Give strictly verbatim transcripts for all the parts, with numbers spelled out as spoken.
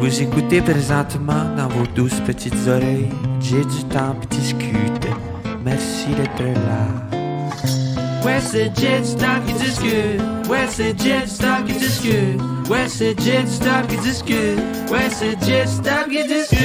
Vous écoutez présentement dans vos douces petites oreilles. J'ai du temps puis discute. Merci d'être là. Ouais, c'est Jet Stop qui discute. Ouais, c'est Jet Stop qui discute. Ouais, c'est Jet Stop qui discute. Ouais, c'est Jet Stop qui discute.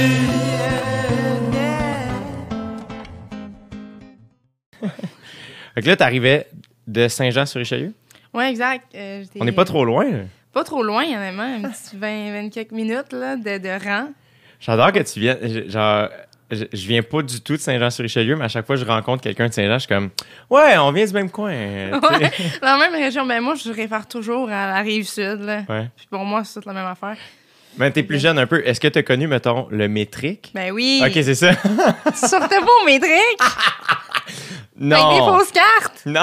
Fait que là, t'arrivais de Saint-Jean-sur-Richelieu? Ouais, exact. Euh, On n'est pas trop loin, là. Pas trop loin, honnêtement. Un petit vingt, vingt quelques minutes là, de, de rang. J'adore que tu viennes. Genre, je, je viens pas du tout de Saint-Jean-sur-Richelieu, mais à chaque fois que je rencontre quelqu'un de Saint-Jean, je suis comme ouais, on vient du même coin. Ouais, dans la même région. Ben moi, je réfère toujours à la Rive-Sud. Là. Ouais. Puis pour moi, c'est toute la même affaire. Mais t'es plus jeune un peu. Est-ce que t'as connu, mettons, le métrique? Ben oui. Ok, c'est ça. Tu sortais pas au métrique? Non. Avec des fausses cartes? Non.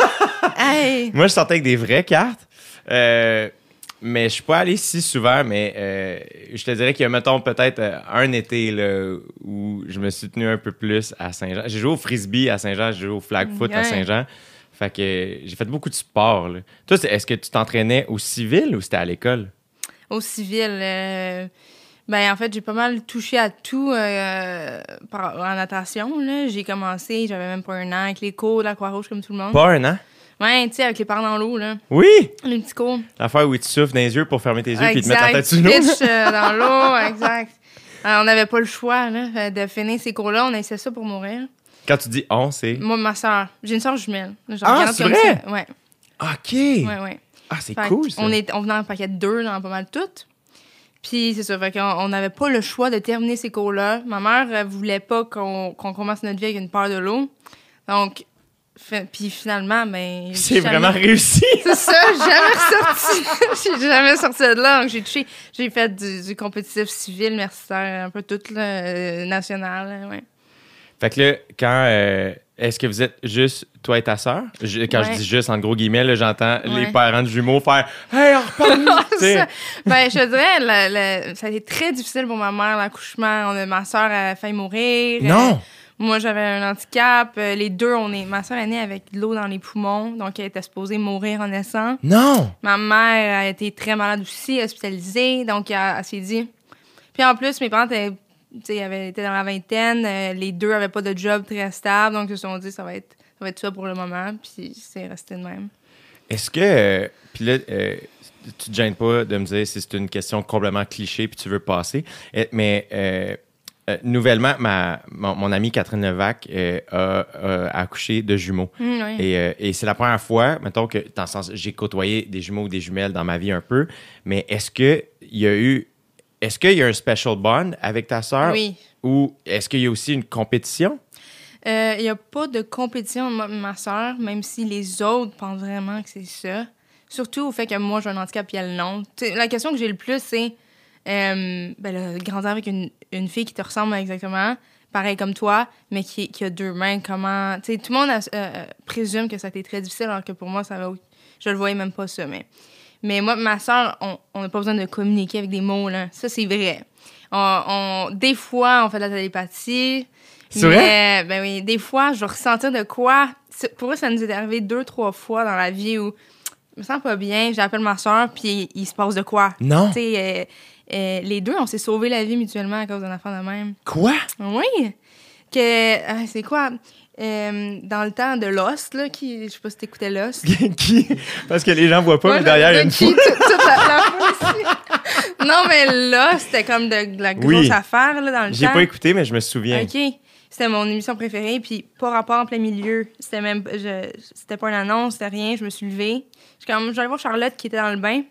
Hey. Moi, je sortais avec des vraies cartes. Euh, mais je suis pas allé si souvent, mais euh, je te dirais qu'il y a, mettons, peut-être euh, un été là, où je me suis tenu un peu plus à Saint-Jean. J'ai joué au frisbee à Saint-Jean, j'ai joué au flag foot Okay. à Saint-Jean. Fait que euh, j'ai fait beaucoup de sport. Là. Toi, c'est- est-ce que tu t'entraînais au civil ou c'était à l'école? Au civil. Euh... Ben en fait, j'ai pas mal touché à tout euh, par, en natation. Là. J'ai commencé, j'avais même pas un an, avec les cours de la Croix-Rouge comme tout le monde. Pas un an? Ouais, tu sais, avec les parents dans l'eau, là. Oui! Les petits cours. L'affaire où ils te soufflent dans les yeux pour fermer tes yeux puis te mettre en tête Exact. sous l'eau. Pitch euh, dans l'eau, exact. Alors, on n'avait pas le choix là, de finir ces cours-là. On essayait ça pour mourir. Quand tu dis on, c'est. Moi, ma soeur. J'ai une soeur jumelle. Je Ah, regarde c'est comme vrai? ça. Ouais, OK! ouais, ouais. Ah, c'est Fait cool, ça. On, est, on venait en paquet de deux dans pas mal toutes. Puis c'est ça, fait qu'on on n'avait pas le choix de terminer ces cours-là. Ma mère euh, voulait pas qu'on qu'on commence notre vie avec une peur de l'eau. Donc, fait, puis finalement, ben... C'est jamais- vraiment réussi! C'est ça, jamais ressorti. J'ai jamais sorti de là. Donc, j'ai touché... J'ai fait du, du compétitif civil, universitaire, un peu tout, là, euh, national, ouais. Fait que là, quand. euh, est-ce que vous êtes juste toi et ta sœur? Je- quand je Ouais. dis juste, en gros guillemets, là, j'entends les Ouais. parents de jumeaux faire Hey, on repart! Tu sais. Ça, ben, je te dirais, la- la- ça a été très difficile pour ma mère, l'accouchement. On a, ma soeur a failli mourir. Non! Euh, moi, j'avais un handicap. Euh, les deux, on est. Ma soeur est née avec de l'eau dans les poumons, donc elle était supposée mourir en naissant. Non! Ma mère a été très malade aussi, hospitalisée, donc elle, elle s'est dit. Puis en plus, mes parents étaient, tu sais, avaient été dans la vingtaine, euh, les deux avaient pas de job très stable, donc ils se sont dit ça va être, ça va être ça pour le moment, puis c'est resté de même. Est-ce que. euh, Puis là, euh, tu te gênes pas de me dire si c'est une question complètement cliché puis tu veux passer. Eh, Mais. euh, euh, nouvellement, ma, mon, mon amie Catherine Levac euh, a, a accouché de jumeaux. Mmh, oui. Et, euh, et c'est la première fois, mettons que, dans le sens, j'ai côtoyé des jumeaux ou des jumelles dans ma vie un peu, mais est-ce que il y a eu, est-ce qu'il y a un special bond avec ta sœur? Oui. Ou est-ce qu'il y a aussi une compétition? Il euh, n'y a pas de compétition de ma, ma soeur, même si les autres pensent vraiment que c'est ça. Surtout au fait que moi, j'ai un handicap et elle non. T'sais, la question que j'ai le plus, c'est euh, ben là, grandir avec une, une fille qui te ressemble exactement, pareil comme toi, mais qui, qui a deux mains. Comment. T'sais, tout le monde a, euh, présume que ça a été très difficile, alors que pour moi, ça va. Je le voyais même pas ça. Mais, mais moi, ma soeur, on n'a pas besoin de communiquer avec des mots, là. Ça, c'est vrai. On, on, des fois, on fait de la télépathie. C'est mais, vrai? Ben oui, des fois, je vais ressentir de quoi. C'est- Pour eux, ça nous est arrivé deux, trois fois dans la vie où je me sens pas bien, j'appelle ma soeur, puis il se passe de quoi. Non. Tu sais, euh, euh, les deux, on s'est sauvé la vie mutuellement à cause d'un enfant de même. Quoi? Oui! Que, ah, c'est quoi? Euh, dans le temps de Lost, là, qui, je sais pas si t'écoutais Lost. Qui? Parce que les gens voient pas, Moi, mais derrière, il y a une qui, foule. toute, toute la, la foule ici. Non, mais là, c'était comme de, de la grosse Oui. affaire, là, dans le J'ai temps. pas écouté, mais je me souviens. OK. C'était mon émission préférée, puis pas rapport en plein milieu. C'était même, je, c'était pas une annonce, c'était rien. Je me suis levée. Je comme, j'allais voir Charlotte qui était dans le bain.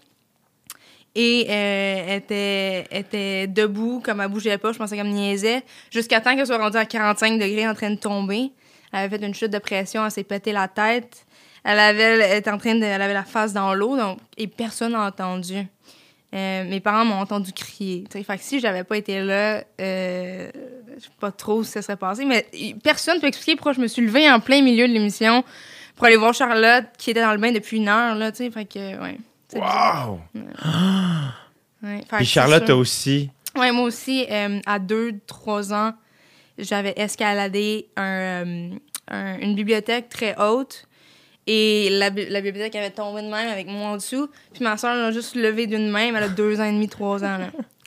Et euh, elle était, elle était debout, comme elle bougeait pas. Je pensais qu'elle me niaisait. Jusqu'à temps qu'elle soit rendue à quarante-cinq degrés en train de tomber. Elle avait fait une chute de pression, elle s'est pété la tête. Elle avait, elle était en train de, elle avait la face dans l'eau, donc, et personne n'a entendu. Euh, mes parents m'ont entendu crier. T'sais. Fait que si j'avais pas été là, euh, je sais pas trop ce qui se serait passé, mais personne peut expliquer pourquoi je me suis levée en plein milieu de l'émission pour aller voir Charlotte, qui était dans le bain depuis une heure, là, tu sais. Fait que, ouais. c'est bizarre. Wow! Ouais. Fait Puis que Charlotte c'est ça. a aussi. Ouais, moi aussi, euh, à deux, trois ans, j'avais escaladé un, euh, un- une bibliothèque très haute. Et la, bi- la bibliothèque avait tombé de même avec moi en dessous. Puis ma soeur l'a juste levée d'une main, mais elle a deux ans et demi, trois ans. Là.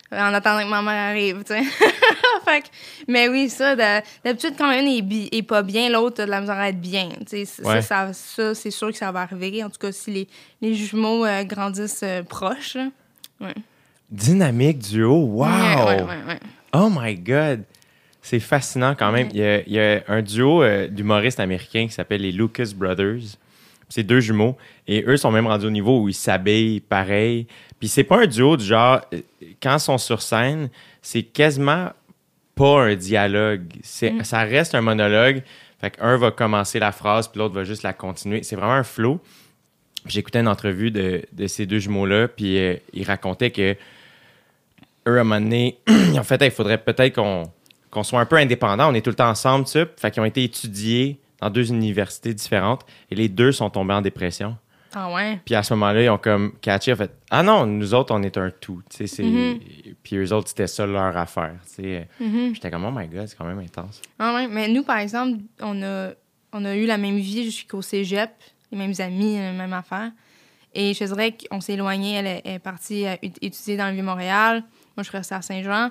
en attendant que ma mère arrive, tu sais. Fait que, mais oui, ça, de- d'habitude, quand une est, bi- est pas bien, l'autre a de la misère à être bien. Tu sais, Ouais. ça, ça, ça, c'est sûr que ça va arriver. En tout cas, si les, les jumeaux euh, grandissent euh, proches. Là. Ouais. Dynamique duo, wow! Ouais, ouais, ouais, ouais. Oh my God! C'est fascinant quand même. Il y a, il y a un duo euh, d'humoristes américains qui s'appelle les Lucas Brothers. C'est deux jumeaux. Et eux sont même rendus au niveau où ils s'habillent pareil. Puis c'est pas un duo du genre... euh, Quand ils sont sur scène, c'est quasiment pas un dialogue. C'est, Mm. Ça reste un monologue. Fait qu'un va commencer la phrase, puis l'autre va juste la continuer. C'est vraiment un flow. Puis j'écoutais une entrevue de, de ces deux jumeaux-là, puis euh, ils racontaient que eux, à un moment donné, en fait, il faudrait peut-être qu'on, qu'on soit un peu indépendants. On est tout le temps ensemble, ça. Fait qu'ils ont été étudiés dans deux universités différentes, et les deux sont tombés en dépression. Ah ouais? Puis à ce moment-là, ils ont comme catché, en fait, ah non, nous autres, on est un tout. Tu sais, c'est... Mhm. Puis eux autres, c'était ça leur affaire. Tu sais. Mhm. J'étais comme, oh my God, c'est quand même intense. Ah ouais, mais nous, par exemple, on a, on a eu la même vie jusqu'au cégep, les mêmes amis, la même affaire. Et je te dirais qu'on s'est éloigné. Elle est, elle est partie à ut- étudier dans le Vieux-Montréal. Moi, je suis restée à Saint-Jean.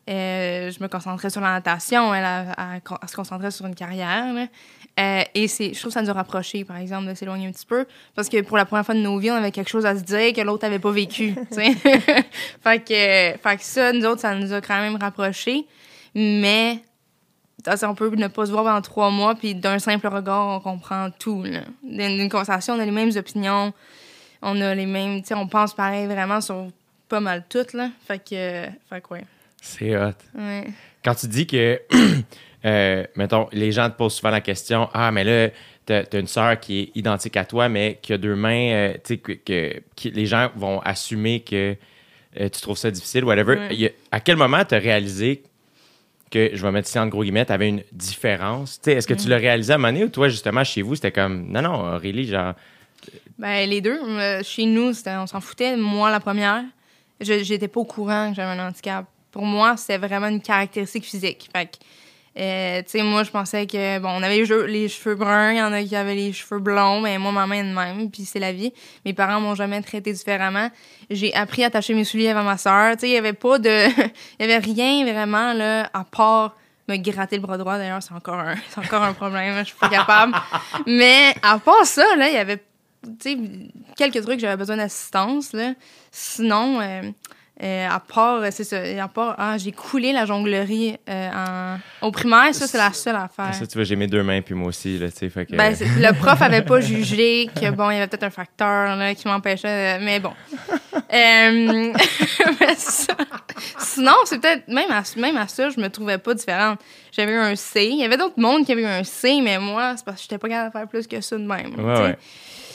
Euh, je me concentrais sur la natation. Elle, elle, elle- elle se concentrait sur une carrière. Là. Euh, et c'est, je trouve que ça nous a rapprochés, par exemple, de s'éloigner un petit peu. Parce que pour la première fois de nos vies, on avait quelque chose à se dire que l'autre n'avait pas vécu. tu sais. fait, que, fait que ça, nous autres, ça nous a quand même rapprochés. Mais on peut ne pas se voir pendant trois mois, puis d'un simple regard, on comprend tout. Là. D'une, d'une conversation, on a les mêmes opinions. On a les mêmes... Tu sais, on pense pareil vraiment sur pas mal tout, là. Fait que... Fait que, ouais. C'est hot. Ouais. Quand tu dis que, euh, mettons, les gens te posent souvent la question, ah, mais là, t'as, t'as une sœur qui est identique à toi, mais qui a deux mains, euh, tu sais, que, que, que les gens vont assumer que euh, tu trouves ça difficile, whatever. Ouais. Il y a- à quel moment tu as réalisé que, je vais mettre ici en gros guillemets, tu avais une différence? Tu sais, est-ce que tu l'as réalisé à un moment donné ou toi, justement, chez vous, c'était comme, non, non, Aurélie, genre, Ben, les deux. Euh, chez nous, c'était, on s'en foutait. Moi, la première, je, j'étais pas au courant que j'avais un handicap. Pour moi, c'était vraiment une caractéristique physique. Fait que, euh, tu sais, moi, je pensais que, bon, on avait les, jeux- les cheveux bruns, il y en a qui avaient les cheveux blonds, mais moi, ma main est de même, puis c'est la vie. Mes parents m'ont jamais traité différemment. J'ai appris à attacher mes souliers avant ma sœur. Tu sais, il y avait pas de... Il y avait rien vraiment, là, à part me gratter le bras droit. D'ailleurs, c'est encore un, c'est encore un problème. Je suis pas capable. Mais à part ça, là, il y avait, tu sais, quelques trucs, j'avais besoin d'assistance, là. Sinon, euh, euh, à part, c'est ça, à part, ah, j'ai coulé la jonglerie euh, en, au primaire, ça, c'est la seule affaire. ça, tu vois, j'ai mes deux mains, puis moi aussi, là, tu sais, fait que... Ben, c'est- le prof avait pas jugé que, bon, il y avait peut-être un facteur, là, qui m'empêchait, de- mais bon. Euh, mais ça- sinon, c'est peut-être, même à, même à ça, je me trouvais pas différente. J'avais eu un C. Il y avait d'autres mondes qui avaient eu un C, mais moi, c'est parce que j'étais pas capable de faire plus que ça de même. Ouais, tu sais. ouais.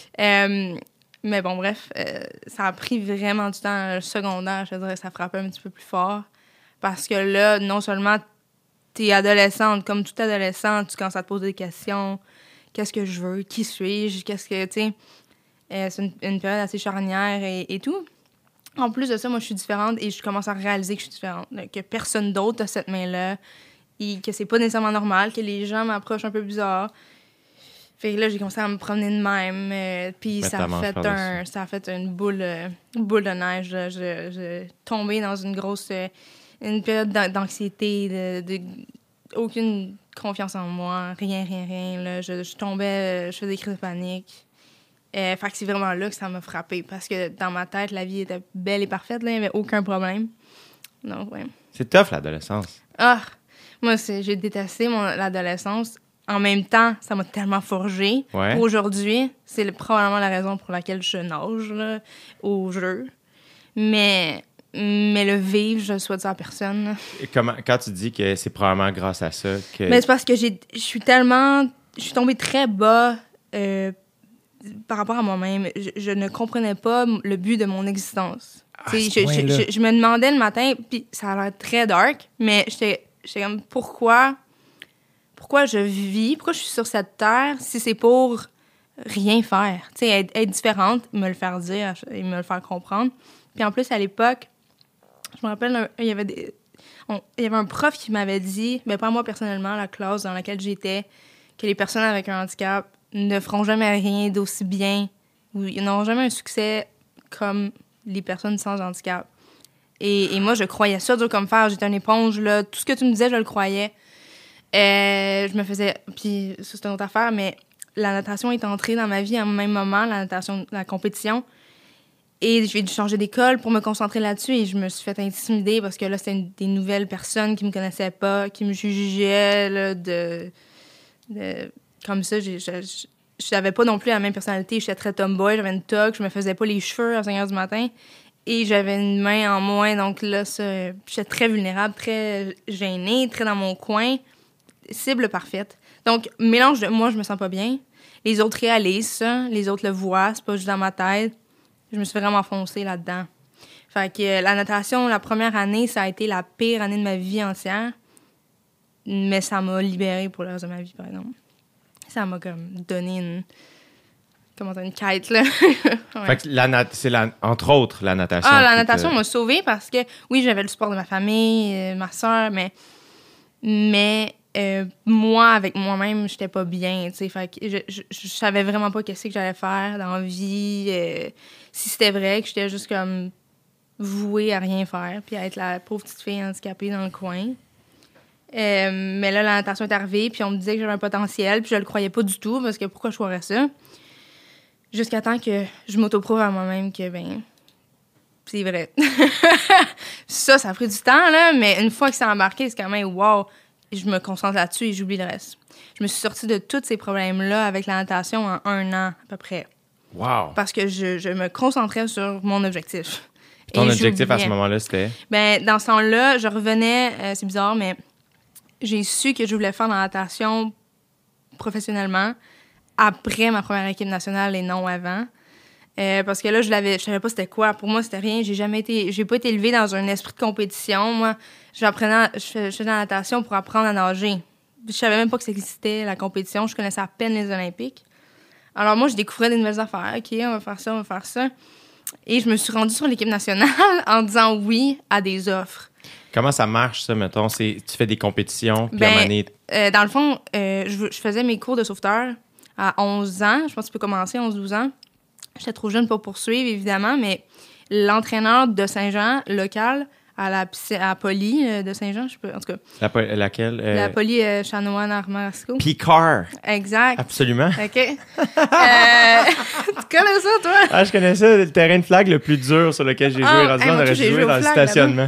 Euh, mais bon, bref, euh, ça a pris vraiment du temps. Le secondaire, je dirais, ça frappait un petit peu plus fort. Parce que là, non seulement t'es adolescente, comme toute adolescente, tu commences à te poser des questions. Qu'est-ce que je veux? Qui suis-je? Qu'est-ce que, tu sais... Euh, c'est une, une période assez charnière et, et tout. En plus de ça, moi, je suis différente et je commence à réaliser que je suis différente. là, que personne d'autre a cette main-là. Et que c'est pas nécessairement normal, que les gens m'approchent un peu bizarre. Fait que là, j'ai commencé à me promener de même. euh, Puis Mettre ça ta a, manche fait par-dessus. un, ça a fait une boule, euh, une boule de neige. Là. Je, je tombée dans une grosse... euh, une période d'an- d'anxiété, de, de... aucune confiance en moi. Rien, rien, rien. Là. Je, je tombais... euh, Je faisais des crises de panique. Euh, fait que c'est vraiment là que ça m'a frappée. Parce que dans ma tête, la vie était belle et parfaite. Là. Il n'y avait aucun problème. Donc, ouais. C'est tough, l'adolescence. Ah! Moi, c'est, j'ai détesté mon, l'adolescence. En même temps, ça m'a tellement forgé. Ouais. Aujourd'hui, c'est le- probablement la raison pour laquelle je nage là, au jeu. Mais, mais le vivre, je le souhaite ça à personne. là. Et comment, quand tu dis que c'est probablement grâce à ça que... Mais c'est parce que j'ai, je suis tellement... Je suis tombée très bas euh, par rapport à moi-même. Je, je ne comprenais pas le but de mon existence. À Tu sais, ce je, je, point-là. je, je me demandais le matin, puis ça a l'air très dark, mais j'étais, j'étais comme, pourquoi, pourquoi je vis, pourquoi je suis sur cette terre si c'est pour rien faire? Tu sais, être, être différente, me le faire dire et me le faire comprendre. Puis en plus, à l'époque, je me rappelle, un- il y avait des... on- il y avait un prof qui m'avait dit, mais pas moi personnellement, la classe dans laquelle j'étais, que les personnes avec un handicap ne feront jamais rien d'aussi bien ou ils n'auront jamais un succès comme les personnes sans handicap. Et, et moi, je croyais ça dur comme fer. J'étais une éponge, là. Tout ce que tu me disais, je le croyais. Euh, je me faisais... Puis ça, c'est une autre affaire, mais la natation est entrée dans ma vie à un même moment, la natation, la compétition. Et j'ai dû changer d'école pour me concentrer là-dessus et je me suis fait intimider parce que là, c'était une, des nouvelles personnes qui me connaissaient pas, qui me jugeaient, là, de... de comme ça, j'ai... Je, je, je n'avais pas non plus la même personnalité. J'étais très tomboy, j'avais une toque, je me faisais pas les cheveux à cinq heures du matin. Et j'avais une main en moins, donc là, ça, j'étais très vulnérable, très gênée, très dans mon coin. Cible parfaite. Donc, mélange de moi, je me sens pas bien. Les autres réalisent ça, les autres le voient, c'est pas juste dans ma tête. Je me suis vraiment enfoncée là-dedans. Fait que euh, la natation, la première année, ça a été la pire année de ma vie entière. Mais ça m'a libérée pour le reste de ma vie, par exemple. Ça m'a comme donné une... Comment dire, une quête, là. Ouais. Fait que la nat- c'est la, entre autres la natation. Ah, la qui natation te- m'a sauvée parce que, oui, j'avais le support de ma famille, euh, ma soeur, mais, mais euh, moi, avec moi-même, j'étais pas bien, tu sais. Fait que je, je, je savais vraiment pas qu'est-ce que j'allais faire dans la vie. Euh, si c'était vrai que j'étais juste comme vouée à rien faire puis à être la pauvre petite fille handicapée dans le coin. Euh, mais là, la natation est arrivée, puis on me disait que j'avais un potentiel, puis je le croyais pas du tout, parce que pourquoi je croirais ça? Jusqu'à temps que je m'autoprouve à moi-même que, ben, c'est vrai. ça, ça a pris du temps, là, mais une fois que c'est embarqué, c'est quand même, wow, je me concentre là-dessus et j'oublie le reste. Je me suis sortie de tous ces problèmes-là avec la natation en un an, à peu près. Wow! Parce que je, je me concentrais sur mon objectif. Ton Et objectif à ce j'oubliais. moment-là, c'était? Ben, dans ce temps-là, je revenais, euh, c'est bizarre, mais j'ai su que je voulais faire de la natation professionnellement après ma première équipe nationale et non avant. Euh, parce que là, je l'avais, je savais pas c'était quoi. Pour moi, c'était rien. J'ai jamais été, j'ai pas été élevée dans un esprit de compétition. Moi, j'apprenais, je fais- je faisais de la natation pour apprendre à nager. Je savais même pas que ça existait, la compétition. Je connaissais à peine les Olympiques. Alors moi, je découvrais des nouvelles affaires. OK, on va faire ça, on va faire ça. Et je me suis rendue sur l'équipe nationale en disant oui à des offres. Comment ça marche, ça, mettons? C'est, tu fais des compétitions, puis Ben, à un moment donné, Euh, dans le fond, euh, je, je faisais mes cours de sauveteur à onze ans. Je pense que tu peux commencer à onze douze ans. J'étais trop jeune pour poursuivre, évidemment, mais l'entraîneur de Saint-Jean, local, à la piscine- à Poly euh, de Saint-Jean, je peux, en tout cas, la po- laquelle? euh, la Poly euh, Chanoine-Armarasco. Picard. Exact. Absolument. OK. Euh, tu connais ça, toi? Ah, je connais ça, le terrain de flag le plus dur sur lequel j'ai joué. Ah, Rendu hey, là, on moi, aurait j'ai dû joué jouer au dans le flag stationnement.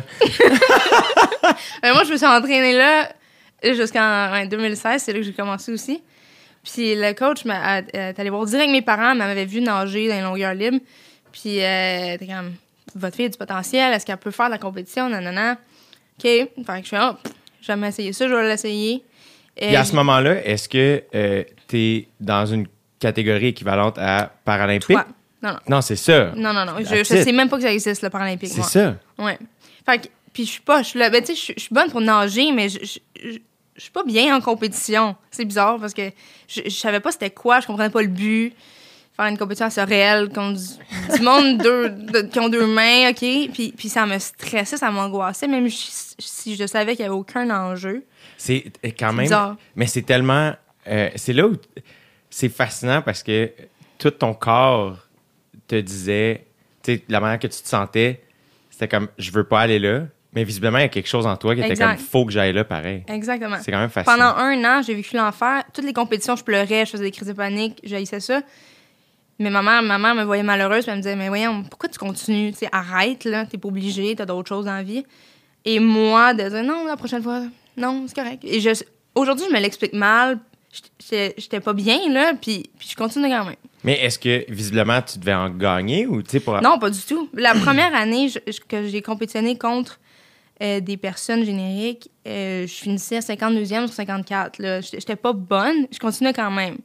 Euh, moi, je me suis entraînée là jusqu'en ouais, deux mille seize. C'est là que j'ai commencé aussi. Puis le coach m'a, a- est allé voir direct mes parents, m'avait vu nager dans les longueurs libres. Puis, euh, t'es comme, votre fille a du potentiel, est-ce qu'elle peut faire de la compétition? Nanana. OK. Fait que je fais, oh, j'ai jamais essayé ça, je vais l'essayer. Puis à ce moment-là, est-ce que euh, tu es dans une catégorie équivalente à Paralympique? Toi. Non, non. Non, c'est ça. Non, non, non. Je, That's je it. sais même pas que ça existe, le paralympique. C'est moi. ça. Ouais. Fait que, puis je suis pas, je suis là, ben, tu sais, je je suis bonne pour nager, mais je, je, je, je suis pas bien en compétition. C'est bizarre parce que je, je savais pas c'était quoi, je comprenais pas le but. Faire une compétition assez réelle contre du, du monde deux, de- qui ont deux mains, OK? Puis, puis ça me stressait, ça m'angoissait, même si, si je savais qu'il y avait aucun enjeu. C'est euh, quand C'est même. bizarre. Mais c'est tellement. euh, c'est là où c'est fascinant parce que tout ton corps te disait, tu sais, la manière que tu te sentais, c'était comme, je veux pas aller là. Mais visiblement, il y a quelque chose en toi qui était Exact. comme, faut que j'aille là pareil. Exactement. C'est quand même fascinant. Pendant un an, j'ai vécu l'enfer. Toutes les compétitions, je pleurais, je faisais des crises de panique, j'haïssais ça. Mais ma mère, ma mère me voyait malheureuse, puis elle me disait, mais voyons, pourquoi tu continues? Tu sais, arrête, là, t'es pas obligée, t'as d'autres choses dans la vie. Et moi, de dire, non, la prochaine fois, non, c'est correct. Et je, aujourd'hui, je me l'explique mal. J'étais, j'étais pas bien, là, puis, puis je continue quand même. Mais est-ce que visiblement tu devais en gagner ou tu sais pour. Non, pas du tout. La première année je- je- que j'ai compétitionné contre euh, des personnes génériques, euh, je finissais à cinquante-deuxième sur cinquante-quatre. Là. J'étais, j'étais pas bonne, je continuais quand même.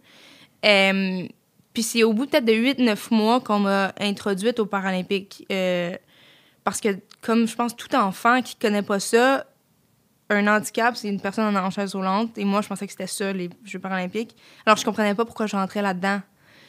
Euh, Puis c'est au bout peut-être de huit neuf mois qu'on m'a introduite aux Paralympiques. Euh, parce que, comme je pense tout enfant qui connaît pas ça, un handicap, c'est une personne en chaise roulante. Et moi, je pensais que c'était ça, les Jeux paralympiques. Alors, je comprenais pas pourquoi je rentrais là-dedans.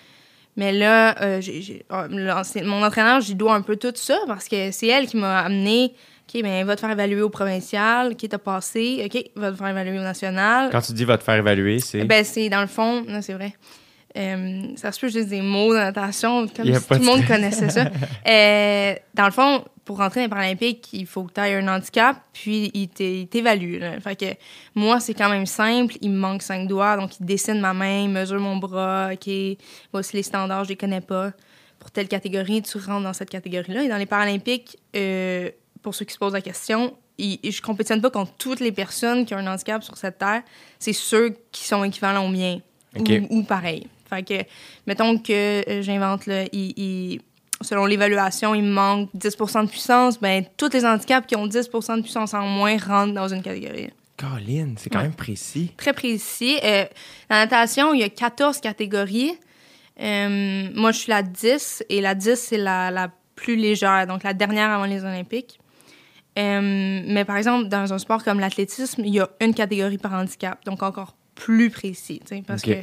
Mais là, euh, j'ai, j'ai, euh, là, c'est- mon entraîneur, j'y dois un peu tout ça parce que c'est elle qui m'a amené. OK, bien, va te faire évaluer au provincial. OK, t'as passé. OK, va te faire évaluer au national. Quand tu dis va te faire évaluer, c'est. Ben, c'est dans le fond, non, c'est vrai. Euh, ça se peut que je dise des mots de natation, comme Y a si pas tout de le monde stress. connaissait ça. Euh, dans le fond, pour rentrer dans les Paralympiques, il faut que tu aies un handicap, puis il t'é- il t'évalue. Là. Fait que moi, c'est quand même simple. Il me manque cinq doigts, donc il dessine ma main, il mesure mon bras. OK, voici les standards, je les connais pas. Pour telle catégorie, tu rentres dans cette catégorie-là. Et dans les Paralympiques, euh, pour ceux qui se posent la question, il, je compétitionne pas contre toutes les personnes qui ont un handicap sur cette terre. C'est ceux qui sont équivalents aux miens, OK. ou, ou pareil. Fait que, mettons que euh, j'invente, là, il, il- selon l'évaluation, il me manque dix pour cent de puissance, ben tous les handicaps qui ont dix pour cent de puissance en moins rentrent dans une catégorie. Colin, c'est quand Ouais. même précis. Très précis. Euh, la natation, il y a quatorze catégories. Euh, moi, je suis la dix, et la dix, c'est la, la plus légère, donc la dernière avant les Olympiques. Euh, mais par exemple, dans un sport comme l'athlétisme, il y a une catégorie par handicap, donc encore plus précis, tu sais, parce OK. que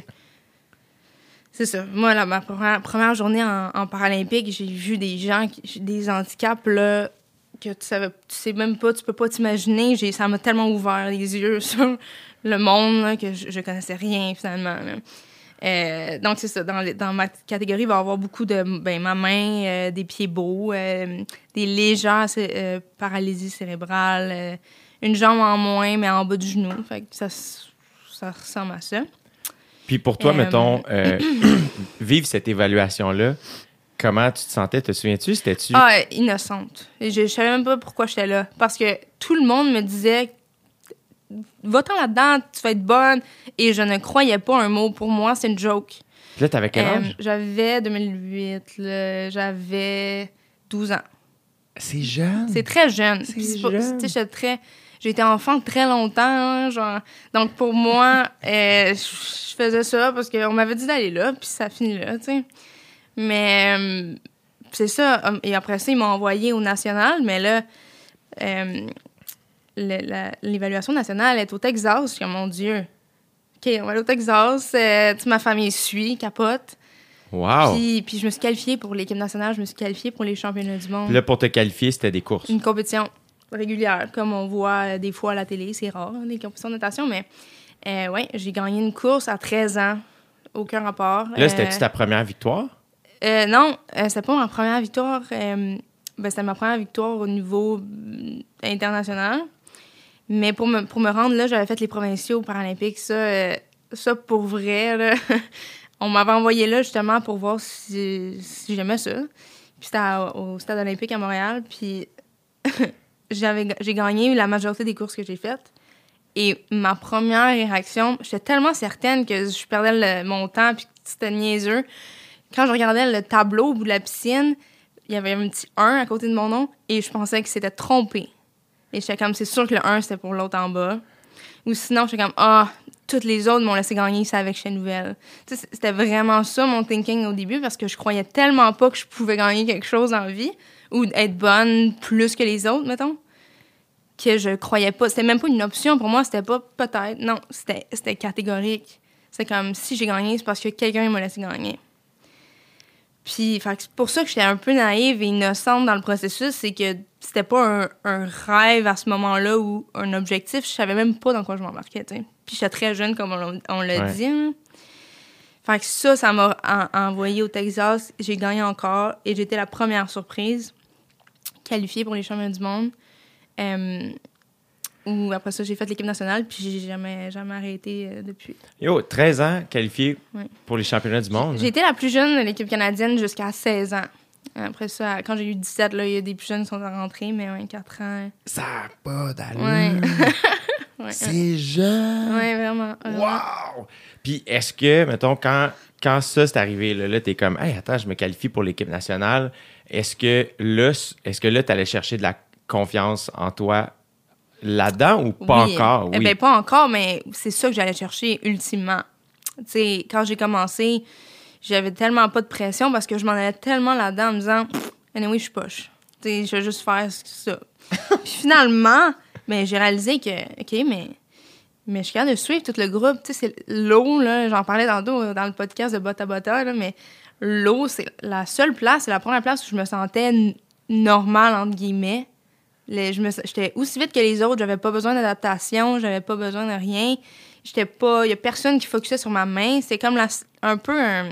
c'est ça. Moi, là, ma première, première journée en, en Paralympique, j'ai vu des gens, qui, des handicaps, là, que tu savais, tu sais même pas, tu peux pas t'imaginer. J'ai, ça m'a tellement ouvert les yeux sur le monde, là, que je, je connaissais rien, finalement, là. Euh, donc, c'est ça. Dans, les- dans ma catégorie, il va y avoir beaucoup de, ben, ma main, euh, des pieds beaux, euh, des légères euh, paralysies cérébrales, euh, une jambe en moins, mais en bas du genou. Fait que ça, s- ça ressemble à ça. Puis pour toi, Euh, mettons, euh, vivre cette évaluation-là, comment tu te sentais? Te souviens-tu? C'était-tu... Ah, euh, innocente. Je, je savais même pas pourquoi j'étais là. Parce que tout le monde me disait va-t'en là-dedans, tu vas être bonne. Et je ne croyais pas un mot. Pour moi, c'est une joke. Puis là, t'avais quel Euh, âge? j'avais deux mille huit, là, j'avais douze ans. C'est jeune. C'est très jeune. C'est Puis c'est pas- jeune. tu sais, j'étais très... J'ai été enfant très longtemps, hein, genre. Donc, pour moi, euh, je je faisais ça parce qu'on m'avait dit d'aller là, puis ça finit là, tu sais. Mais euh, c'est ça. Um, Et après ça, ils m'ont envoyé au national, mais là, euh, le- la- l'évaluation nationale est au Texas. Je suis comme, mon Dieu. OK, on va aller au Texas. Euh, toute ma famille suit, capote. Wow! Puis, puis je me suis qualifiée pour l'équipe nationale, je me suis qualifiée pour les championnats du monde. Puis là, pour te qualifier, c'était des courses. Une compétition régulière, comme on voit euh, des fois à la télé. C'est rare, hein, des compétitions de natation, mais euh, ouais, j'ai gagné une course à treize ans. Aucun rapport. Là, c'était-tu Euh, ta première victoire? euh, non, euh, c'était pas ma première victoire. Euh, ben, c'était ma première victoire au niveau euh, international. Mais pour me, pour me rendre là, j'avais fait les provinciaux paralympiques. Ça, euh, ça pour vrai, là, on m'avait envoyé là justement pour voir si, si j'aimais ça. Puis c'était à- au Stade olympique à Montréal. Puis j'avais, j'ai gagné la majorité des courses que j'ai faites. Et ma première réaction, j'étais tellement certaine que je perdais le- mon temps puis que c'était niaiseux. Quand je regardais le tableau au bout de la piscine, il y avait un petit un à côté de mon nom et je pensais que c'était trompé. Et j'étais comme, c'est sûr que le un, c'était pour l'autre en bas. Ou sinon, j'étais comme, ah, toutes les autres m'ont laissé gagner, c'est avec Chez Nouvelle. Tu sais, c'était vraiment ça mon thinking au début parce que je croyais tellement pas que je pouvais gagner quelque chose en vie ou être bonne plus que les autres, mettons, que je croyais pas. C'était même pas une option pour moi, c'était pas peut-être. Non, c'était, c'était catégorique. C'est comme, si j'ai gagné, c'est parce que quelqu'un m'a laissé gagner. Puis, fait que c'est pour ça que j'étais un peu naïve et innocente dans le processus, c'est que c'était pas un, un rêve à ce moment-là ou un objectif. Je savais même pas dans quoi je m'embarquais, tu sais. Puis j'étais très jeune, comme on, on l'a Ouais. dit. Hein. Fait que ça, ça m'a en- envoyé au Texas. J'ai gagné encore et j'étais la première surprise qualifiée pour les championnats du monde. Euh, où après ça, j'ai fait l'équipe nationale, puis j'ai jamais, jamais arrêté euh, depuis. Yo, treize ans qualifié Ouais. pour les championnats du monde. J'ai été la plus jeune de l'équipe canadienne jusqu'à seize ans. Après ça, quand j'ai eu dix-sept, là, il y a des plus jeunes qui sont rentrés, mais ouais, quatre ans. Ça n'a pas d'allure. Ouais. ouais, C'est jeune. ouais, vraiment. vraiment. Wow! Puis est-ce que, mettons, quand, quand ça c'est arrivé, là, là t'es comme, hey, attends, je me qualifie pour l'équipe nationale. Est-ce que là, est-ce que là, t'allais chercher de la confiance en toi là-dedans ou pas Oui. encore? Eh Oui. ben, pas encore, mais c'est ça que j'allais chercher ultimement. Tu sais, quand j'ai commencé, j'avais tellement pas de pression parce que je m'en allais tellement là-dedans en me disant, anyway, je suis poche. Tu sais, je vais juste faire ça. Puis finalement, ben, j'ai réalisé que, OK, mais, mais je suis capable de suivre tout le groupe. Tu sais, c'est l'eau, là, j'en parlais tantôt dans le podcast de Bota Bota, là, mais l'eau, c'est la seule place, c'est la première place où je me sentais n- normale, entre guillemets. Le- je me, j'étais aussi vite que les autres, j'avais pas besoin d'adaptation, j'avais pas besoin de rien. j'étais pas... Il y a personne qui focusait sur ma main. C'est comme la, un peu un,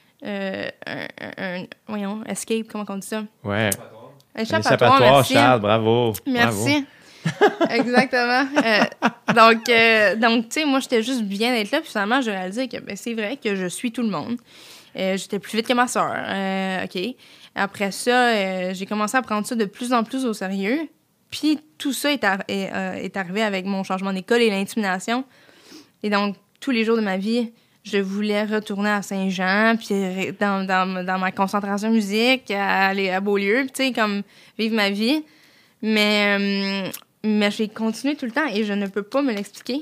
euh, un, un... Voyons, escape, comment on dit ça? Ouais. Un échappatoire, merci. Charles, bravo. Merci. Bravo. Exactement. Euh, donc, euh, donc tu sais, moi, j'étais juste bien d'être là. Puis finalement, j'ai réalisé que ben, c'est vrai que je suis tout le monde. Euh, j'étais plus vite que ma sœur. Euh, OK. Après ça, euh, j'ai commencé à prendre ça de plus en plus au sérieux. Puis tout ça est, ar- est, euh, est arrivé avec mon changement d'école et l'intimidation. Et donc, tous les jours de ma vie, je voulais retourner à Saint-Jean, puis dans, dans, dans ma concentration musique, à aller à Beaulieu, puis tu sais, comme vivre ma vie. Mais, euh, mais j'ai continué tout le temps et je ne peux pas me l'expliquer.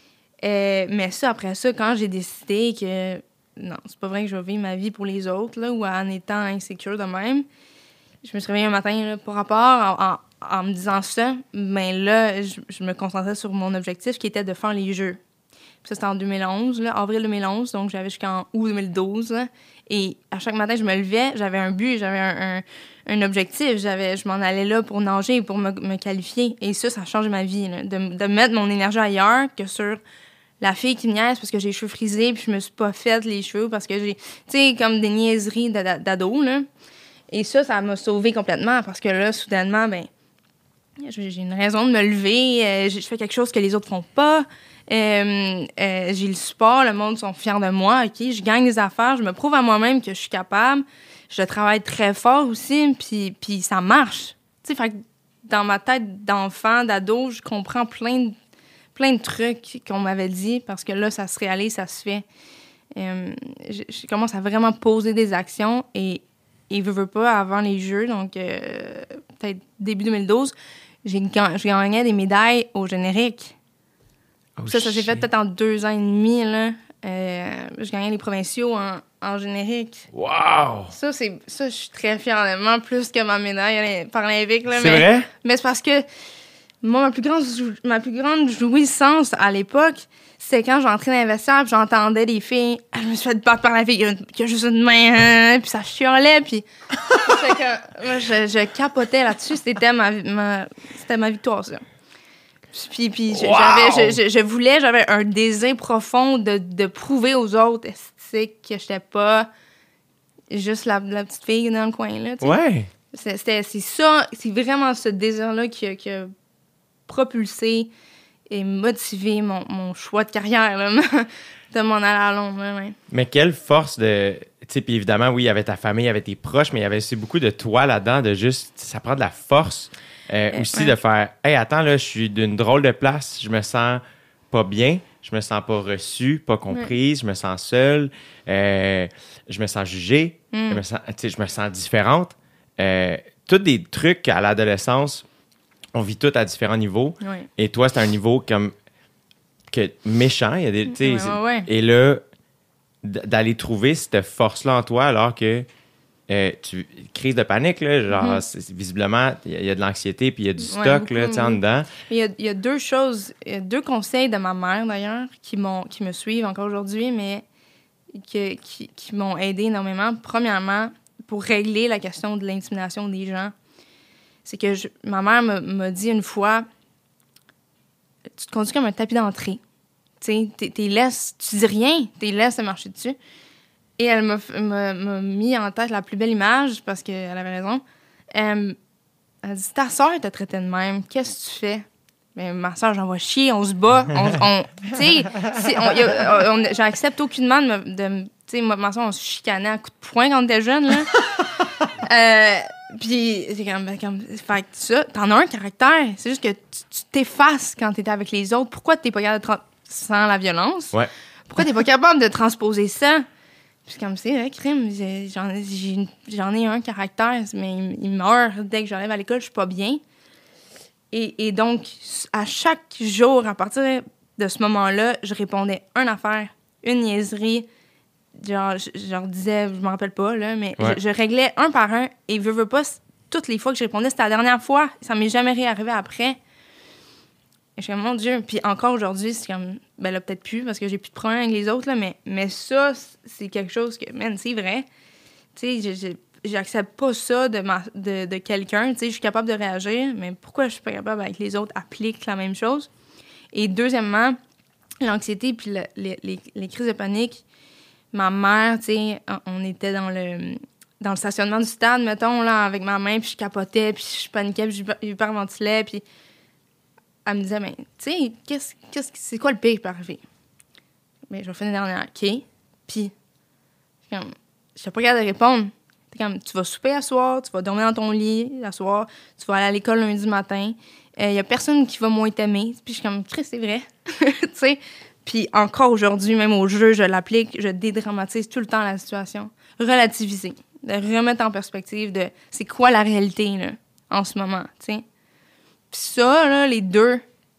Euh, mais ça, après ça, quand j'ai décidé que non, c'est pas vrai que je vais vivre ma vie pour les autres, là, ou en étant insécure de même, je me suis réveillée un matin, là, par rapport, en, en, en me disant ça, ben là, je, je me concentrais sur mon objectif qui était de faire les jeux. Puis ça, c'était en deux mille onze, là, avril deux mille onze, donc j'avais jusqu'en août deux mille douze. Là, et à chaque matin, je me levais, j'avais un but, j'avais un, un, un objectif, j'avais, je m'en allais là pour nager, pour me, me qualifier. Et ça, ça a changé ma vie, là, de, de mettre mon énergie ailleurs que sur la fille qui me niaise parce que j'ai les cheveux frisés puis je me suis pas fait les cheveux parce que j'ai, tu sais, comme des niaiseries d'ado, là. Et ça, ça m'a sauvée complètement parce que là, soudainement, ben j'ai une raison de me lever, euh, je fais quelque chose que les autres font pas. Euh, euh, j'ai le support, le monde sont fiers de moi, ok, je gagne des affaires, je me prouve à moi-même que je suis capable, je travaille très fort aussi, puis puis ça marche. Tu sais, fait que dans ma tête d'enfant, d'ado, je comprends plein de, plein de trucs qu'on m'avait dit parce que là, ça se réalise, ça se fait. Euh, je, je commence à vraiment poser des actions et et veux, veux pas, avant les Jeux, donc euh, peut-être début deux mille douze, j'ai gagné des médailles au générique. Oh, ça, ça s'est fait peut-être en deux ans et demi, là. Euh, je gagnais les provinciaux en, en générique. Wow! Ça, c'est, ça, je suis très fière de moi, plus que ma médaille paralympique. Là, c'est mais, vrai? Mais c'est parce que moi, ma plus grande, ma plus grande jouissance à l'époque, c'est quand j'entrais dans les vestiaires, puis j'entendais des filles, je me suis fait battre par la fille qui a juste une main, hein, puis ça chialait, puis que, moi, je, je capotais là-dessus. C'était ma, ma, c'était ma victoire, ça. Puis, puis wow! j'avais, je, je, je voulais, j'avais un désir profond de, de prouver aux autres que j'étais pas juste la, la petite fille dans le coin, là. T'sais. Ouais. C'est, c'était, c'est ça, c'est vraiment ce désir-là qui a, qui a propulsé et motivé mon, mon choix de carrière, là, de m'en aller à Londres. Ouais. Mais quelle force de... Tu sais, puis évidemment, oui, il y avait ta famille, il y avait tes proches, mais il y avait aussi beaucoup de toi là-dedans, de juste... Ça prend de la force euh, aussi ouais. de faire « Hey, attends, là, je suis d'une drôle de place, je me sens pas bien, je me sens pas reçue, pas comprise, ouais. je me sens seule, euh, je me sens jugée, mm. je me sens, tu sais, je me sens différente. Euh, » Tous des trucs à l'adolescence... On vit tout à différents niveaux. Oui. Et toi, c'est un niveau comme que méchant. Il y a des, ouais, ouais, ouais. Et là, d'aller trouver cette force-là en toi, alors que euh, tu crise de panique, là, genre, mm-hmm. c'est, visiblement, il y, y a de l'anxiété puis il y a du stock ouais, beaucoup, là, oui. en dedans. Il y, a, il y a deux choses, il y a deux conseils de ma mère, d'ailleurs, qui, m'ont, qui me suivent encore aujourd'hui, mais que, qui, qui m'ont aidé énormément. Premièrement, pour régler la question de l'intimidation des gens, c'est que je, ma mère me, m'a dit une fois, tu te conduis comme un tapis d'entrée. Tu sais, t'es laisse, tu dis rien, t'es laisse à marcher dessus. Et elle m'a, m'a, m'a mis en tête la plus belle image, parce qu'elle avait raison. Elle, elle dit, ta soeur t'a traité de même, qu'est-ce que tu fais? Ben, ma soeur, j'en vois chier, on se bat. On, on, tu sais, j'accepte aucunement de me. De, tu sais, ma soeur, on se chicanait à coups de poing quand on était jeune, là. euh, Puis, c'est comme, comme. Fait que ça, t'en as un caractère. C'est juste que tu, tu t'effaces quand t'es avec les autres. Pourquoi t'es pas capable de. Tra- sans la violence? Ouais. Pourquoi t'es pas capable de transposer ça? Puis, comme, c'est vrai, crime. J'en, j'ai, j'en ai un caractère, mais il, il meurt dès que j'arrive à l'école, je suis pas bien. Et, et donc, à chaque jour, à partir de ce moment-là, je répondais une affaire, une niaiserie. Genre, je, je leur disais, je me rappelle pas, là, mais ouais. je, je réglais un par un et veux, veux pas, toutes les fois que je répondais, c'était la dernière fois. Ça m'est jamais réarrivé après. Et je suis comme, mon Dieu. Puis encore aujourd'hui, c'est comme, ben là, peut-être plus, parce que j'ai plus de problème avec les autres, là, mais, mais ça, c'est quelque chose que, man, c'est vrai. Tu sais, je, je, j'accepte pas ça de, ma, de, de quelqu'un. Tu sais, je suis capable de réagir, mais pourquoi je suis pas capable avec les autres appliquer la même chose? Et deuxièmement, l'anxiété puis le- les, les, les crises de panique, ma mère, tu sais, on était dans le, dans le stationnement du stade, mettons, là, avec ma main, puis je capotais, puis je paniquais, puis j'hyperventilais, puis elle me disait, mais tu sais, qu'est-ce, qu'est-ce, c'est quoi le pire qui peut arriver? Mais je vais faire une dernière, OK? Puis, comme, je n'étais pas capable de répondre. T'es comme, tu vas souper à soir, tu vas dormir dans ton lit à soir, tu vas aller à l'école lundi matin, il euh, y a personne qui va moins t'aimer. Puis je suis comme, Chris, c'est vrai. Tu sais? Puis encore aujourd'hui, même au jeu, je l'applique, je dédramatise tout le temps la situation. Relativiser, de remettre en perspective de c'est quoi la réalité là, en ce moment, tu sais. Puis ça, là, les deux,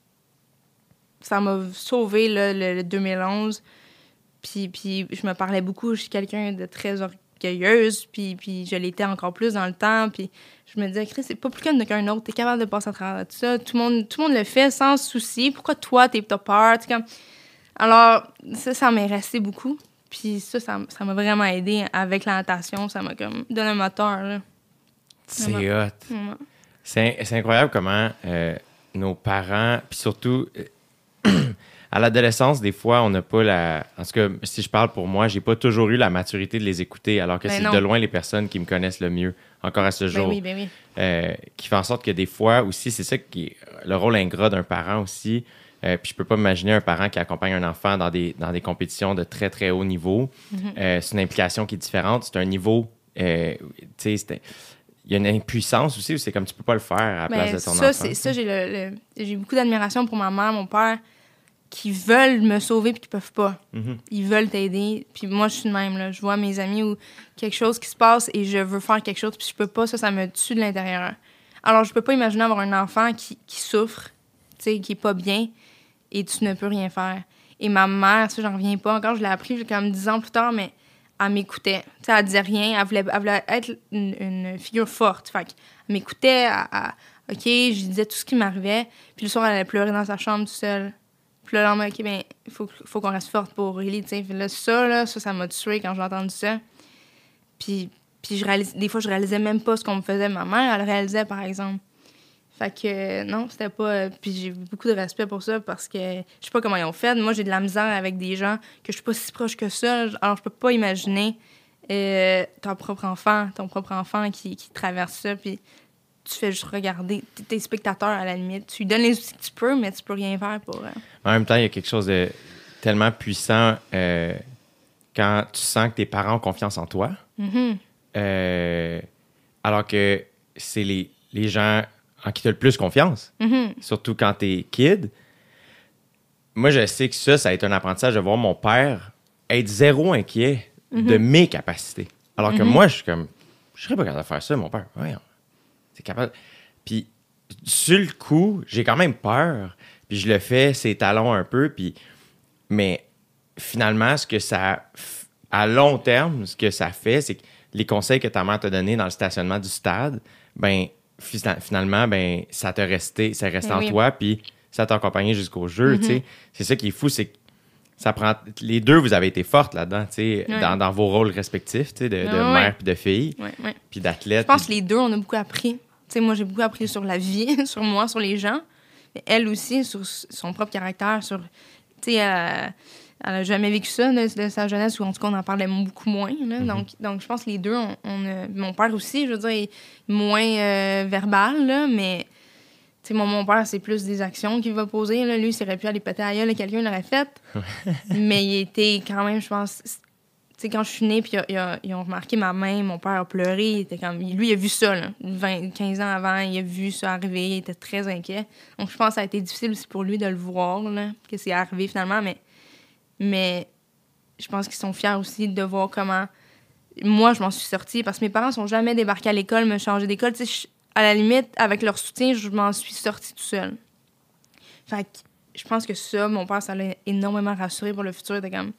ça m'a sauvé là, le, le deux mille onze. Puis, puis je me parlais beaucoup, je suis quelqu'un de très orgueilleuse, puis, puis je l'étais encore plus dans le temps, puis je me disais, Chris, c'est pas plus qu'un autre, t'es capable de passer à travers tout ça, tout le monde, tout le monde le fait sans souci, pourquoi toi, t'es, t'as peur, tu sais, comme... Alors, ça, ça m'est resté beaucoup, puis ça, ça, ça m'a vraiment aidé avec la natation, ça m'a comme donné un moteur, là. C'est Vraiment. hot. Vraiment. C'est, c'est incroyable comment euh, nos parents, puis surtout... euh, à l'adolescence, des fois, on n'a pas la... En tout cas, si je parle pour moi, j'ai pas toujours eu la maturité de les écouter, alors que Ben c'est non. de loin les personnes qui me connaissent le mieux, encore à ce jour. Ben oui, ben oui. Euh, qui fait en sorte que des fois aussi, c'est ça qui est le rôle ingrat d'un parent aussi. Euh, puis je peux pas imaginer un parent qui accompagne un enfant dans des, dans des compétitions de très, très haut niveau. Mm-hmm. Euh, c'est une implication qui est différente. C'est un niveau... Euh, tu sais, il y a une impuissance aussi où c'est comme tu peux pas le faire à la place Ben, de ton ça, enfant. c'est, ça, j'ai, le, le- j'ai beaucoup d'admiration pour ma mère, mon père, qui veulent me sauver puis qui peuvent pas. Mhm. Ils veulent t'aider. Puis moi, je suis de même, là. Je vois mes amis où quelque chose qui se passe et je veux faire quelque chose puis je peux pas. Ça, ça me tue de l'intérieur. Alors, je peux pas imaginer avoir un enfant qui, qui souffre, tu sais, qui est pas bien et tu ne peux rien faire. Et ma mère, ça, j'en reviens pas encore. Je l'ai appris j'ai comme dix ans plus tard, mais elle m'écoutait. Tu sais, elle disait rien. Elle voulait, elle voulait être une, une figure forte. Fait qu'elle m'écoutait. Elle, elle- OK, je lui disais tout ce qui m'arrivait. Puis le soir, elle allait pleurer dans sa chambre toute seule. Puis le lendemain, OK, ben, il faut, faut qu'on reste forte pour Aurélie, tu sais. Puis là, ça, là, ça, ça m'a tuée quand j'ai entendu ça. Puis, puis je réalise, des fois, je réalisais même pas ce qu'on me faisait. Ma mère, elle réalisait, par exemple. Fait que, euh, non, c'était pas... euh, puis j'ai beaucoup de respect pour ça parce que je sais pas comment ils ont fait. Moi, j'ai de la misère avec des gens que je suis pas si proche que ça. Alors, je peux pas imaginer euh, ton propre enfant, ton propre enfant qui, qui traverse ça, puis tu fais juste regarder. T'es, t'es spectateur, à la limite. Tu lui donnes les outils que tu peux, mais tu peux rien faire pour... Euh... En même temps, il y a quelque chose de tellement puissant euh, quand tu sens que tes parents ont confiance en toi. Mm-hmm. Euh, alors que c'est les, les gens en qui tu as le plus confiance, Mm-hmm. surtout quand tu es kid. Moi, je sais que ça, ça a été un apprentissage de voir mon père être zéro inquiet Mm-hmm. de mes capacités. Alors que Mm-hmm. moi, je suis comme, je serais pas capable de faire ça, mon père. Voyons, c'est capable. Puis, sur le coup, j'ai quand même peur. Puis, je le fais, ses talons un peu. Puis, mais finalement, ce que ça, à long terme, ce que ça fait, c'est que les conseils que ta mère t'a donnés dans le stationnement du stade, ben finalement, ben ça t'a resté, ça reste Ben en oui. toi, puis ça t'a accompagné jusqu'au jeu, Mm-hmm. tu sais. C'est ça qui est fou, c'est que ça prend... Les deux, vous avez été fortes là-dedans, tu sais, Ouais. dans, dans vos rôles respectifs, tu sais, de, de Ah ouais. mère puis de fille, Ouais, ouais. puis d'athlète. Je pense que puis- les deux, on a beaucoup appris. Tu sais, moi, j'ai beaucoup appris sur la vie, sur moi, sur les gens. Mais elle aussi, sur son propre caractère, sur... Tu sais, elle, elle a jamais vécu ça de, de sa jeunesse, ou en tout cas, on en parlait beaucoup moins. Là. Mm-hmm. donc, donc, je pense que les deux, on, on a... Mon père aussi, je veux dire, est moins euh, verbal, là, mais... Tu sais, mon, mon père, c'est plus des actions qu'il va poser. Là. Lui, il aurait pu aller péter à gueule, là, quelqu'un l'aurait fait. Mais il était quand même, je pense... Tu sais, quand je suis née, puis ils, ils, ils ont remarqué ma main, mon père a pleuré. Il était comme, lui, il a vu ça, là, vingt, quinze ans avant, il a vu ça arriver, il était très inquiet. Donc, je pense que ça a été difficile aussi pour lui de le voir, là, que c'est arrivé finalement, mais, mais je pense qu'ils sont fiers aussi de voir comment moi, je m'en suis sortie, parce que mes parents sont jamais débarqués à l'école, me changer d'école. Tu sais, à la limite, avec leur soutien, je m'en suis sortie tout seule. Fait que je pense que ça, mon père, ça l'a énormément rassuré pour le futur. T'es comme,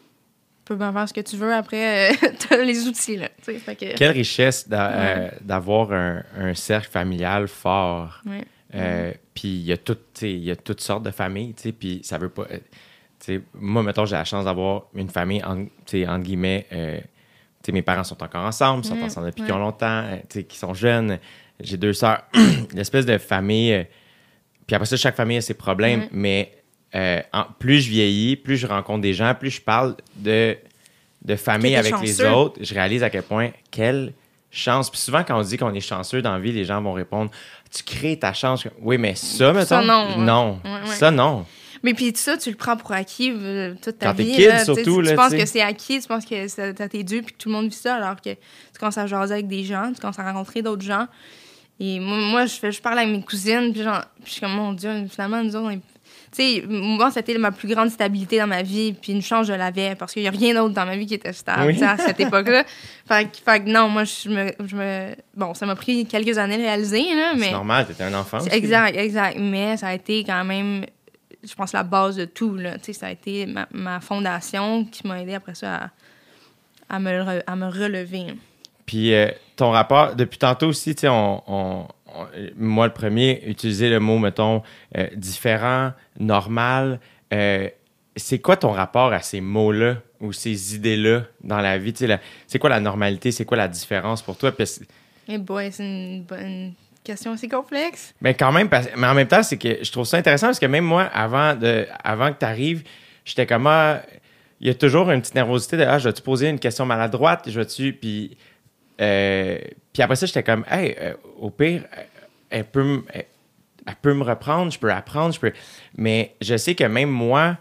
tu peux bien faire ce que tu veux, après, euh, t'as les outils, là. Tu sais, fait que... Quelle richesse d'a- Ouais. euh, d'avoir un, un cercle familial fort. Ouais. Euh, Puis il y a tout, tu sais, il y a toutes sortes de familles, tu sais, puis ça veut pas... euh, tu sais, moi, mettons, j'ai la chance d'avoir une famille, en, tu sais, entre guillemets... euh, tu sais, mes parents sont encore ensemble, sont Ouais, ensemble depuis ouais. qu'ils ont longtemps, euh, tu sais, qui sont jeunes. J'ai deux sœurs. L'espèce de famille... euh, puis après ça, chaque famille a ses problèmes, Ouais. mais euh, en, plus je vieillis, plus je rencontre des gens, plus je parle de, de famille avec chanceux. les autres, je réalise à quel point, quelle chance. Puis souvent, quand on dit qu'on est chanceux dans la vie, les gens vont répondre « Tu crées ta chance. » Oui, mais ça, mettons, ça, non. non. Ouais, ouais. Ça, non. Mais puis ça, tu le prends pour acquis euh, toute ta quand vie. Quand t'es kid, là, surtout. Tu, là, tu penses t'sais. que c'est acquis, tu penses que ça, ça t'est dû, puis que tout le monde vit ça, alors que tu commences à jaser avec des gens, tu commences à rencontrer d'autres gens. Et moi, moi je, fais, je parle avec mes cousines, puis, genre, puis je suis comme, mon Dieu, finalement, nous autres, on est... Tu sais, moi, c'était ma plus grande stabilité dans ma vie, puis une chance, je l'avais, parce qu'il n'y a rien d'autre dans ma vie qui était stable, oui. à cette époque-là. Fait, fait que non, moi, je me, je me... Bon, ça m'a pris quelques années de réaliser, là, mais... C'est normal, t'étais un enfant aussi. Exact, exact. Mais ça a été quand même, je pense, la base de tout, là. Tu sais, ça a été ma, ma fondation qui m'a aidé après ça à, à, me, re, à me relever. Puis euh, ton rapport, depuis tantôt aussi, tu sais, on, on, on, moi, le premier, utiliser le mot, mettons, euh, différent, normal. Euh, c'est quoi ton rapport à ces mots-là ou ces idées-là dans la vie? Tu sais, la, c'est quoi la normalité? C'est quoi la différence pour toi? Puis, eh boy, c'est une bonne question assez complexe. Mais quand même, parce, mais en même temps, c'est que je trouve ça intéressant parce que même moi, avant, de, avant que tu arrives, j'étais comme, ah, il y a toujours une petite nervosité de, ah, je vais-tu poser une question maladroite? Je vais-tu... Puis... Euh, puis après ça, j'étais comme, hey, euh, au pire, elle peut, m- elle, elle peut me reprendre, je peux apprendre, je peux. Mais je sais que même moi,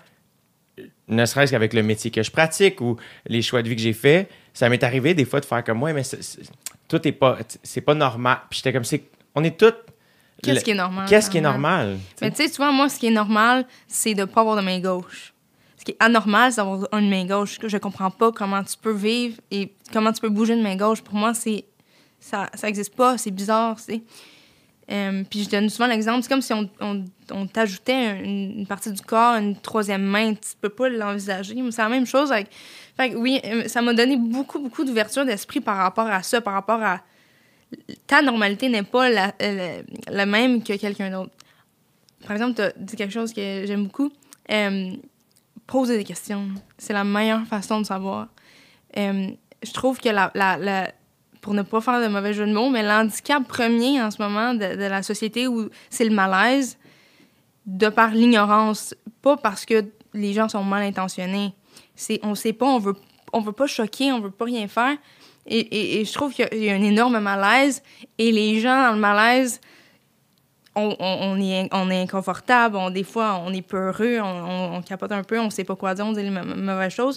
ne serait-ce qu'avec le métier que je pratique ou les choix de vie que j'ai faits, ça m'est arrivé des fois de faire comme moi, mais c'est, c'est, tout est pas, c'est pas normal. Puis j'étais comme, c'est, on est tous. Qu'est-ce le, qui est normal? Qu'est-ce qui est normal? Mais tu sais, souvent, moi, ce qui est normal, c'est de ne pas avoir de main gauche. Ce qui est anormal, c'est d'avoir une main gauche. Je comprends pas comment tu peux vivre et comment tu peux bouger une main gauche. Pour moi, c'est ça ça existe pas, c'est bizarre, tu sais. Euh, puis je donne souvent l'exemple, c'est comme si on, on, on t'ajoutait une, une partie du corps, une troisième main, tu peux pas l'envisager. Mais c'est la même chose avec... Fait que oui, ça m'a donné beaucoup, beaucoup d'ouverture d'esprit par rapport à ça, par rapport à... Ta normalité n'est pas la, la, la même que quelqu'un d'autre. Par exemple, tu as dit quelque chose que j'aime beaucoup. Euh, Poser des questions. C'est la meilleure façon de savoir. Euh, je trouve que, la, la, la, pour ne pas faire de mauvais jeu de mots, mais l'handicap premier en ce moment de, de la société, où c'est le malaise, de par l'ignorance. Pas parce que les gens sont mal intentionnés. C'est, on sait pas, on veut, on veut pas choquer, on veut pas rien faire. Et, et, et je trouve qu'il y a, il y a un énorme malaise. Et les gens dans le malaise... On, on, on, est, on est inconfortable, on, des fois, on est peureux, on, on, on capote un peu, on sait pas quoi dire, on dit les ma- mauvaises choses.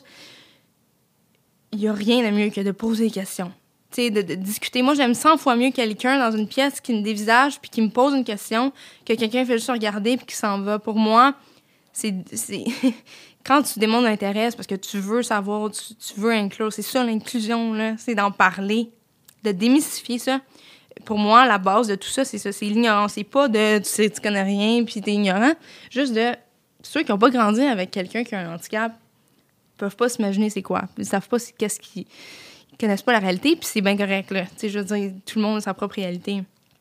Il y a rien de mieux que de poser des questions. Tu sais, de, de discuter. Moi, j'aime cent fois mieux quelqu'un dans une pièce qui me dévisage puis qui me pose une question que quelqu'un fait juste regarder puis qui s'en va. Pour moi, c'est... c'est... Quand tu démontres l'intérêt, c'est parce que tu veux savoir, tu, tu veux inclure. C'est ça, l'inclusion, là. C'est d'en parler, de démystifier ça. Pour moi, la base de tout ça, c'est ça, c'est l'ignorance. C'est pas de « tu sais, tu connais rien, puis t'es ignorant ». Juste de... Ceux qui n'ont pas grandi avec quelqu'un qui a un handicap peuvent pas s'imaginer c'est quoi. Ils savent pas qu'est-ce qu'ils... Ils connaissent pas la réalité, puis c'est bien correct, là. Tu sais, je veux dire, tout le monde a sa propre réalité.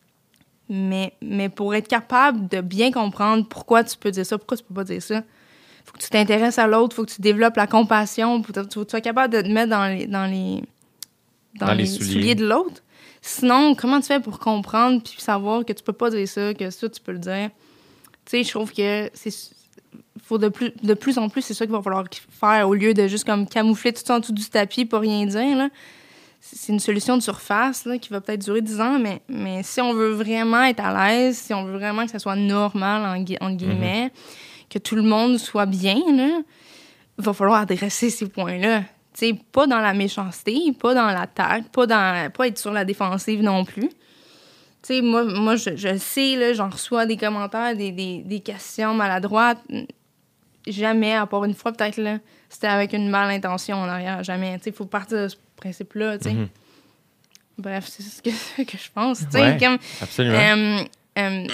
Mais, mais pour être capable de bien comprendre pourquoi tu peux dire ça, pourquoi tu peux pas dire ça, faut que tu t'intéresses à l'autre, faut que tu développes la compassion, faut que tu sois capable de te mettre dans les, dans les, dans dans les, les souliers. souliers de l'autre. Sinon, comment tu fais pour comprendre puis savoir que tu peux pas dire ça, que ça, tu peux le dire? Tu sais, je trouve que c'est... Faut de plus, de plus en plus, c'est ça qu'il va falloir faire au lieu de juste comme camoufler tout ça en dessous du tapis pour rien dire, là. C'est une solution de surface, là, qui va peut-être durer dix ans, mais, mais si on veut vraiment être à l'aise, si on veut vraiment que ça soit normal, en gui- entre guillemets, mm-hmm. que tout le monde soit bien, là, il va falloir adresser ces points-là. Tu sais, pas dans la méchanceté, pas dans l'attaque, pas dans pas être sur la défensive non plus. Tu sais, moi, moi je, je sais, là, j'en reçois des commentaires, des, des, des questions maladroites. Jamais, à part une fois, peut-être, là, c'était avec une malintention en arrière. Jamais. Tu sais, il faut partir de ce principe-là, tu sais. Mm-hmm. Bref, c'est ce que, que je pense, tu sais. Ouais, comme, absolument. Euh, euh,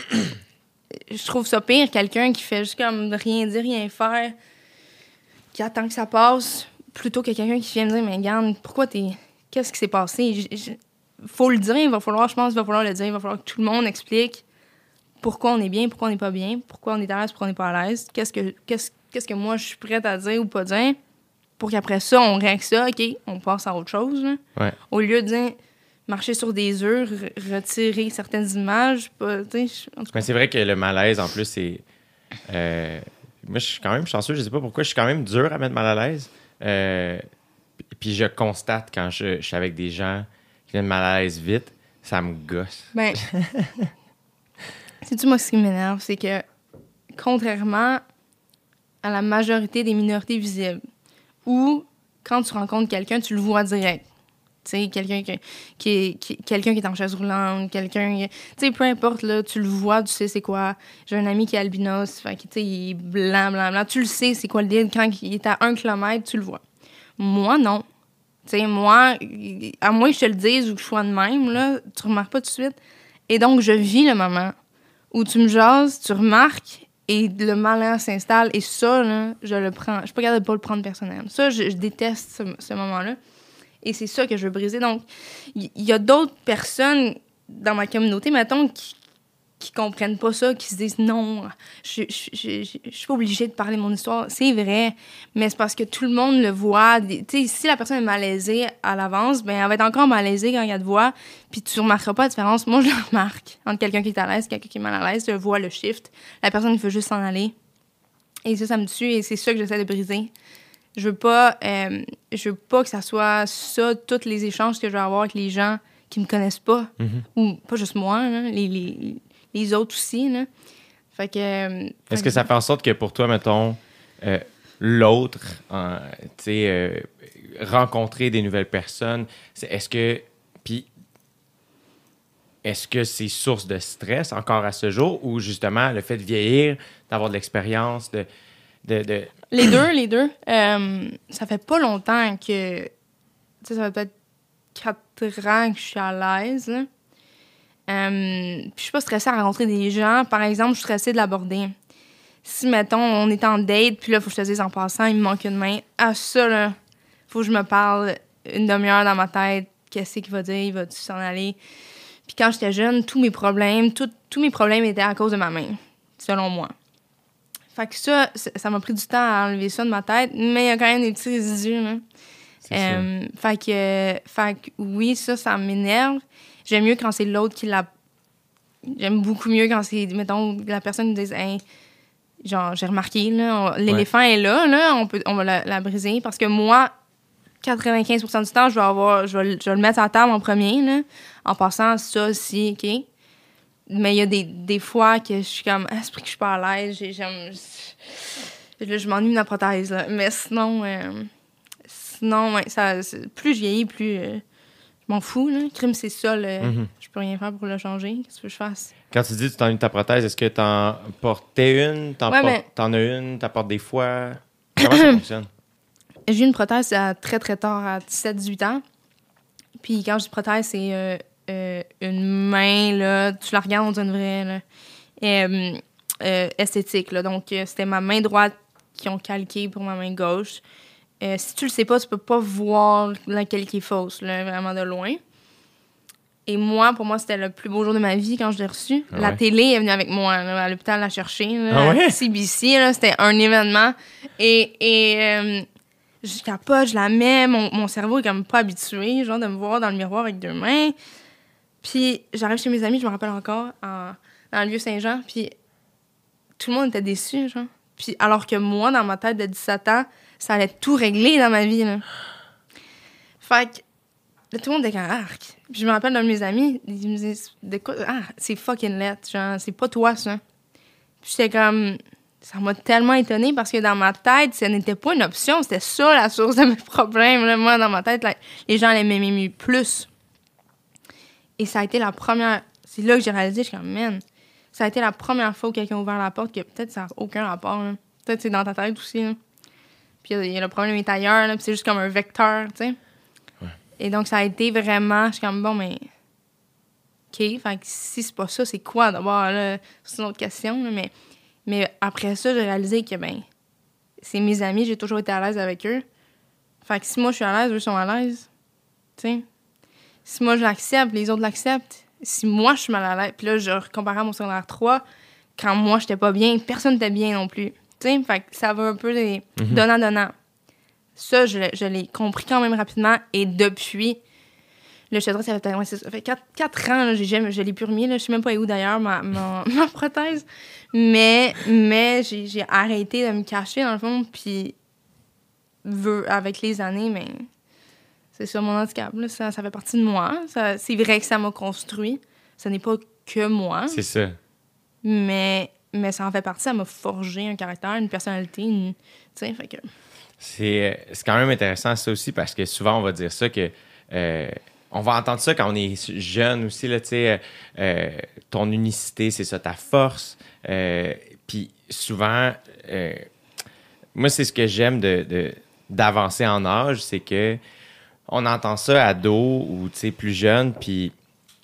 je trouve ça pire, quelqu'un qui fait juste comme rien dire, rien faire, qui attend que ça passe, plutôt que quelqu'un qui vient me dire, mais regarde, pourquoi t'es... Qu'est-ce qui s'est passé? Il faut le dire, il va falloir, je pense, il va falloir le dire, il va falloir que tout le monde explique pourquoi on est bien, pourquoi on n'est pas bien, pourquoi on est à l'aise, pourquoi on n'est pas à l'aise, qu'est-ce que, qu'est-ce, qu'est-ce que moi je suis prête à dire ou pas dire, pour qu'après ça, on règle ça, OK, on passe à autre chose. Là. Ouais. Au lieu de dire marcher sur des œufs, re- retirer certaines images, pas, tu sais... Mais c'est vrai que le malaise, en plus, c'est... Euh, moi, je suis quand même chanceux. Je sais pas pourquoi. Je suis quand même dur à mettre mal à l'aise. Euh, puis je constate quand je, je suis avec des gens qui mettent mal à l'aise vite, ça me gosse. Ben, c'est-tu moi ce qui m'énerve? C'est que, contrairement à la majorité des minorités visibles, où, quand tu rencontres quelqu'un, tu le vois direct. Tu sais, quelqu'un qui, qui, est, qui, quelqu'un qui est en chaise roulante, quelqu'un... Tu sais, peu importe, là, tu le vois, tu sais c'est quoi. J'ai un ami qui est albinos, fait que, tu sais, il est blanc, blanc, blanc. Tu le sais, c'est quoi le deal. Quand il est à un kilomètre, tu le vois. Moi, non. Tu sais, moi, à moins que je te le dise ou que je sois de même, là, tu remarques pas tout de suite. Et donc, je vis le moment où tu me jases, tu remarques, et le malheur s'installe. Et ça, là, je le prends. Je suis pas capable de pas le prendre personnel. Ça, je, je déteste ce, ce moment-là. Et c'est ça que je veux briser. Donc, il y, y a d'autres personnes dans ma communauté, mettons, qui, qui comprennent pas ça, qui se disent non, je, je, je, je, je suis pas obligée de parler de mon histoire. C'est vrai, mais c'est parce que tout le monde le voit. Tu sais, si la personne est malaisée à l'avance, ben elle va être encore malaisée quand elle te voit, puis tu remarqueras pas la différence. Moi, je le remarque. Entre quelqu'un qui est à l'aise et quelqu'un qui est mal à l'aise, je vois le shift. La personne, il veut juste s'en aller. Et ça, ça me tue, et c'est ça que j'essaie de briser. Je veux pas, euh, je veux pas que ça soit ça, tous les échanges que je vais avoir avec les gens qui me connaissent pas. Mm-hmm. Ou pas juste moi, là, les, les, les autres aussi. Là. Fait que, euh, Est-ce fait que ça fait en sorte que pour toi, mettons, euh, l'autre, euh, tu sais, euh, rencontrer des nouvelles personnes, c'est, est-ce que. Puis, est-ce que c'est source de stress encore à ce jour ou justement le fait de vieillir, d'avoir de l'expérience, de. de, de... Les deux, les deux. Euh, ça fait pas longtemps que. Tu sais, ça fait peut-être quatre ans que je suis à l'aise. Là. Euh, puis je suis pas stressée à rencontrer des gens. Par exemple, je suis stressée de l'aborder. Si, mettons, on est en date, puis là, il faut que je te dise en passant, il me manque une main. À ça, là, faut que je me parle une demi-heure dans ma tête. Qu'est-ce qu'il va dire? Il va-tu s'en aller? Puis quand j'étais jeune, tous mes problèmes, tout, tous mes problèmes étaient à cause de ma main, selon moi. Fait que ça, ça m'a pris du temps à enlever ça de ma tête, mais il y a quand même des petits résidus, là. Euh, fait que, fait que oui, ça, ça m'énerve. J'aime mieux quand c'est l'autre qui l'a... J'aime beaucoup mieux quand c'est, mettons, la personne qui dit hey, genre, j'ai remarqué, là, on, l'éléphant ouais. est là, là, on, peut, on va la, la briser. Parce que moi, quatre-vingt-quinze pour cent du temps, je vais, avoir, je vais, je vais le mettre à la table en premier, là, en passant ça aussi, OK? Mais il y a des, des fois que je suis comme, ah, c'est pour que je suis pas à l'aise, j'ai, j'aime... Là, je m'ennuie de ma prothèse, là. Mais sinon... Euh, Sinon, ouais, ça, plus je vieillis, plus euh, je m'en fous. Là. Crime, c'est ça. Là. Mm-hmm. Je peux rien faire pour le changer. Qu'est-ce que je fasse? Quand tu dis que tu t'ennuies de ta prothèse, est-ce que t'en portais une? T'en, ouais, por- mais... t'en as une? T'en portes des fois? Comment ça fonctionne? J'ai eu une prothèse à très, très tard, à dix-sept dix-huit ans. Puis quand je dis prothèse, c'est euh, euh, une main, là, tu la regardes, on dirait une vraie, là, euh, euh, esthétique. Là. Donc, euh, c'était ma main droite qui ont calqué pour ma main gauche. Euh, si tu le sais pas, tu peux pas voir laquelle qui est fausse, là, vraiment de loin. Et moi, pour moi, c'était le plus beau jour de ma vie quand je l'ai reçu. Ah ouais. La télé est venue avec moi là, à l'hôpital la chercher. Là, ah ouais? C B C, là, c'était un événement. Et, et euh, je capote, je la mets. Mon, mon cerveau est comme pas habitué, genre, de me voir dans le miroir avec deux mains. Puis j'arrive chez mes amis, je me rappelle encore, en, dans le Vieux-Saint-Jean. Puis tout le monde était déçu, genre. Puis alors que moi, dans ma tête de dix-sept ans, ça allait tout régler dans ma vie, là. Fait que, là, tout le monde était comme arc. Puis je me rappelle d'un de mes amis, il me disait, de quoi? Ah, c'est fucking lettre, genre, c'est pas toi, ça. Puis j'étais comme, ça m'a tellement étonnée parce que dans ma tête, ça n'était pas une option, c'était ça la source de mes problèmes, là. Moi, dans ma tête, là, les gens allaient m'aimer plus. Et ça a été la première, c'est là que j'ai réalisé, je suis comme, man, ça a été la première fois où quelqu'un a ouvert la porte que peut-être ça n'a aucun rapport, là. Peut-être c'est dans ta tête aussi, là. Puis il y a le problème est ailleurs, là, puis c'est juste comme un vecteur, tu sais. Ouais. Et donc, ça a été vraiment... Je suis comme, bon, mais... OK, fait que si c'est pas ça, c'est quoi, d'abord, là? C'est une autre question, là, mais... Mais après ça, j'ai réalisé que, ben, c'est mes amis, j'ai toujours été à l'aise avec eux. Fait que si moi, je suis à l'aise, eux sont à l'aise, tu sais. Si moi, je l'accepte, les autres l'acceptent. Si moi, je suis mal à l'aise... Puis là, je comparais à mon secondaire trois, quand moi, j'étais pas bien, personne n'était bien non plus. T'sais, fait que ça va un peu les mm-hmm. donnant-donnant. Ça, je, je l'ai compris quand même rapidement. Et depuis, je te dirais, ça fait, ouais, ça fait quatre, quatre ans, là, j'ai jamais, je l'ai plus remis. Là, je sais même pas où d'ailleurs, ma, ma, ma prothèse. Mais, mais j'ai, j'ai arrêté de me cacher, dans le fond. Puis, avec les années, mais c'est ça, mon handicap. Là, ça, ça fait partie de moi. Ça, c'est vrai que ça m'a construit. Ça n'est pas que moi. C'est ça. Mais, mais ça en fait partie. Ça m'a forgé un caractère, une personnalité. Une, tu sais, fait que... C'est, c'est quand même intéressant, ça aussi, parce que souvent, on va dire ça que... Euh, on va entendre ça quand on est jeune aussi, là, tu sais, euh, ton unicité, c'est ça, ta force. Euh, Puis souvent, euh, moi, c'est ce que j'aime de, de, d'avancer en âge, c'est que on entend ça ado ou, tu sais, plus jeune, puis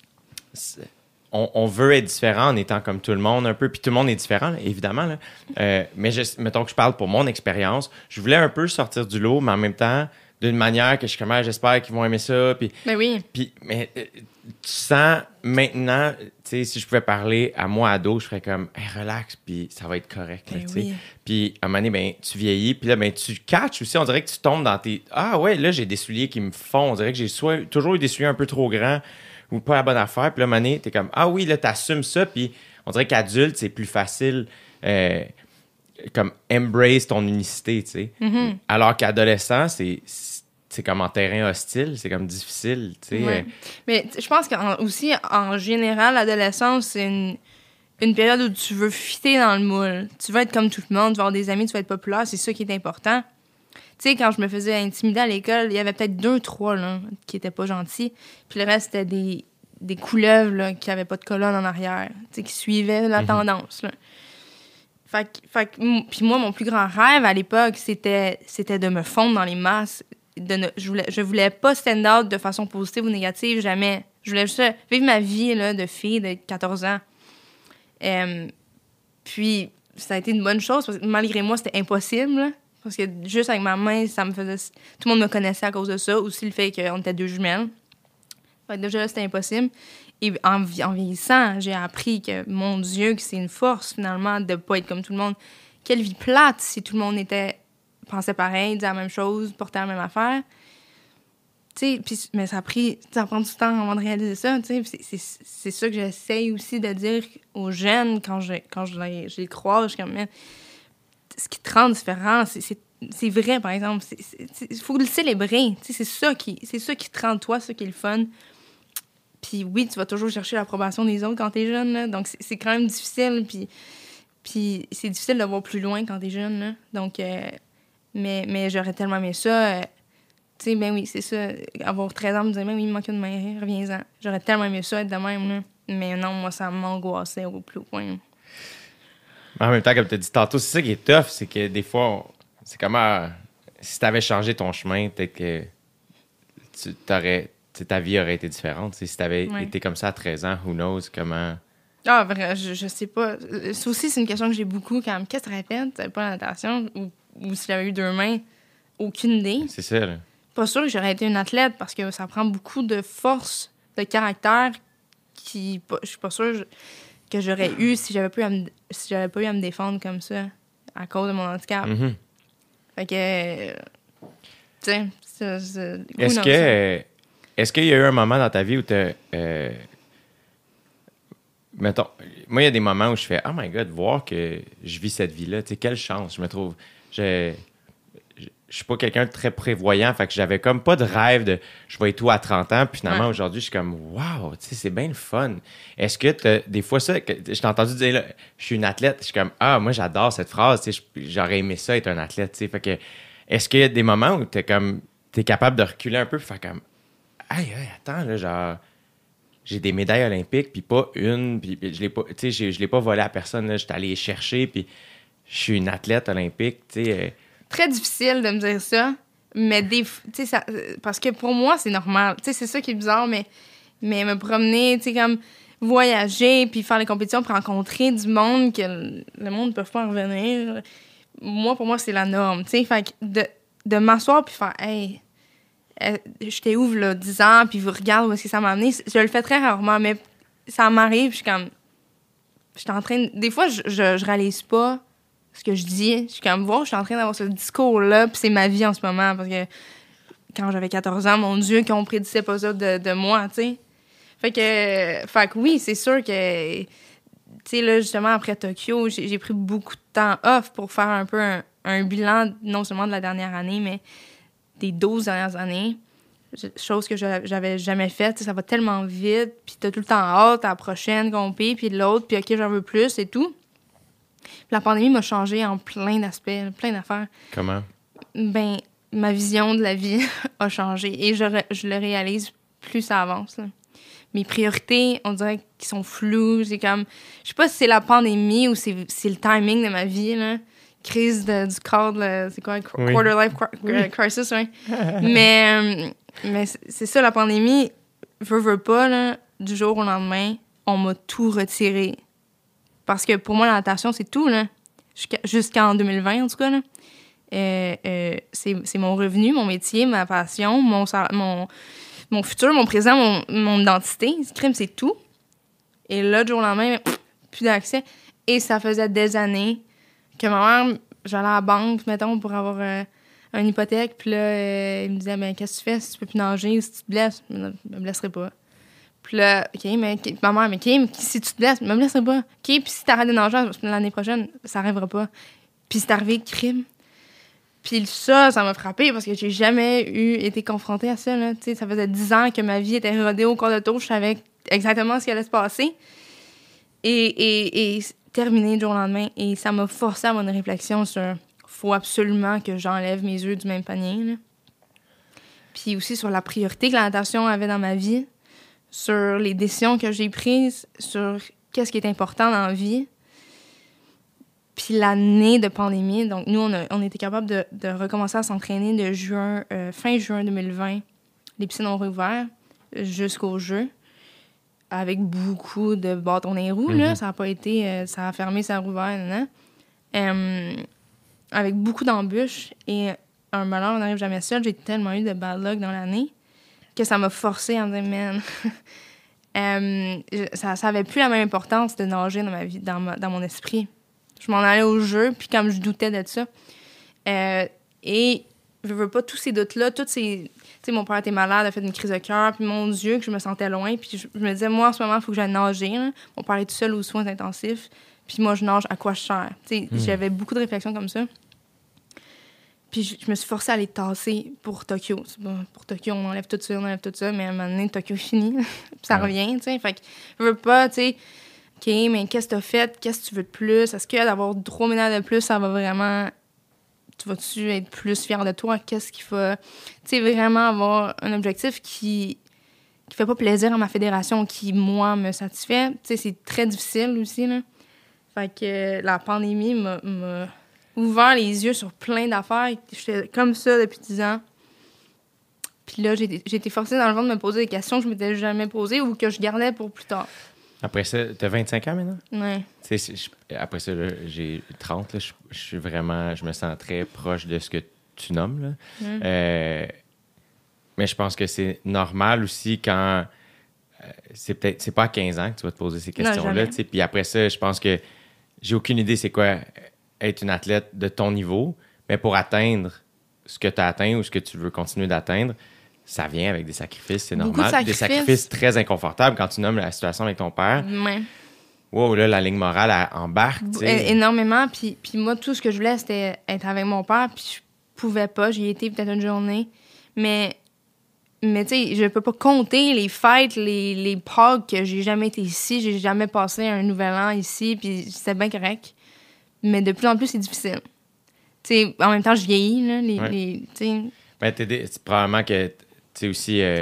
on, on veut être différent en étant comme tout le monde un peu, puis tout le monde est différent, là, évidemment, là. Euh, mais je, mettons que je parle pour mon expérience, je voulais un peu sortir du lot, mais en même temps... d'une manière que je suis comme, ah, j'espère qu'ils vont aimer ça. Puis, ben oui. Puis, mais euh, tu sens maintenant, tu sais, si je pouvais parler à moi ado, je ferais comme, hey, relax, puis ça va être correct. Ben tu sais. oui. Puis à un moment donné, ben, tu vieillis, puis là, ben, tu catches aussi. On dirait que tu tombes dans tes. Ah ouais, là, j'ai des souliers qui me font. On dirait que j'ai soit, toujours eu des souliers un peu trop grands ou pas la bonne affaire. Puis là, à un moment donné, t'es comme, ah oui, là, t'assumes ça. Puis on dirait qu'adulte, c'est plus facile. Euh, comme embrace ton unicité, tu sais. Mm-hmm. Alors qu'adolescent, c'est, c'est comme en terrain hostile, c'est comme difficile, tu sais. Ouais. Mais je pense qu'aussi, en général, l'adolescence, c'est une, une période où tu veux fitter dans le moule. Tu veux être comme tout le monde, tu veux avoir des amis, tu veux être populaire, c'est ça qui est important. Tu sais, quand je me faisais intimider à l'école, il y avait peut-être deux, trois, là, qui étaient pas gentils. Puis le reste, c'était des, des couleuvres, là, qui avaient pas de colonne en arrière, tu sais, qui suivaient la mm-hmm. tendance, là. Fait que, fait que, puis moi, mon plus grand rêve à l'époque, c'était, c'était de me fondre dans les masses. De ne, je, voulais, je voulais pas stand out de façon positive ou négative, jamais. Je voulais juste vivre ma vie là, de fille de quatorze ans. Euh, puis, ça a été une bonne chose, parce que malgré moi, c'était impossible. Là, parce que juste avec ma main, ça me faisait... Tout le monde me connaissait à cause de ça. Aussi le fait qu'on était deux jumelles. Fait que déjà, là, c'était impossible. Et en, en vieillissant, j'ai appris que, mon Dieu, que c'est une force, finalement, de pas être comme tout le monde. Quelle vie plate si tout le monde était, pensait pareil, disait la même chose, portait la même affaire. Tu sais, puis, mais ça a pris, ça prend du temps avant de réaliser ça, tu sais. C'est, c'est, c'est ça que j'essaye aussi de dire aux jeunes quand je, quand je, les, je les croise. Je suis comme, ce qui te rend différent, c'est, c'est, c'est vrai, par exemple. Il faut le célébrer. Tu sais, c'est ça qui, c'est ça qui te rend toi, ça qui est le fun. Puis oui, tu vas toujours chercher l'approbation des autres quand t'es jeune, là. Donc, c'est, c'est quand même difficile. Puis, puis c'est difficile de voir plus loin quand t'es jeune, là. Donc, euh, mais, mais j'aurais tellement aimé ça. Euh, tu sais, ben oui, c'est ça. Avoir treize ans, me dire, ben oui, il me manque une main, reviens-en. J'aurais tellement aimé ça, être de même, là. Mais non, moi, ça m'angoissait au plus haut point. En même temps, comme tu as dit tantôt, c'est ça qui est tough, c'est que des fois, on, c'est comme euh, si t'avais changé ton chemin, peut-être que tu t'aurais... ta vie aurait été différente. Si tu avais ouais. été comme ça à treize ans, who knows comment... Ah, vrai, je, je sais pas. Ça aussi, c'est une question que j'ai beaucoup quand même. Qu'est-ce que tu répètes? Tu n'avais pas la natation? Ou, ou si j'avais eu deux mains? Aucune idée. C'est ça, là. Pas sûr que j'aurais été une athlète parce que ça prend beaucoup de force, de caractère qui... Je suis pas sûre que j'aurais eu si j'avais pas eu à me, si j'avais pas eu à me défendre comme ça à cause de mon handicap. Mm-hmm. Fait que... Tu sais, c'est, c'est... Est-ce que... Euh, Est-ce qu'il y a eu un moment dans ta vie où tu euh, mettons, moi, il y a des moments où je fais « Oh my God, voir que je vis cette vie-là, tu sais, quelle chance, je me trouve. » Je je suis pas quelqu'un de très prévoyant, fait que j'avais comme pas de rêve de « Je vais être où à trente ans? » Puis finalement, ouais. aujourd'hui, je suis comme « Wow, tu sais, c'est bien le fun. » Est-ce que t'as, des fois, ça, que, je t'ai entendu dire là, « Je suis une athlète. » Je suis comme « Ah, moi, j'adore cette phrase. Tu sais, j'aurais aimé ça être un athlète. » Tu sais, fait que, est-ce qu'il y a des moments où t'es comme, t'es capable de reculer un peu et faire comme Hey, hey, attends, là, genre, j'ai des médailles olympiques, puis pas une, puis je l'ai pas, tu sais, je l'ai pas volé à personne, là, j'étais allé les chercher, puis je suis une athlète olympique, tu sais. Euh... Très difficile de me dire ça, mais des, tu sais, ça, parce que pour moi, c'est normal, tu sais, c'est ça qui est bizarre, mais, mais me promener, tu sais, comme voyager, puis faire les compétitions, puis rencontrer du monde que le, le monde ne peut pas en revenir, moi, pour moi, c'est la norme, tu sais, fait que de, de m'asseoir, puis faire, hey, Euh, j'étais ouvre là dix ans puis vous regardez où est-ce que ça m'a amené, je le fais très rarement mais ça m'arrive, je suis comme j'étais en train de... des fois je, je, je réalise pas ce que je dis, je suis comme voir, je suis en train d'avoir ce discours là puis c'est ma vie en ce moment parce que quand j'avais quatorze ans, mon Dieu, qu'on prédisait pas ça de, de moi, tu sais. Fait que, fait que oui, c'est sûr que, tu sais, là, justement, après Tokyo, j'ai, j'ai pris beaucoup de temps off pour faire un peu un, un bilan, non seulement de la dernière année, mais des douze dernières années. Chose que je, j'avais jamais faite. Ça va tellement vite, puis t'as tout le temps hâte à la prochaine compé, puis l'autre, puis OK, j'en veux plus et tout. Puis la pandémie m'a changé en plein d'aspects, plein d'affaires. Comment? Ben, ma vision de la vie a changé et je, je le réalise plus ça avance, là. Mes priorités, on dirait qu'ils sont floues. C'est comme... Je sais pas si c'est la pandémie ou c'est, c'est le timing de ma vie, là. Crise de, du cadre, là, c'est quoi? Oui. Quarter life oui. crisis, oui. mais... Mais c'est ça, la pandémie, veux, veux pas, là, du jour au lendemain, on m'a tout retiré. Parce que pour moi, la natation, c'est tout, là. Jusqu'à, jusqu'en deux mille vingt, en tout cas, là. Euh, euh, c'est, c'est mon revenu, mon métier, ma passion, mon, mon, mon futur, mon présent, mon, mon identité. Ce crime, c'est tout. Et là, du jour au lendemain, plus d'accès. Et ça faisait des années que ma mère, j'allais à la banque, mettons, pour avoir... Euh, une hypothèque, puis là, euh, il me disait, ben, qu'est-ce que tu fais si tu peux plus nager ou si tu te blesses? Je me blesserai pas. Puis là, OK, mais okay, ma mère, mais OK, mais si tu te blesses, je me blesserai pas. OK, puis si t'arrêtes de nager l'année prochaine, ça arrivera pas. Puis c'est arrivé, crime. Puis ça, ça m'a frappé parce que j'ai jamais eu été confrontée à ça, là. Tu sais, ça faisait dix ans que ma vie était rodée au corps de tour, je savais exactement ce qui allait se passer. Et, et, et terminé du jour au lendemain. Et ça m'a forcé à avoir une réflexion sur... faut absolument que j'enlève mes œufs du même panier, là. Puis aussi sur la priorité que la natation avait dans ma vie, sur les décisions que j'ai prises, sur qu'est-ce qui est important dans la vie. Puis l'année de pandémie, donc nous, on, a, on était capable de, de recommencer à s'entraîner de juin, euh, fin juin deux mille vingt. Les piscines ont rouvert jusqu'au jeu, avec beaucoup de bâtons dans les roues, mm-hmm. là. Ça a pas été... Euh, ça a fermé, ça a rouvert, là. Euh, avec beaucoup d'embûches et un malheur, on n'arrive jamais seul. J'ai tellement eu de bad luck dans l'année que ça m'a forcé à me dire, man, euh, ça n'avait plus la même importance de nager dans ma vie, dans, ma, dans mon esprit. Je m'en allais au jeu, puis comme je doutais de ça. Euh, et je veux pas tous ces doutes-là, tous ces... Tu sais, mon père était malade, a fait une crise de cœur, puis mon Dieu, que je me sentais loin, puis je, je me disais, moi, en ce moment, il faut que j'aille nager, là. Mon père est tout seul aux soins intensifs. Puis moi, je nage, à quoi je sers? Tu sais, mmh. J'avais beaucoup de réflexions comme ça. Puis je, je me suis forcée à les tasser pour Tokyo. Bon, pour Tokyo, on enlève tout ça, on enlève tout ça, mais à un moment donné, Tokyo est fini. Puis ça ouais. revient, tu sais. Fait que je veux pas, tu sais, OK, mais qu'est-ce que t'as fait? Qu'est-ce que tu veux de plus? Est-ce que d'avoir trois médailles de plus, ça va vraiment... Tu vas-tu être plus fière de toi? Qu'est-ce qu'il faut... Tu sais, vraiment avoir un objectif qui... qui fait pas plaisir à ma fédération, qui, moi, me satisfait. Tu sais, c'est très difficile aussi, là. Fait que la pandémie m'a, m'a ouvert les yeux sur plein d'affaires. J'étais comme ça depuis dix ans. Puis là, j'ai, j'ai été forcée dans le fond de me poser des questions que je m'étais jamais posées ou que je gardais pour plus tard. Après ça, t'as vingt-cinq ans maintenant? Oui. Tu sais, après ça, là, j'ai trente. Là, je, je suis vraiment... Je me sens très proche de ce que tu nommes, là. Mm. Euh, mais je pense que c'est normal aussi quand... Euh, c'est peut-être... C'est pas à quinze ans que tu vas te poser ces questions-là. Puis après ça, je pense que j'ai aucune idée c'est quoi être une athlète de ton niveau, mais pour atteindre ce que tu as atteint ou ce que tu veux continuer d'atteindre, ça vient avec des sacrifices, c'est normal. De sacrifices. Des sacrifices très inconfortables quand tu nommes la situation avec ton père. Ouais. Wow, là, la ligne morale elle embarque. É- énormément. Puis, puis moi, tout ce que je voulais, c'était être avec mon père, puis je pouvais pas. J'y étais peut-être une journée. Mais, mais tu sais, je peux pas compter les fêtes, les, les Pâques que j'ai jamais été ici. J'ai jamais passé un nouvel an ici, puis c'était bien correct. Mais de plus en plus, c'est difficile. Tu sais, en même temps, je vieillis, là. Les, ouais. les, tu sais... Ben, t'es, c'est probablement que, tu sais, aussi... Euh,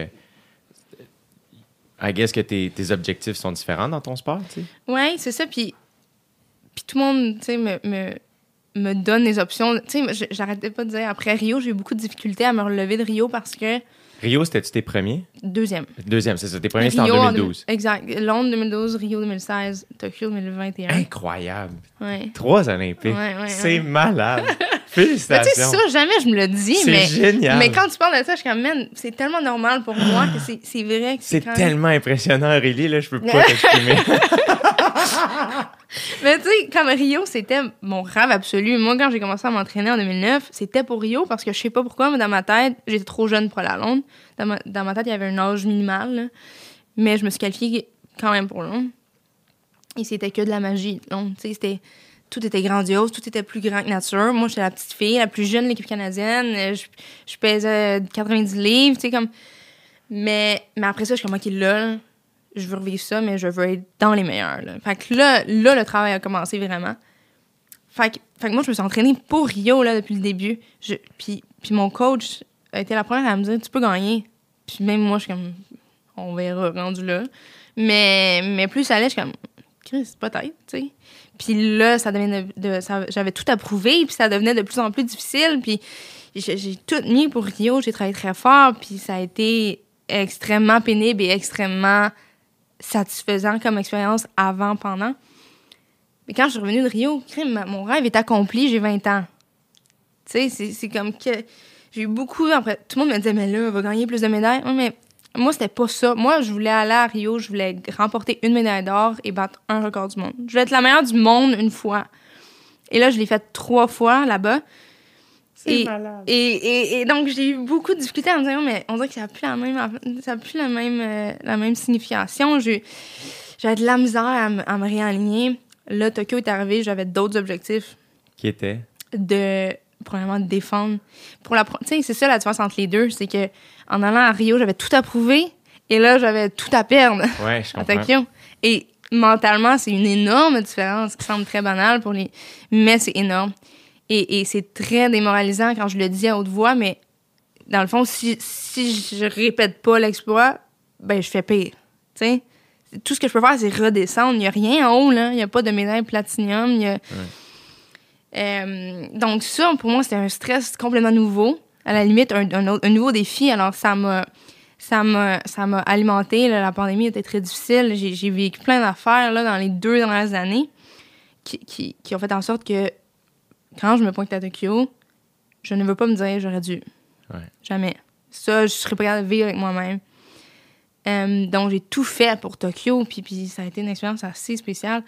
I guess que tes, tes objectifs sont différents dans ton sport, tu sais. Oui, c'est ça. Puis, puis tout le monde, tu sais, me, me, me donne des options. Tu sais, j'arrêtais pas de dire, après Rio, j'ai eu beaucoup de difficultés à me relever de Rio parce que... Rio, c'était-tu tes premiers? Deuxième. Deuxième, c'est ça. Tes premiers, c'était en deux mille douze. En, exact. Londres deux mille douze, Rio deux mille seize, Tokyo deux mille vingt et un. Incroyable. Ouais. Trois Olympiques. Ouais, ouais, c'est ouais. malade. Félicitations. Mais tu sais, ça, jamais je me le dis. C'est mais, génial. Mais quand tu parles de ça, je suis comme, man, c'est tellement normal pour moi que c'est, c'est vrai que c'est C'est quand même... tellement impressionnant, Aurélie, là, je peux pas t'exprimer. Mais tu sais, comme Rio, c'était mon rêve absolu. Moi, quand j'ai commencé à m'entraîner en deux mille neuf, c'était pour Rio parce que je sais pas pourquoi, mais dans ma tête, j'étais trop jeune pour aller à Londres. Dans ma, dans ma tête, il y avait un âge minimal, là. Mais je me suis qualifiée quand même pour Londres. Et c'était que de la magie, Londres. Tu sais, c'était... Tout était grandiose, tout était plus grand que nature. Moi, j'étais la petite fille, la plus jeune de l'équipe canadienne. Je, je pesais quatre-vingt-dix livres, tu sais, comme... Mais, mais après ça, je suis comme, OK, là, là, je veux revivre ça, mais je veux être dans les meilleurs, là. Fait que là, là, le travail a commencé vraiment. Fait que, fait que moi, je me suis entraînée pour Rio, là, depuis le début. Je, puis, puis mon coach a été la première à me dire, tu peux gagner. Puis même moi, je suis comme, on verra, rendu là. Mais, mais plus ça allait, je suis comme, Chris, peut-être, tu sais. Puis là, ça devenait de, de, ça, j'avais tout approuvé, puis ça devenait de plus en plus difficile. Puis j'ai, j'ai tout mis pour Rio, j'ai travaillé très fort, puis ça a été extrêmement pénible et extrêmement satisfaisant comme expérience avant, pendant. Mais quand je suis revenue de Rio, mon rêve est accompli, j'ai vingt ans. Tu sais, c'est, c'est comme que j'ai eu beaucoup... Après, tout le monde me disait, mais là, on va gagner plus de médailles. Oui, mais moi, c'était pas ça. Moi, je voulais aller à Rio, je voulais remporter une médaille d'or et battre un record du monde. Je voulais être la meilleure du monde une fois. Et là, je l'ai fait trois fois là-bas. C'est et, malade. Et, et, et donc, j'ai eu beaucoup de difficultés à me dire, mais on dirait que ça n'a plus la même, ça a plus la même, euh, la même signification. J'ai, j'avais de la misère à, m- à me réaligner. Là, Tokyo est arrivé, j'avais d'autres objectifs. Qui était? De, premièrement, de défendre. Pour la, tu sais, c'est ça la différence entre les deux, c'est que en allant à Rio, j'avais tout à prouver et là, j'avais tout à perdre Ouais, je à comprends. Tokyo. Et mentalement, c'est une énorme différence qui semble très banale pour les... Mais c'est énorme. Et, et c'est très démoralisant quand je le dis à haute voix, mais dans le fond, si, si je répète pas l'exploit, ben je fais pire. Tu sais? Tout ce que je peux faire, c'est redescendre. Il n'y a rien en haut, là. Il n'y a pas de médaille platinium. Il y a... Ouais. Euh, donc ça, pour moi, c'était un stress complètement nouveau. À la limite, un, un, autre, un nouveau défi. Alors, ça m'a, ça m'a, ça m'a alimenté. Là, la pandémie était très difficile. J'ai, j'ai vécu plein d'affaires là, dans les deux dernières années qui, qui, qui ont fait en sorte que quand je me pointe à Tokyo, je ne veux pas me dire j'aurais dû. Ouais. Jamais. Ça, je serais pas capable de vivre avec moi-même. Euh, donc, j'ai tout fait pour Tokyo, puis, puis ça a été une expérience assez spéciale.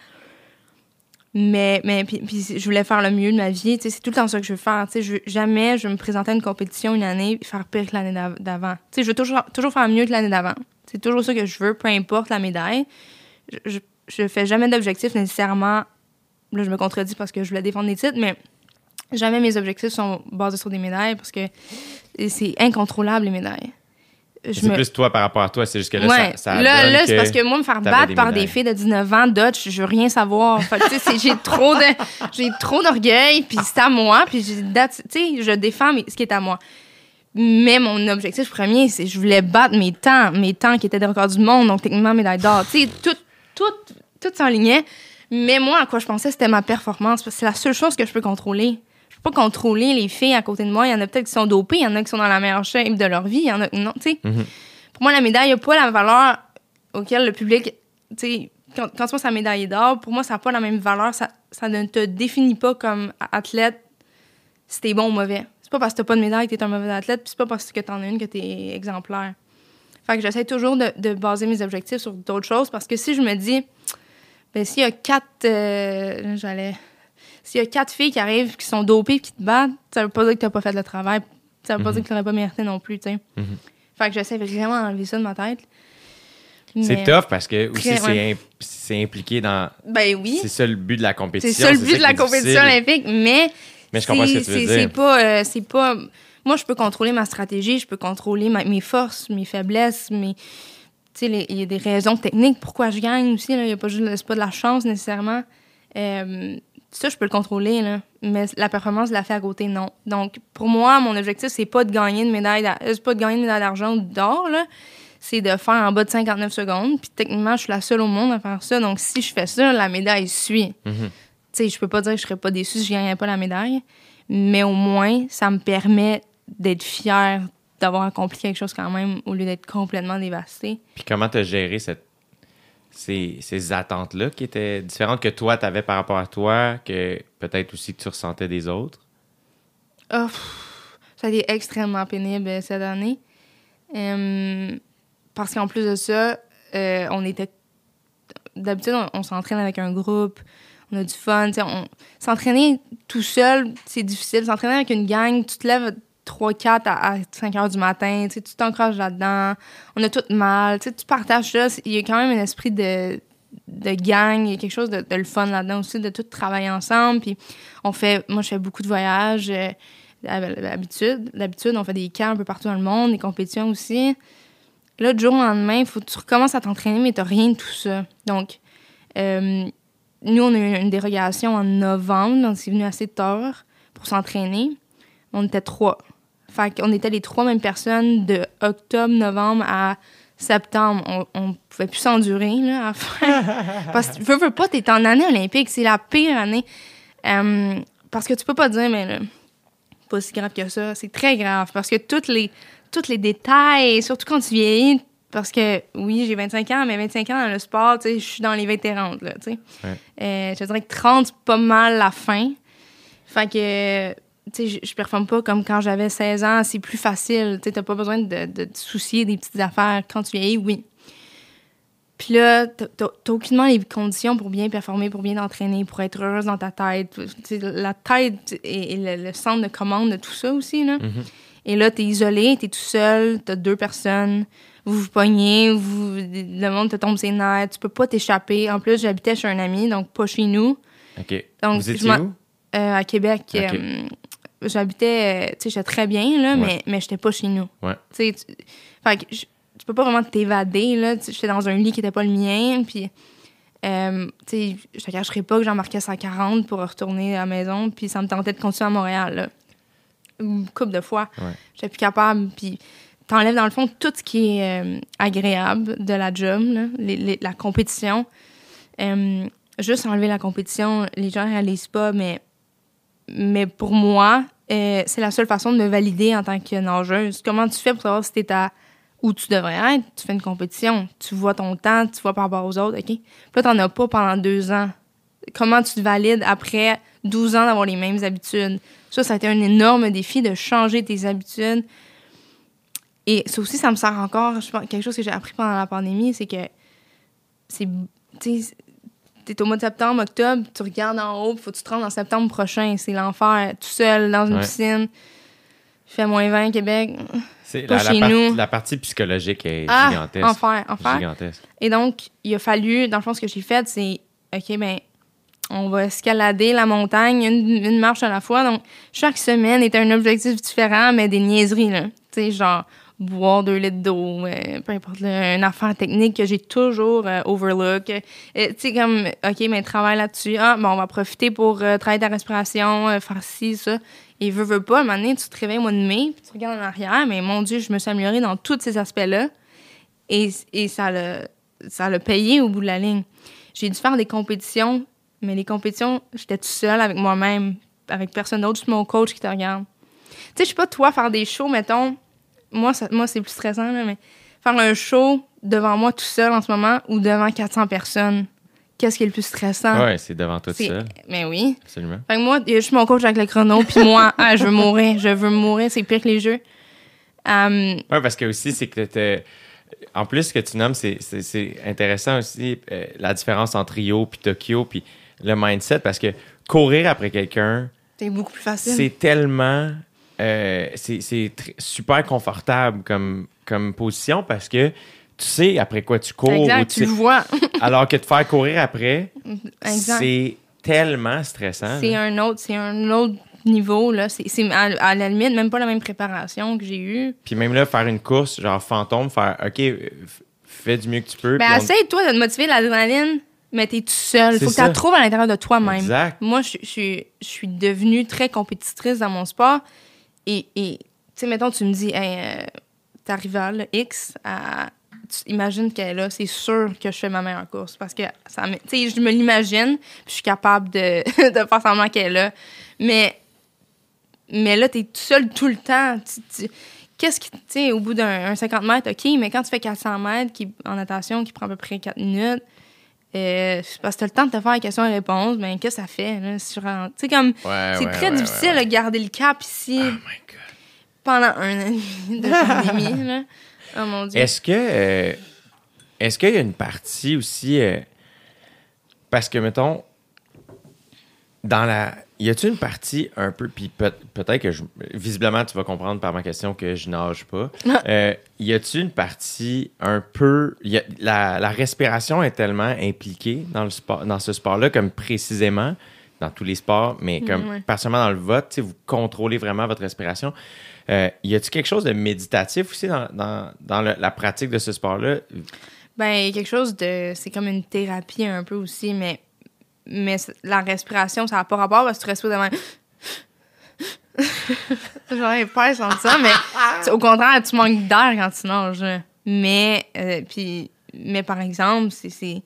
Mais, mais puis, puis je voulais faire le mieux de ma vie. C'est tout le temps ça que je veux faire. Je veux, jamais je veux me présenter à une compétition une année et faire pire que l'année d'avant. T'sais, je veux toujours, toujours faire mieux que l'année d'avant. C'est toujours ça que je veux, peu importe la médaille. Je, je, je fais jamais d'objectifs nécessairement. Là, je me contredis parce que je voulais défendre des titres, mais jamais mes objectifs sont basés sur des médailles parce que c'est incontrôlable, les médailles. Je C'est me... plus toi par rapport à toi, c'est juste que là, ouais. ça, ça là, donne là que c'est parce que moi, me faire battre des par médailles. des filles de dix-neuf ans, Dutch, je veux rien savoir. Fait que, tu sais, c'est- j'ai trop de, j'ai trop d'orgueil, puis c'est à moi, puis j'ai, that's- tu sais, je défends mes- ce qui est à moi. Mais mon objectif premier, c'est que je voulais battre mes temps, mes temps qui étaient des records du monde, donc techniquement médaille d'or. Tu sais, tout, tout, tout s'enlignait. Mais moi, à quoi je pensais, c'était ma performance. Parce que c'est la seule chose que je peux contrôler. Je peux pas contrôler les filles à côté de moi. Il y en a peut-être qui sont dopées, il y en a qui sont dans la meilleure shape de leur vie, il y en a non, tu sais. Mhm. Pour moi, la médaille n'a pas la valeur auquel le public, tu sais, quand, quand tu vois sa médaille d'or, pour moi, ça n'a pas la même valeur. Ça, ça ne te définit pas comme athlète si t'es bon ou mauvais. C'est pas parce que t'as pas de médaille que t'es un mauvais athlète, puis c'est pas parce que t'en as une que t'es exemplaire. Fait que j'essaie toujours de, de baser mes objectifs sur d'autres choses, parce que si je me dis, ben s'il y a quatre, euh, j'allais, s'il y a quatre filles qui arrivent, qui sont dopées, et qui te battent, ça veut pas dire que t'as pas fait le travail, ça veut pas Mhm. dire que t'aurais pas mérité non plus, tu sais. Mhm. Fait que j'essaie vraiment d'enlever ça de ma tête. C'est Mais- tough parce que aussi, Très, c'est, ouais. imp- c'est impliqué dans... Ben oui. C'est ça le but de la compétition. C'est ça le but qui de la est compétition difficile. olympique, mais... Mais je comprends ce que tu c'est- veux c'est- dire. C'est pas, euh, c'est pas... Moi, je peux contrôler ma stratégie, je peux contrôler ma- mes forces, mes faiblesses, mes... Tu sais, les- il y a des raisons techniques pourquoi je gagne aussi, là. Il y a pas juste... C'est pas de la chance, nécessairement. Euh, ça, je peux le contrôler, là. Mais la performance de la fait à côté, non. Donc, pour moi, mon objectif, c'est pas de gagner une médaille d'a- euh, c'est pas de gagner une médaille d'argent ou d'or, là. C'est de faire en bas de cinquante-neuf secondes. Puis techniquement, je suis la seule au monde à faire ça. Donc, si je fais ça, la médaille suit. Mhm. Tu sais, je peux pas dire que je serais pas déçue si je gagnais pas la médaille, mais au moins, ça me permet d'être fière d'avoir accompli quelque chose quand même, au lieu d'être complètement dévastée. Puis comment tu as géré cette, ces, ces attentes-là qui étaient différentes que toi, tu avais par rapport à toi, que peut-être aussi que tu ressentais des autres? Oh, pff, ça a été extrêmement pénible euh, cette année. Euh, parce qu'en plus de ça, euh, on était... D'habitude, on, on s'entraîne avec un groupe, on a du fun. On... S'entraîner tout seul, c'est difficile. S'entraîner avec une gang, tu te lèves trois quatre à, à cinq heures du matin, tu t'encourages là-dedans, on a tout mal, tu partages ça. Il y a quand même un esprit de, de gang, il y a quelque chose de, de le fun là-dedans aussi, de tout travailler ensemble. Puis on fait... Moi, je fais beaucoup de voyages... Euh, D'habitude, d'habitude, on fait des camps un peu partout dans le monde, des compétitions aussi. Là, du jour au lendemain, il faut que tu recommences à t'entraîner, mais tu n'as rien de tout ça. Donc, euh, nous, on a eu une dérogation en novembre, donc c'est venu assez tard pour s'entraîner. On était trois. Fait qu'on était les trois mêmes personnes de octobre, novembre à septembre. On ne pouvait plus s'endurer, là, à la fin. Parce que, veux, veux pas, t'es en année olympique, c'est la pire année. Euh, parce que tu peux pas dire, mais là, pas si grave que ça. C'est très grave parce que tous les, tous les détails, surtout quand tu vieillis, parce que oui, j'ai vingt-cinq ans, mais vingt-cinq ans dans le sport, tu sais, je suis dans les vétérans, là, tu sais. Ouais. Euh, je te dirais que trente, c'est pas mal la fin. Fait que, tu sais, je, je performe pas comme quand j'avais seize ans, c'est plus facile, tu sais, t'as pas besoin de, de te soucier des petites affaires. Quand tu vieillis, oui. Puis là, t'as, t'as aucunement les conditions pour bien performer, pour bien t'entraîner, pour être heureuse dans ta tête. T'sais, la tête est, est le, le centre de commande de tout ça aussi, là. Mm-hmm. Et là, t'es isolé, t'es tout seul, t'as deux personnes, vous vous pognez, vous, le monde te tombe ses nerfs, tu peux pas t'échapper. En plus, j'habitais chez un ami, donc pas chez nous. OK. Donc, vous étiez où? Euh, à Québec. Okay. Euh, j'habitais, tu sais, j'étais très bien, là, ouais. mais, mais j'étais pas chez nous. Ouais. Tu sais, fait que... tu peux pas vraiment t'évader, là. J'étais dans un lit qui était pas le mien, puis, euh, tu sais, je te cacherai pas que j'en marquais cent quarante pour retourner à la maison, puis ça me tentait de continuer à Montréal, là. Une couple de fois. Ouais. J'étais plus capable, puis t'enlèves, dans le fond, tout ce qui est euh, agréable de la job, là, les, les, la compétition. Euh, juste enlever la compétition, les gens réalisent pas, mais, mais pour moi, euh, c'est la seule façon de me valider en tant que nageuse. Comment tu fais pour savoir si t'es à où tu devrais être? Tu fais une compétition, tu vois ton temps, tu vois par rapport aux autres, OK? Puis là, t'en as pas pendant deux ans. Comment tu te valides après douze ans d'avoir les mêmes habitudes? Ça, ça a été un énorme défi de changer tes habitudes. Et ça aussi, ça me sert encore. Je pense, quelque chose que j'ai appris pendant la pandémie, c'est que c'est, tu sais, t'es au mois de septembre, octobre, tu regardes en haut, il faut que tu te rendes en septembre prochain. C'est l'enfer, tout seul, dans une ouais. piscine. Il fait moins vingt, Québec. C'est pas la, chez la, nous. Part, la partie psychologique est ah, gigantesque. Enfer, enfer. Gigantesque. Et donc, il a fallu, dans le fond, ce que j'ai fait, c'est, OK, ben on va escalader la montagne, une, une marche à la fois. Donc, chaque semaine était un objectif différent, mais des niaiseries, là. Tu sais, genre, boire deux litres d'eau, euh, peu importe, là, une affaire technique que j'ai toujours euh, overlook. Euh, tu sais, comme, OK, mais travaille là-dessus. Ah, bon, on va profiter pour euh, travailler ta respiration, euh, faire ci, ça. Et veux, veux pas, à un moment donné, tu te réveilles au mois de mai, puis tu regardes en arrière, mais mon Dieu, je me suis améliorée dans tous ces aspects-là. Et, et ça l'a, ça l'a payé au bout de la ligne. J'ai dû faire des compétitions, mais les compétitions, j'étais toute seule avec moi-même, avec personne d'autre, juste mon coach qui te regarde. Tu sais, je sais pas, toi, faire des shows, mettons, moi, ça, moi c'est plus stressant, là, mais faire un show devant moi tout seul en ce moment ou devant quatre cents personnes, qu'est-ce qui est le plus stressant? Oui, c'est devant toi tout seul. Mais oui. Absolument. Fait que moi, je suis mon coach avec le chrono, puis moi, ah, je veux mourir, je veux mourir, c'est pire que les jeux. Um, oui, parce que aussi, c'est que t'es... En plus, ce que tu nommes, c'est, c'est, c'est intéressant aussi, euh, la différence entre Rio puis Tokyo, puis le mindset, parce que courir après quelqu'un... C'est beaucoup plus facile. C'est tellement... Euh, c'est c'est tr- super confortable comme, comme position, parce que tu sais après quoi tu cours. Exact, ou tu, tu le sais, vois. alors que de faire courir après, exact. C'est tellement stressant. C'est là. un autre, c'est un autre niveau, là. C'est, c'est à, à la limite même pas la même préparation que j'ai eue. Puis même là, faire une course, genre fantôme, faire « OK, f- fais du mieux que tu peux. » Ben, on... essaye-toi de te motiver de l'adrénaline, mais t'es tout seul. Il faut que tu la trouves à l'intérieur de toi-même. Exact. Moi, je suis je suis devenue très compétitrice dans mon sport. Et, et tu sais, mettons, tu me dis, hey, euh, ta rivale, X, à, tu imagines qu'elle est là, c'est sûr que je fais ma meilleure course. Parce que, ça tu sais, je me l'imagine, puis je suis capable de, de faire semblant qu'elle est là. Mais, mais là, t'es tout seul tout le temps. Tu, tu, qu'est-ce qui, tu sais, au bout d'un cinquante mètres, OK, mais quand tu fais quatre cents mètres qui, en natation, qui prend à peu près quatre minutes, Euh, parce que t'as le temps de te faire les questions et réponses, ben qu'est-ce que ça fait? Là, sur un... Tu sais, comme, Ouais, c'est ouais, très ouais, difficile ouais, ouais. de garder le cap ici Oh my God. pendant un an et demi de pandémie. Là. Oh mon Dieu. Est-ce que euh, est-ce qu'il y a une partie aussi euh, parce que mettons dans la y a-t-il une partie un peu puis peut, peut-être que je, visiblement tu vas comprendre par ma question que je nage pas. euh, y a-t-il une partie un peu y a, la, la respiration est tellement impliquée dans le sport dans ce sport-là comme précisément dans tous les sports mais comme mmh, ouais. particulièrement dans le vote, tu sais, vous contrôlez vraiment votre respiration. Euh, y a-t-il quelque chose de méditatif aussi dans, dans, dans le, la pratique de ce sport-là? Ben, quelque chose de... C'est comme une thérapie un peu aussi, mais, mais la respiration, ça n'a pas rapport parce que tu respires de même. J'aurais peur sans ça, mais au contraire, tu manques d'air quand tu nages. Mais, euh, puis, mais par exemple, c'est, c'est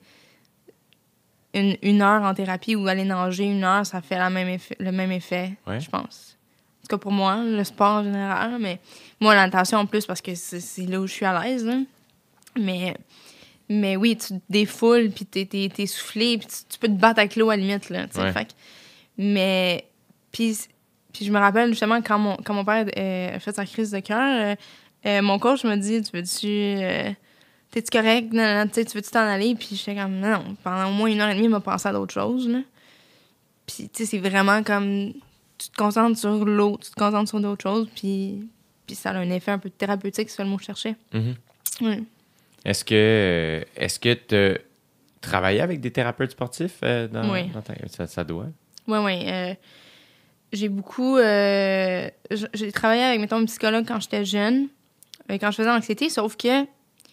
une, une heure en thérapie ou aller nager une heure, ça fait la même effet, le même effet, Ouais. je pense. En tout cas, pour moi, le sport en général, mais moi, la natation en plus, parce que c'est, c'est là où je suis à l'aise. Là. Mais, mais oui, tu te défoules, puis t'es, t'es, t'es soufflé, puis tu, tu peux te battre avec l'eau à la limite. Là, ouais. fait que, mais, puis, puis je me rappelle justement quand mon, quand mon père euh, a fait sa crise de cœur, euh, euh, mon coach me dit, tu veux-tu... Euh, t'es-tu correct? Non, non, tu veux-tu t'en aller? Puis j'étais comme, non, non. Pendant au moins une heure et demie, il m'a pensé à d'autres choses. Là. Puis, tu sais, c'est vraiment comme... Tu te concentres sur l'eau, tu te concentres sur d'autres choses, puis, puis ça a un effet un peu thérapeutique, c'est le mot que je cherchais. Mm-hmm. Oui. Est-ce que euh, est-ce que tu travailles avec des thérapeutes sportifs euh, dans, oui. dans ta... ça, ça doit? Oui, oui. Euh, j'ai beaucoup... Euh, j'ai travaillé avec, mettons, un psychologue quand j'étais jeune, euh, quand je faisais l'anxiété, sauf que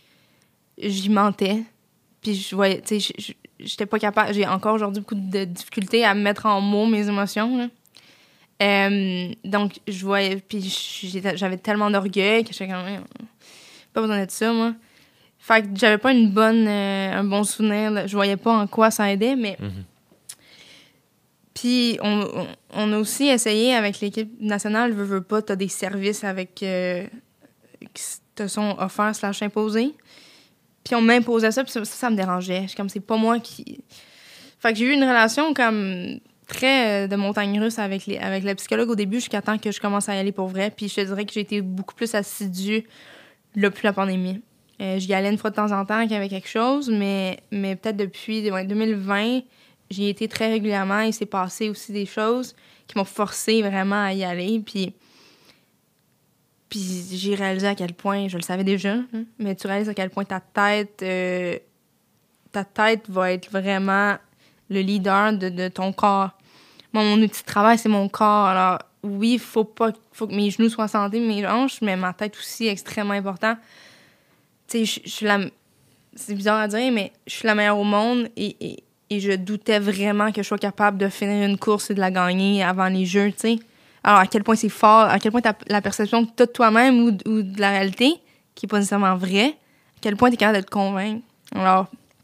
j'y mentais. Puis je voyais... Tu sais, j'étais pas capable... J'ai encore aujourd'hui beaucoup de difficultés à mettre en mots mes émotions, là. Euh, donc, je voyais... Puis j'avais tellement d'orgueil que j'étais comme... Pas besoin de ça, moi. Fait que j'avais pas une bonne, euh, un bon souvenir. Là. Je voyais pas en quoi ça aidait, mais... Mm-hmm. Puis on, on, on a aussi essayé avec l'équipe nationale, veux, veux pas, t'as des services avec... Euh, qui te sont offerts slash imposés. Puis on m'imposait ça, puis ça, ça, ça me dérangeait. Je, comme c'est pas moi qui... Fait que j'ai eu une relation comme... très de montagne russe avec, les, avec le psychologue au début jusqu'à temps que je commence à y aller pour vrai. Puis je te dirais que j'ai été beaucoup plus assidue depuis la pandémie. Euh, j'y allais une fois de temps en temps qu'il y avait quelque chose, mais, mais peut-être depuis ouais, deux mille vingt, j'y ai été très régulièrement. Il s'est passé aussi des choses qui m'ont forcé vraiment à y aller. Puis, puis j'ai réalisé à quel point, je le savais déjà, hein, mais tu réalises à quel point ta tête, euh, ta tête va être vraiment le leader de, de ton corps. Moi, mon outil de travail, c'est mon corps. Alors, oui, il faut pas faut que mes genoux soient en santé, mes hanches, mais ma tête aussi est extrêmement important. Tu sais, je suis la... C'est bizarre à dire, mais je suis la meilleure au monde et, et, et je doutais vraiment que je sois capable de finir une course et de la gagner avant les Jeux, tu sais. Alors, à quel point c'est fort, à quel point t'as la perception que t'as de toi-même ou, ou de la réalité, qui est pas nécessairement vraie, à quel point t'es capable de te convaincre. Alors,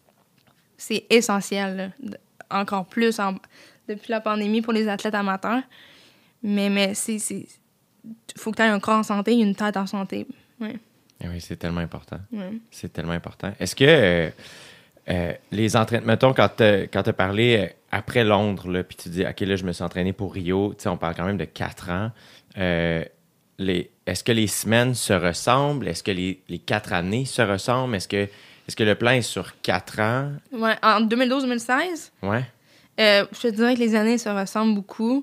c'est essentiel, là, encore plus en... depuis la pandémie pour les athlètes amateurs. Mais, mais c'est... c'est... faut que tu aies un corps en santé et une tête en santé. Ouais. Et oui, c'est tellement important. Ouais. C'est tellement important. Est-ce que euh, euh, les entraînements... Mettons, quand tu as parlé euh, après Londres, là, puis tu dis, OK, là, je me suis entraîné pour Rio, tu sais, on parle quand même de quatre ans. Euh, les, est-ce que les semaines se ressemblent? Est-ce que les, les quatre années se ressemblent? Est-ce que, est-ce que le plan est sur quatre ans? Ouais. En deux mille douze deux mille seize? Ouais. Euh, je te dirais que les années se ressemblent beaucoup.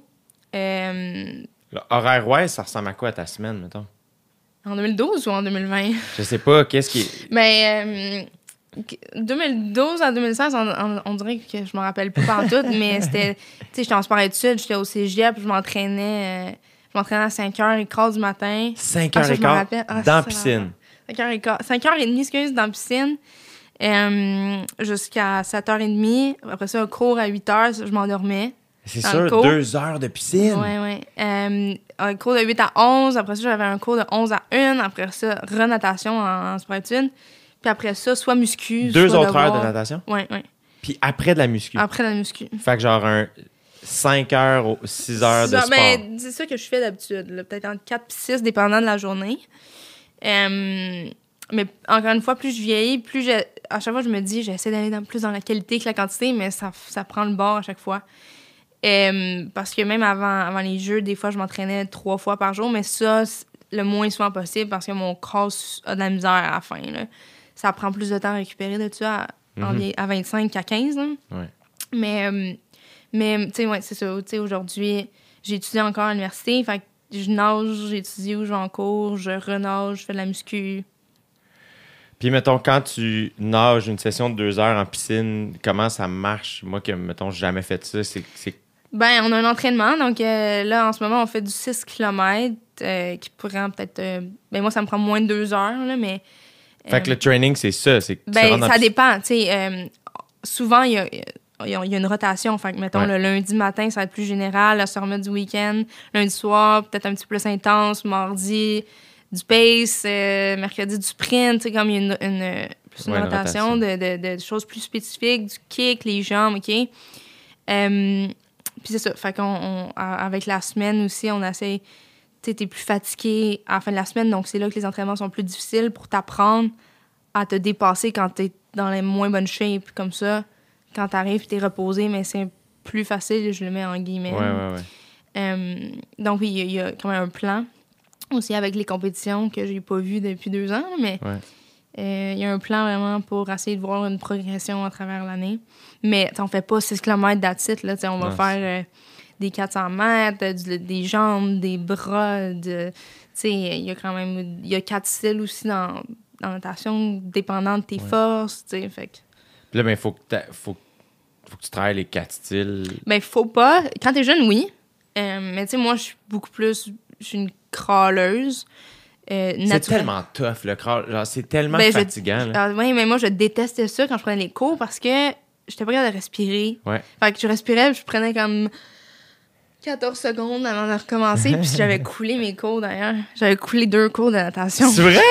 Euh... Horaire-wise, ça ressemble à quoi ta semaine, mettons? En deux mille douze ou en deux mille vingt? Je sais pas, qu'est-ce qui... Mais euh, deux mille douze à deux mille seize, on, on, on dirait que je me rappelle plus partout, mais c'était... Tu sais, j'étais en sport études, j'étais au cégep, je m'entraînais... Euh, je m'entraînais à cinq heures quinze du matin. cinq heures quinze ah, dans la piscine. cinq heures quinze cinq heures trente, excuse, dans la piscine. Euh, jusqu'à sept heures trente. Après ça, un cours à huit heures, je m'endormais. C'est sûr, deux heures de piscine. Oui, oui. Euh, un cours de huit à onze. Après ça, j'avais un cours de onze à une. Après ça, renatation en, en sport-études. Puis après ça, soit muscu, Deux soit autres devoir. heures de natation? Oui, oui. Puis après de la muscu? Après la muscu. Fait que genre un cinq heures, six heures de sport. Ben, c'est ça que je fais d'habitude. Là. Peut-être entre quatre et six, dépendant de la journée. Euh, mais encore une fois, plus je vieillis, plus je, à chaque fois, je me dis, j'essaie d'aller dans, plus dans la qualité que la quantité, mais ça, ça prend le bord à chaque fois. Euh, parce que même avant, avant les jeux, des fois, je m'entraînais trois fois par jour, mais ça, le moins souvent possible parce que mon corps a de la misère à la fin. Là. Ça prend plus de temps à récupérer de ça à, mm-hmm. à vingt-cinq qu'à quinze. Là. Ouais. Mais, euh, mais tu sais, ouais, c'est ça. Tu sais, aujourd'hui, j'ai étudié encore à l'université. Fait que je nage, j'étudie ou je vais en cours, je renage, je fais de la muscu. Puis, mettons, quand tu nages une session de deux heures en piscine, comment ça marche? Moi, que, mettons, j'ai jamais fait ça, c'est... c'est... Ben, on a un entraînement. Donc, euh, là, en ce moment, on fait du six kilomètres euh, qui pourrait peut-être... Euh, ben, moi, ça me prend moins de deux heures, là, mais... Euh, fait que le training, c'est ça? C'est que ben, ça piscine... dépend. Tu sais, euh, souvent, il y a... Il y a une rotation. Fait que, mettons, ouais. le lundi matin, ça va être plus général. Le soir du week-end. Lundi soir, peut-être un petit peu plus intense. Mardi, du pace. Euh, mercredi, du sprint. Tu sais, comme il y a une, une, plus une, ouais, rotation, une rotation. De, de, de choses plus spécifiques. Du kick, les jambes, OK? Euh, Puis c'est ça. Fait qu'on, on, avec la semaine aussi, on essaie... Tu sais, t'es plus fatigué à la fin de la semaine. Donc, c'est là que les entraînements sont plus difficiles pour t'apprendre à te dépasser quand t'es dans les moins bonnes shapes, comme ça. Quand t'arrives, t'es reposé, mais c'est plus facile, je le mets en guillemets. Ouais, ouais, ouais. Euh, donc, oui, il y, y a quand même un plan. Aussi avec les compétitions que j'ai pas vues depuis deux ans, mais il ouais. euh, y a un plan vraiment pour essayer de voir une progression à travers l'année. Mais on fait pas six kilomètres d'attitude, là. On va non, faire euh, des quatre cents mètres, du, des jambes, des bras. De, il y a quand même il y a quatre styles aussi dans, dans la natation, dépendant de tes ouais. forces. Fait que... Puis là, ben, faut que, faut, faut que tu travailles les quatre styles. Ben, faut pas. Quand t'es jeune, oui. Euh, mais tu sais, moi, je suis beaucoup plus... Je suis une crawleuse. Euh, c'est tellement tough, le crawl. Genre, c'est tellement ben, fatigant. Je... Ah, oui, mais moi, je détestais ça quand je prenais les cours parce que j'étais pas capable de respirer. Ouais. Fait que je respirais, je prenais comme quatorze secondes avant de recommencer. Puis j'avais coulé mes cours, d'ailleurs. J'avais coulé deux cours de natation. C'est vrai?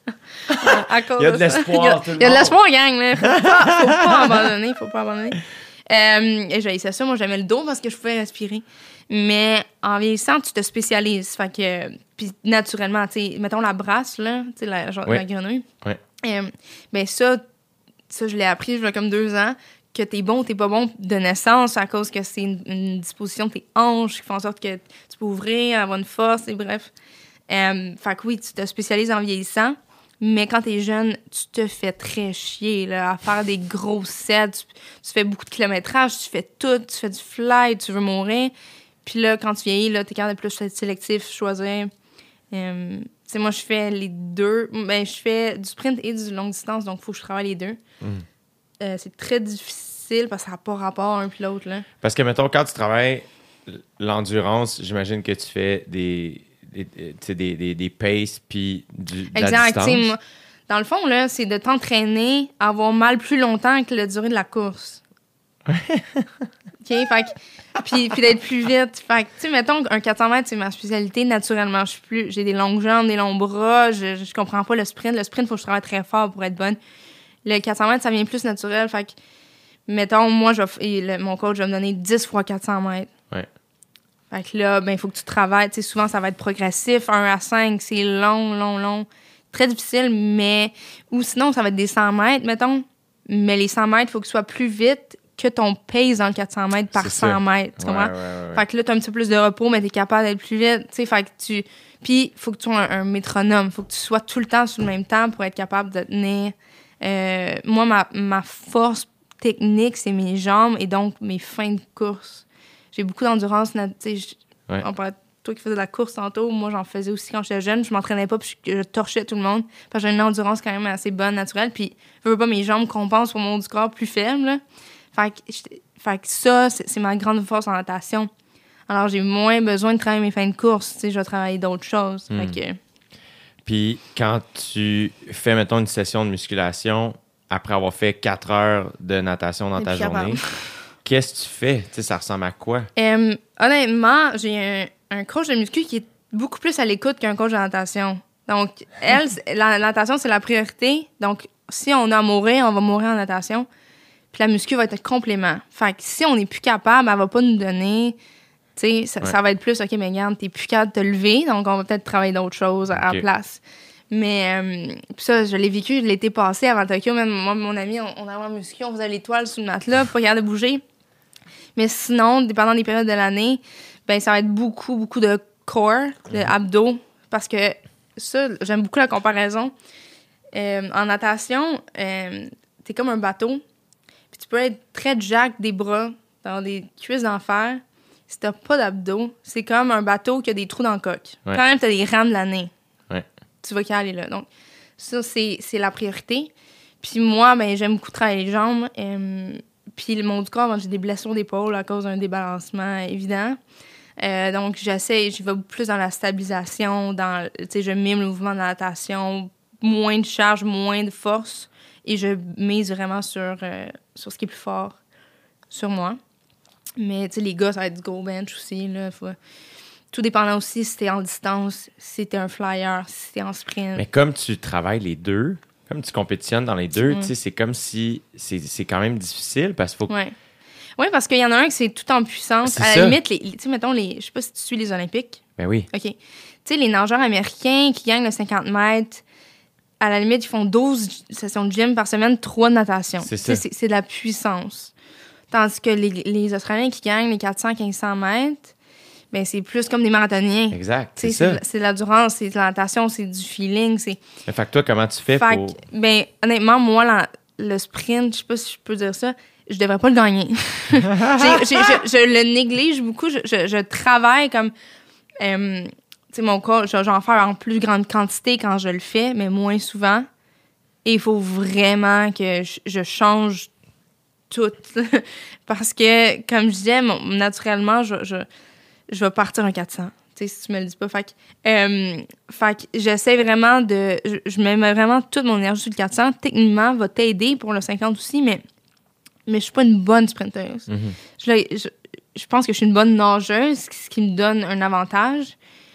à cause il y a de l'espoir, tout le monde. Il y a de l'espoir, gang, là. Faut pas, faut pas abandonner, faut pas abandonner. Euh, et j'haïssais ça, moi, j'aimais le dos parce que je pouvais respirer. Mais en vieillissant, tu te spécialises. Fait que, puis naturellement, tu sais, mettons la brasse, là, tu sais, la, genre, oui. la grenouille. Oui. Euh, ben ça, ça, je l'ai appris, il y a comme deux ans, que t'es bon ou t'es pas bon de naissance à cause que c'est une, une disposition de tes hanches qui font en sorte que tu peux ouvrir, avoir une force, et bref. Euh, fait que oui, tu te spécialises en vieillissant, mais quand t'es jeune, tu te fais très chier là, à faire des gros sets. Tu, tu fais beaucoup de kilométrage, tu fais tout, tu fais du fly, tu veux mourir. Puis là, quand tu vieillis, là, t'es capable de plus être sélectif, choisir. Euh, tu sais, moi, je fais les deux. Ben, je fais du sprint et du longue distance, donc il faut que je travaille les deux. Mm. Euh, c'est très difficile parce que ça n'a pas rapport un puis l'autre, là. Parce que, mettons, quand tu travailles l'endurance, j'imagine que tu fais des, des, des, des, des paces puis du, de la distance. Moi, dans le fond, là, c'est de t'entraîner à avoir mal plus longtemps que la durée de la course. OK? Fait que, puis, puis d'être plus vite. Fait que, tu sais, mettons, un quatre cents mètres, c'est ma spécialité. Naturellement, je suis plus... J'ai des longues jambes, des longs bras. Je, je comprends pas le sprint. Le sprint, il faut que je travaille très fort pour être bonne. Le quatre cents mètres, ça vient plus naturel. Fait que, mettons, moi, je vais, et le, mon coach va me donner dix fois quatre cents mètres. Ouais. Fait que là, ben, il faut que tu travailles. Tu sais, souvent, ça va être progressif. un à cinq, c'est long, long, long. Très difficile, mais... Ou sinon, ça va être des cent mètres, mettons. Mais les cent mètres, il faut que tu sois plus vite que ton pace dans le quatre cents mètres par cent mètres. Tu comprends? Ouais, ouais, ouais. Fait que là, tu as un petit peu plus de repos, mais tu es capable d'être plus vite. Tu sais, fait que tu... Puis, il faut que tu sois un, un métronome. Il faut que tu sois tout le temps sur le même temps pour être capable de tenir... Euh, moi, ma, ma force technique, c'est mes jambes et donc mes fins de course. J'ai beaucoup d'endurance. Tu sais, ouais. On parlait de toi qui faisais de la course tantôt. Moi, j'en faisais aussi quand j'étais jeune. Je m'entraînais pas puis je, je torchais tout le monde. Parce que j'ai une endurance quand même assez bonne, naturelle. Puis, je veux pas, mes jambes compensent pour mon haut du corps plus faible, là. Fait que, fait que ça, c'est, c'est ma grande force en natation. Alors, j'ai moins besoin de travailler mes fins de course. Tu sais, je vais travailler d'autres choses. Mm. Fait que... Puis, quand tu fais, mettons, une session de musculation, après avoir fait quatre heures de natation dans ta journée, qu'est-ce que tu fais? Tu sais, ça ressemble à quoi? Euh, honnêtement, j'ai un, un coach de muscu qui est beaucoup plus à l'écoute qu'un coach de natation. Donc, elle, la, la natation, c'est la priorité. Donc, si on a à mourir, on va mourir en natation. Puis la muscu va être un complément. Fait que si on n'est plus capable, elle va pas nous donner... Tu sais, ça, ouais. ça va être plus, OK, mais regarde, t'es plus capable de te lever, donc on va peut-être travailler d'autres choses à la okay. place. Mais euh, ça, je l'ai vécu l'été passé avant Tokyo. Même moi, mon ami, on, on avait un muscu, on faisait l'étoile sous le matelas, pas capable de bouger. Mais sinon, dépendant des périodes de l'année, ben ça va être beaucoup, beaucoup de core, de abdos. Parce que ça, j'aime beaucoup la comparaison. Euh, en natation, euh, t'es comme un bateau. Puis tu peux être très jack des bras, dans des cuisses d'enfer. Si t'as pas d'abdos, c'est comme un bateau qui a des trous dans le coque. Ouais. Quand même, t'as des rames de l'année. Ouais. Tu vas caler là. Donc, ça, c'est, c'est la priorité. Puis moi, ben, j'aime beaucoup travailler les jambes. Euh, puis le monde du corps, ben, j'ai des blessures d'épaule à cause d'un débalancement évident. Euh, donc, j'essaie, je vais plus dans la stabilisation, dans, tu sais, je mime le mouvement de la natation, moins de charge, moins de force, et je mise vraiment sur, euh, sur ce qui est plus fort sur moi. Mais, tu sais, les gars, ça va être du go bench aussi, là. Faut... Tout dépendant aussi si t'es en distance, si t'es un flyer, si t'es en sprint. Mais comme tu travailles les deux, comme tu compétitionnes dans les deux, Mm. tu sais, c'est comme si c'est, c'est quand même difficile parce qu'il faut... Ouais. Oui, parce qu'il y en a un qui c'est tout en puissance. C'est à la ça. limite, les, les- tu sais, mettons, les, je sais pas si tu suis les Olympiques. Ben oui. OK. Tu sais, les nageurs américains qui gagnent le cinquante mètres, à la limite, ils font douze sessions de gym par semaine, trois de natation. C'est Tu sais, ça. C'est, c'est de la puissance. Tandis que les, les Australiens qui gagnent les quatre cents, quinze cents mètres, ben c'est plus comme des marathoniens. Exact, Tu sais, c'est c'est, ça. de- c'est de l'endurance, c'est de la natation, c'est du feeling. C'est... Mais fait que toi, comment tu fais Fait pour... que, ben, honnêtement, moi, la- le sprint, je sais pas si je peux dire ça, je devrais pas le gagner. J'ai- j'ai- je, je le néglige beaucoup. Je, je, je travaille comme... euh, tu sais, mon corps, je- j'en fais en plus grande quantité quand je le fais, mais moins souvent. Et il faut vraiment que je, je change tout. Parce que, comme je disais, mon- naturellement, je, je, je vais partir un quatre cents. Tu sais, si tu me le dis pas. Fait que, euh, fait que j'essaie vraiment de... Je, je mets vraiment toute mon énergie sur le quatre cents. Techniquement, va t'aider pour le cinquante aussi, mais, mais je suis pas une bonne sprinteuse. Mhm. Je, je, je pense que je suis une bonne nageuse, ce qui me donne un avantage.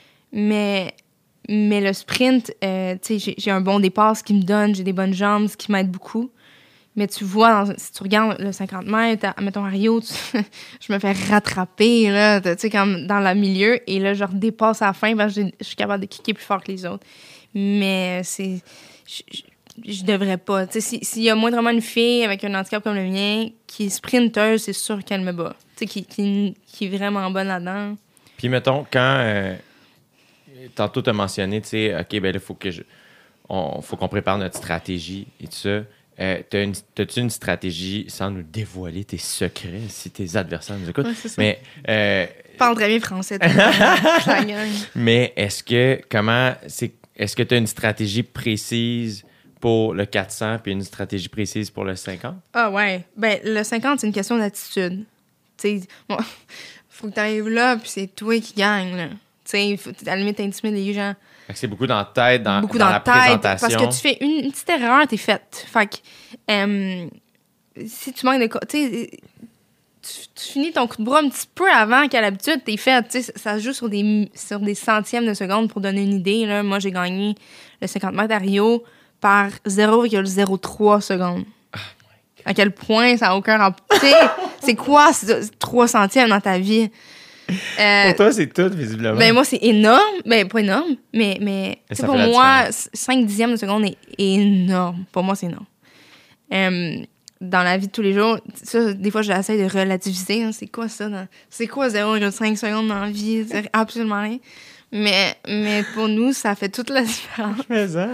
Mais, mais le sprint, euh, tu sais, j'ai, j'ai un bon départ, ce qui me donne, j'ai des bonnes jambes, ce qui m'aide beaucoup. Mais tu vois, dans- si tu regardes le cinquante mètres, à- mettons à Rio, tu- je me fais rattraper, là, tu sais, comme dans le milieu, et là, je redépasse à la fin parce que j'ai- je suis capable de kicker plus fort que les autres. Mais c'est... Je, je, je devrais pas. Tu sais, si- s'il y a moindrement une fille avec un handicap comme le mien qui est sprinteuse, c'est sûr qu'elle me bat. Tu sais, qui, qui, qui est vraiment bonne là-dedans. Puis mettons, quand... euh, tantôt, tu as mentionné, tu sais, OK, ben là, il faut que je... On, faut qu'on prépare notre stratégie et tout ça. Euh, t'as une, t'as-tu une stratégie sans nous dévoiler tes secrets si tes adversaires nous écoutent? Ouais, c'est ça. Mais, euh, Parle très bien français. toi. Je la gagne. mais est-ce que, comment, c'est, est-ce que tu as une stratégie précise pour le quatre cents puis une stratégie précise pour le cinquante? Ah ouais. Ben, le cinquante, c'est une question d'attitude. Tu sais, bon, faut que tu arrives là, puis c'est toi qui gagne, là. Tu sais, faut- à la limite, t'intimides les gens. Fait que c'est beaucoup dans la tête, dans, Beaucoup dans dans la la tête. présentation. Parce que tu fais une, une petite erreur, t'es faite. Fait que, euh, si tu manques de... co- Tu sais, tu, tu finis ton coup de bras un petit peu avant qu'à l'habitude, t'es faite. Tu sais, ça se joue sur des, sur des centièmes de seconde pour donner une idée. Là. Moi, j'ai gagné le cinquante mètres à Rio par zéro virgule zéro trois secondes. À quel point ça n'a aucun rapport. Tu sais, c'est quoi trois centièmes dans ta vie? Euh, Pour toi, c'est tout, visiblement. ben moi, c'est énorme. Ben, pas énorme, mais, mais tu sais, ça pour fait la moi, différence. cinq dixièmes de seconde est énorme. Pour moi, c'est énorme. Euh, dans la vie de tous les jours, ça, des fois, j'essaie de relativiser. Hein. C'est quoi ça? Dans... C'est quoi zéro virgule cinq secondes dans la vie? C'est absolument rien. Mais, mais pour nous, ça fait toute la différence. Mais ça.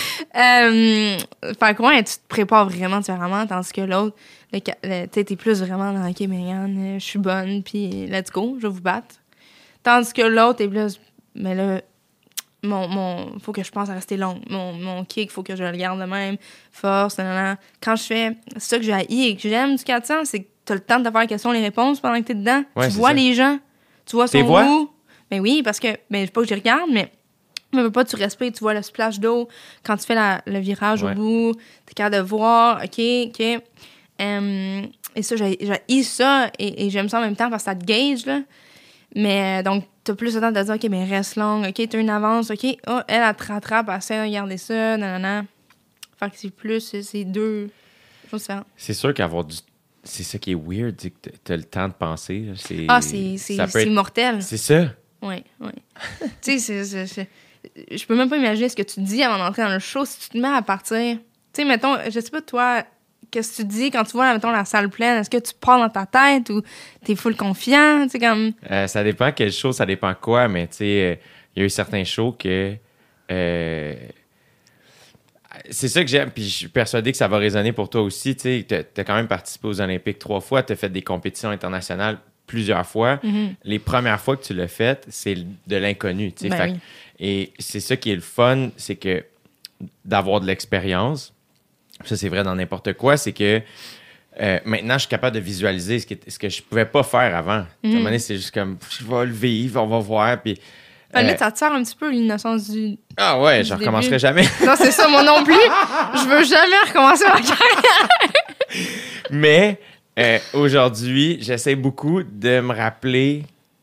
Euh, fait que ouais, tu te prépares vraiment différemment, tandis que l'autre, le, ca- le, t'sais, t'es plus vraiment dans « OK, Mégane, euh, je suis bonne, puis let's go, je vais vous battre. » Tandis que l'autre, t'es plus « Mais là, mon, mon, faut que je pense à rester long. Mon, mon kick, faut que je le garde de même. Force, nanana. » Quand je fais... C'est ça que j'ai haï et que j'aime du quatre cents, c'est que t'as le temps de te faire les questions, les réponses pendant que t'es dedans. Ouais, tu c'est vois ça. les gens. Tu vois T'es son vois? goût. Ben oui, parce que... Ben, pas que je regarde, mais... Mais veux pas, tu respires, tu vois le splash d'eau. Quand tu fais la- le virage Ouais. au bout, t'es capable de voir, OK, OK. Euh, et ça, j'ai j'ai ça, et, et j'aime ça en même temps parce que ça te gauge, là. Mais euh, donc, t'as plus le temps de te dire, OK, mais reste longue, OK, t'as une avance, OK, oh, elle, elle te rattrape, elle sait regarder ça, nanana. Fait que c'est plus, c'est- c'est deux choses différentes. C'est sûr qu'avoir du... C'est ça qui est weird, c'est que t'as le temps de penser. là. C'est... Ah, c'est c'est- ça peut c'est être- mortel. C'est ça. Oui, oui. Tu sais, c'est- c'est- c'est- je peux même pas imaginer ce que tu dis avant d'entrer dans le show si tu te mets à partir. Tu sais, mettons, je sais pas, toi, qu'est-ce que tu dis quand tu vois, mettons, la salle pleine? Est-ce que tu pars dans ta tête ou t'es full confiant? Tu sais, comme... Euh, ça dépend quel show, ça dépend quoi, mais tu sais, il euh, y a eu certains shows que... Euh, c'est ça que j'aime, puis je suis persuadé que ça va résonner pour toi aussi. Tu sais, t'as quand même participé aux Olympiques trois fois, t'as fait des compétitions internationales plusieurs fois. Mm-hmm. Les premières fois que tu l'as fait, c'est de l'inconnu. Tu sais, ben fait, oui. Et c'est ça qui est le fun, c'est que d'avoir de l'expérience, ça c'est vrai dans n'importe quoi, c'est que euh, maintenant je suis capable de visualiser ce que, ce que je pouvais pas faire avant. Mm-hmm. À un moment donné, c'est juste comme, je vais le vivre, on va voir, puis... Ben là, ça te sert un petit peu l'innocence du. Ah ouais, je recommencerai jamais. Non, c'est ça, moi non plus. Je veux jamais recommencer ma carrière. Mais euh, aujourd'hui, j'essaie beaucoup de me rappeler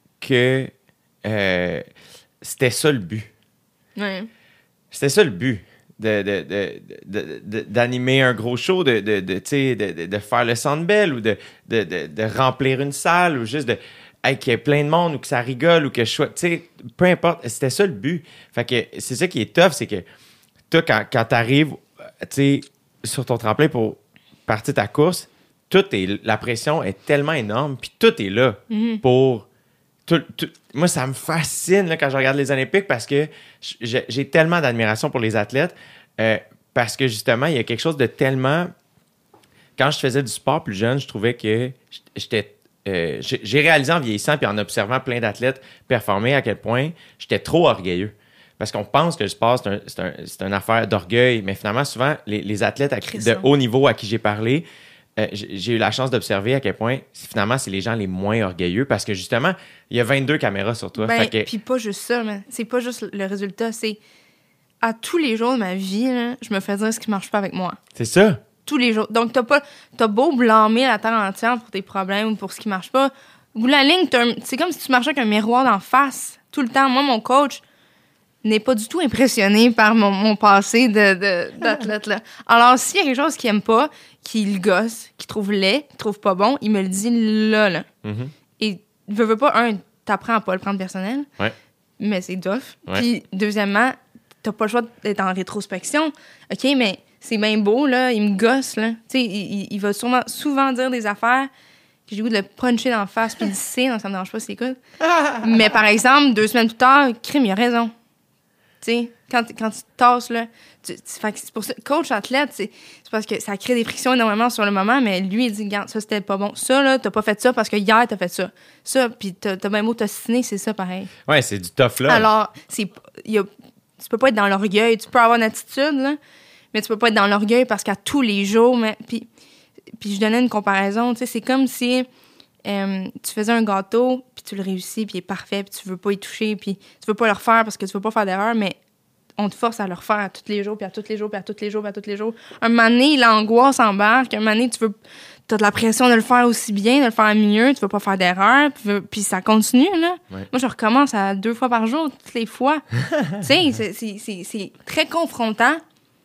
que euh, c'était ça le but. Ouais. C'était ça le but. De, de, de, de, de, d'animer un gros show, de, de, de, de, de, de faire le Centre Bell ou de, de, de, de remplir une salle ou juste de. Hey, qu'il y ait plein de monde ou que ça rigole ou que je sois... Tu sais, peu importe, c'était ça le but. Fait que c'est ça qui est tough, c'est que toi, quand, quand t'arrives, tu sais, sur ton tremplin pour partir ta course, tout est... La pression est tellement énorme, puis tout est là mm-hmm. pour... Tout, tout, moi, ça me fascine là, quand je regarde les Olympiques parce que j'ai, j'ai tellement d'admiration pour les athlètes euh, parce que, justement, il y a quelque chose de tellement... Quand je faisais du sport plus jeune, je trouvais que j'étais... Euh, j'ai, j'ai réalisé en vieillissant puis en observant plein d'athlètes performer à quel point j'étais trop orgueilleux. Parce qu'on pense que le sport, c'est, un, c'est, un, c'est une affaire d'orgueil, mais finalement, souvent, les, les athlètes à, de haut niveau à qui j'ai parlé, euh, j'ai, j'ai eu la chance d'observer à quel point, c'est, finalement, c'est les gens les moins orgueilleux parce que, justement, il y a vingt-deux caméras sur toi. Ben, que... Puis pas juste ça, mais c'est pas juste le résultat, c'est à tous les jours de ma vie, là, je me fais dire ce qui marche pas avec moi. C'est ça. Tous les jours. Donc, t'as pas, t'as beau blâmer la terre entière pour tes problèmes ou pour ce qui marche pas. Au bout de la ligne, un, c'est comme si tu marchais avec un miroir d'en face tout le temps. Moi, mon coach n'est pas du tout impressionné par mon, mon passé de, de, d'athlète. Là. Alors, s'il y a quelque chose qu'il aime pas, qu'il gosse, qu'il trouve laid, qu'il trouve pas bon, il me le dit là, là. Mm-hmm. Et veux, veux pas, un, t'apprends à pas le prendre personnel, ouais. mais c'est tough. Ouais. Puis, deuxièmement, t'as pas le choix d'être en rétrospection. OK, mais... C'est bien beau, là. Il me gosse, là. Tu sais, il, il va sûrement, souvent dire des affaires que j'ai le goût de le puncher dans la face puis le sait, donc ça me dérange pas s'il écoute. Mais par exemple, deux semaines plus tard, crime, il a raison. Tu sais, quand, quand tu te tasses, là, tu, tu, fait que c'est pour ça, coach athlète, c'est, c'est parce que ça crée des frictions énormément sur le moment, mais lui, il dit, regarde, ça, c'était pas bon. Ça, là, t'as pas fait ça parce que hier, t'as fait ça. Ça, puis t'as, t'as bien beau t'ostiner, c'est ça, pareil. Ouais, c'est du tough, là. Alors, c'est, y a, tu peux pas être dans l'orgueil. Tu peux avoir une attitude, là, mais tu peux pas être dans l'orgueil parce qu'à tous les jours... Mais, puis, puis je donnais une comparaison, tu sais, c'est comme si euh, tu faisais un gâteau, puis tu le réussis, puis il est parfait, puis tu veux pas y toucher, puis tu veux pas le refaire parce que tu veux pas faire d'erreur, mais on te force à le refaire à tous les jours, puis à tous les jours, puis à tous les jours, puis à tous les jours. Un moment donné, l'angoisse embarque, un moment donné, tu veux... T'as de la pression de le faire aussi bien, de le faire mieux, tu veux pas faire d'erreur, puis, puis ça continue, là. Ouais. Moi, je recommence à deux fois par jour, toutes les fois. Tu sais, c'est, c'est, c'est, c'est très confrontant.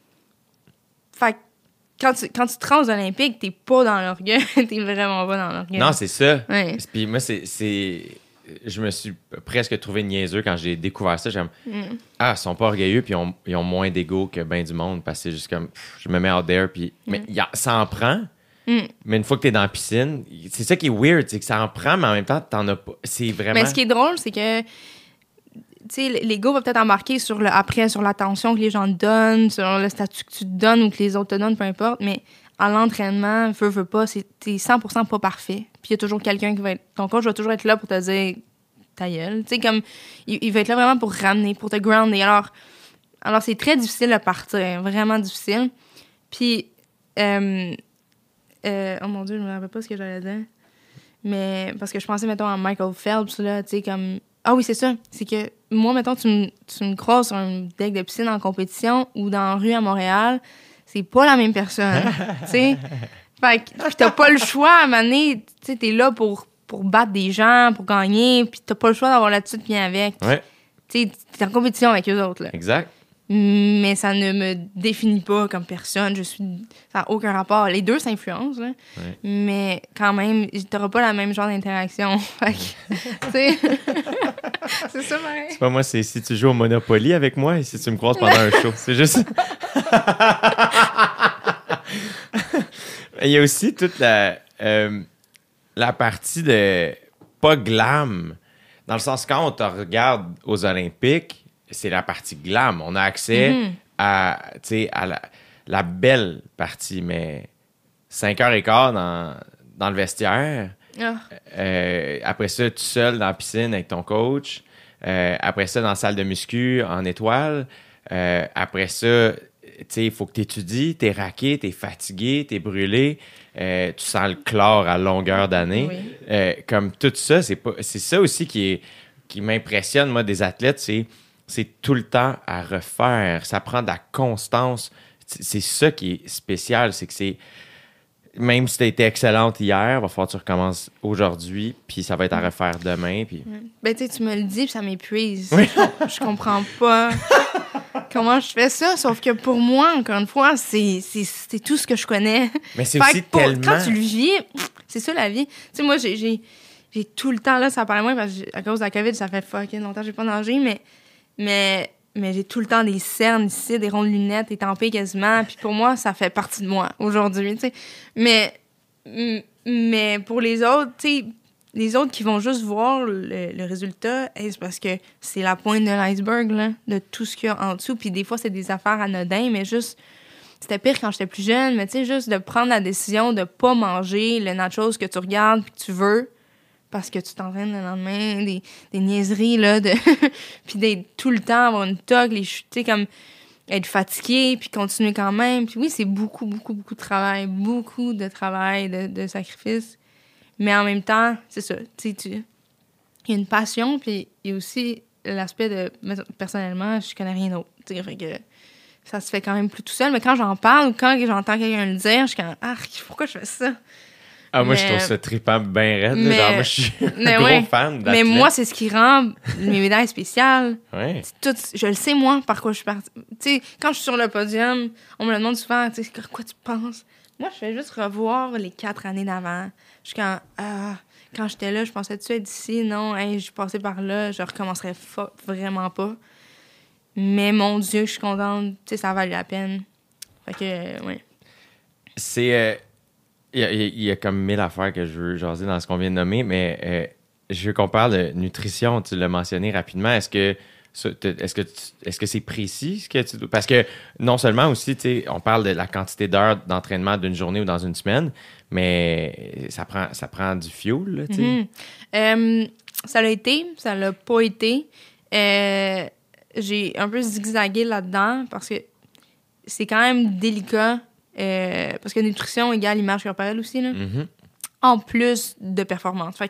Fait que quand tu, quand tu te rends aux Olympiques, t'es pas dans l'orgueil. T'es vraiment pas dans l'orgueil. Non, c'est ça. Ouais. Puis moi, c'est, c'est... Je me suis presque trouvé niaiseux quand j'ai découvert ça. J'aime... Mm. Ah, ils sont pas orgueilleux, puis ils ont, ils ont moins d'ego que ben du monde, parce que c'est juste comme... Pff, je me mets out there, puis... Mm. Mais y a, ça en prend, mm. mais une fois que t'es dans la piscine, c'est ça qui est weird, c'est que ça en prend, mais en même temps, t'en as pas. C'est vraiment... Mais ce qui est drôle, c'est que... Tu sais, l'ego va peut-être embarquer sur le après, sur l'attention que les gens te donnent, sur le statut que tu te donnes ou que les autres te donnent, peu importe. Mais à l'entraînement, veux, veux pas, c'est, t'es cent pour cent pas parfait. Puis il y a toujours quelqu'un qui va être... Ton coach va toujours être là pour te dire ta gueule. Tu sais, comme... Il, il va être là vraiment pour ramener, pour te grounder. Alors, alors c'est très difficile de partir. Vraiment difficile. Puis... Euh, euh, oh mon Dieu, je me rappelle pas ce que j'allais dire. Mais... Parce que je pensais, mettons, à Michael Phelps, là, tu sais, comme... Ah oui, c'est ça. C'est que moi, mettons, tu me, tu me croises sur un deck de piscine en compétition ou dans la rue à Montréal, c'est pas la même personne. Tu sais? Fait que t'as pas le choix à un moment donné. Tu sais, t'es là pour, pour battre des gens, pour gagner, puis t'as pas le choix d'avoir l'attitude bien avec. Ouais. Tu sais, t'es en compétition avec eux autres, là. Exact. mais ça ne me définit pas comme personne. Je suis... Ça n'a aucun rapport. Les deux s'influencent, là. Ouais. Mais quand même, tu n'auras pas la même genre d'interaction. Fait que, tu sais... c'est ça, pareil. C'est pas moi, c'est si tu joues au Monopoly avec moi et si tu me croises pendant un show. C'est juste... Il y a aussi toute la, euh, la partie de... Pas glam. Dans le sens, quand on te regarde aux Olympiques, c'est la partie glam. On a accès mm-hmm. à, tu sais, à la, la belle partie, mais cinq heures et quart dans, dans le vestiaire. Oh. Euh, après ça, tout seul dans la piscine avec ton coach. Euh, après ça, dans la salle de muscu en étoile. Euh, après ça, tu sais, il faut que tu étudies. T'es raqué, t'es fatigué, t'es brûlé. Euh, tu sens le chlore à longueur d'année. Oui. Euh, comme tout ça, c'est, pas, c'est ça aussi qui, est, qui m'impressionne, moi, des athlètes. C'est, c'est tout le temps à refaire. Ça prend de la constance. C'est, c'est ça qui est spécial. C'est que c'est... Même si tu as été excellente hier, il va falloir que tu recommences aujourd'hui, puis ça va être à refaire demain. Puis... Ouais. Ben, tu sais, tu me le dis, puis ça m'épuise. Oui. Je, je comprends pas comment je fais ça, sauf que pour moi, encore une fois, c'est, c'est, c'est tout ce que je connais. Mais c'est fait aussi pour, tellement... Quand tu le vis, c'est ça la vie. Tu sais, moi, j'ai, j'ai, j'ai tout le temps, là, ça paraît moins, parce que à cause de la COVID, ça fait fucking longtemps que j'ai pas nagé, mais... mais Mais j'ai tout le temps des cernes ici, des ronds de lunettes, des tempées quasiment. Puis pour moi, ça fait partie de moi aujourd'hui, tu sais. Mais, mais pour les autres, tu sais, les autres qui vont juste voir le, le résultat, hey, c'est parce que c'est la pointe de l'iceberg, là, de tout ce qu'il y a en dessous. Puis des fois, c'est des affaires anodines, mais juste... C'était pire quand j'étais plus jeune, mais tu sais, juste de prendre la décision de pas manger le nachos que tu regardes puis que tu veux... parce que tu t'entraînes le lendemain, des, des niaiseries, là, de... puis d'être tout le temps, avoir une toque, les chuter, comme être fatigué, puis continuer quand même. Puis oui, c'est beaucoup, beaucoup, beaucoup de travail, beaucoup de travail, de, de sacrifice. Mais en même temps, c'est ça, tu sais, tu... il y a une passion, puis il y a aussi l'aspect de... Personnellement, je connais rien d'autre, tu sais, fait que ça se fait quand même plus tout seul. Mais quand j'en parle ou quand j'entends quelqu'un le dire, je suis comme « Ah, pourquoi je fais ça? » Ah, moi, mais, je trouve ça trippant bien raide. Mais, genre, moi, je suis un gros ouais, fan d'athlète. Mais moi, c'est ce qui rend mes médailles spéciales. Ouais. Tout, je le sais, moi, par quoi je suis partie. Tu sais, quand je suis sur le podium, on me le demande souvent, tu sais, quoi tu penses? Moi, je fais juste revoir les quatre années d'avant. Je suis quand, ah, quand j'étais là, je pensais-tu être ici? Non, hey, je passais par là, je recommencerais fa- vraiment pas. Mais mon Dieu, je suis contente. Tu sais, ça a valu la peine. Fait que, euh, ouais. C'est... Euh... Il y, a, il y a comme mille affaires que je veux jaser dans ce qu'on vient de nommer, mais euh, je veux qu'on parle de nutrition. Tu l'as mentionné rapidement. Est-ce que, est-ce que, tu, est-ce que c'est précis? Ce que tu, parce que non seulement aussi, tu sais, on parle de la quantité d'heures d'entraînement d'une journée ou dans une semaine, mais ça prend, ça prend du fuel, là, tu sais. Mm-hmm. Euh, ça l'a été, ça l'a pas été. Euh, j'ai un peu zigzagué là-dedans parce que c'est quand même délicat. Euh, parce que nutrition égale image corporelle aussi, là. Mm-hmm. En plus de performance. Fait que,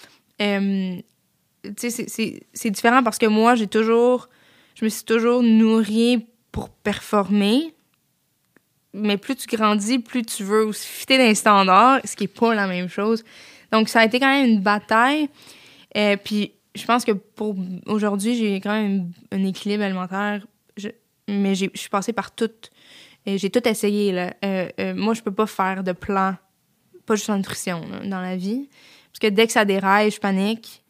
euh, tu sais, c'est, c'est, c'est différent parce que moi, j'ai toujours... Je me suis toujours nourrie pour performer. Mais plus tu grandis, plus tu veux aussi fitter dans les standards, ce qui est pas la même chose. Donc, ça a été quand même une bataille. Euh, puis, je pense que pour aujourd'hui, j'ai quand même un équilibre alimentaire. Je, mais j'ai, je suis passée par toutes... Et j'ai tout essayé, là. Euh, euh, moi, je peux pas faire de plan, pas juste en nutrition, là, dans la vie. Parce que dès que ça déraille, je panique.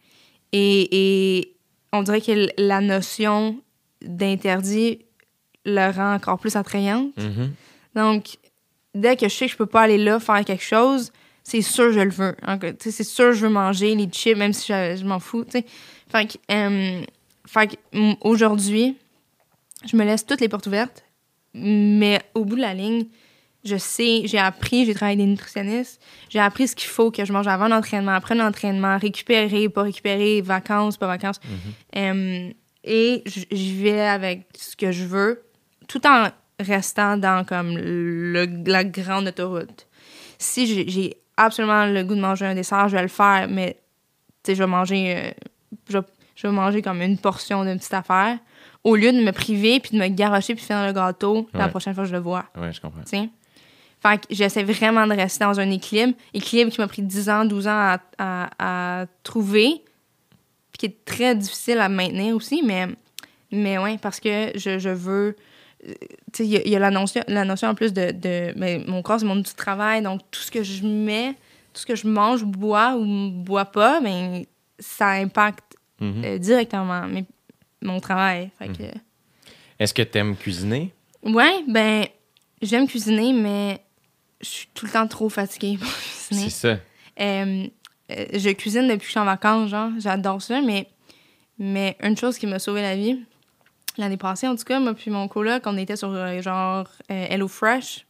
Et, et on dirait que la notion d'interdit le rend encore plus attrayante. Mm-hmm. Donc, dès que je sais que je peux pas aller là faire quelque chose, c'est sûr que je le veux. Hein, c'est sûr que je veux manger les chips, même si je, je m'en fous. T'sais. Fait que, euh, fait que m- aujourd'hui, je me laisse toutes les portes ouvertes. Mais au bout de la ligne, je sais, j'ai appris, j'ai travaillé avec des nutritionnistes, j'ai appris ce qu'il faut que je mange avant l'entraînement, après l'entraînement, récupérer, pas récupérer, vacances, pas vacances. Mm-hmm. Euh, et j'y vais avec ce que je veux, tout en restant dans comme le, la grande autoroute. Si j'ai, j'ai absolument le goût de manger un dessert, je vais le faire, mais tu sais, je vais manger, euh, je, vais, je vais manger comme une portion d'une petite affaire. Au lieu de me priver, puis de me garrocher, puis de faire le gâteau, ouais. La prochaine fois que je le vois. Oui, je comprends. T'sais? Fait que j'essaie vraiment de rester dans un équilibre. Équilibre qui m'a pris dix ans, douze ans à, à, à trouver, puis qui est très difficile à maintenir aussi, mais Mais ouais, parce que je, je veux... Tu sais, il y, y a la notion, la notion en plus de... de ben, mon corps, c'est mon outil de travail, donc tout ce que je mets, tout ce que je mange, bois ou bois pas, ben, ça impacte mm-hmm. euh, directement mes, mon travail. Fait mm-hmm. que... Est-ce que tu aimes cuisiner? Ouais, ben, j'aime cuisiner, mais je suis tout le temps trop fatiguée pour cuisiner. C'est ça. Euh, euh, je cuisine depuis que je suis en vacances, genre. J'adore ça, mais, mais une chose qui m'a sauvé la vie, l'année passée, en tout cas, moi puis mon coloc, on était sur, euh, genre, euh, HelloFresh.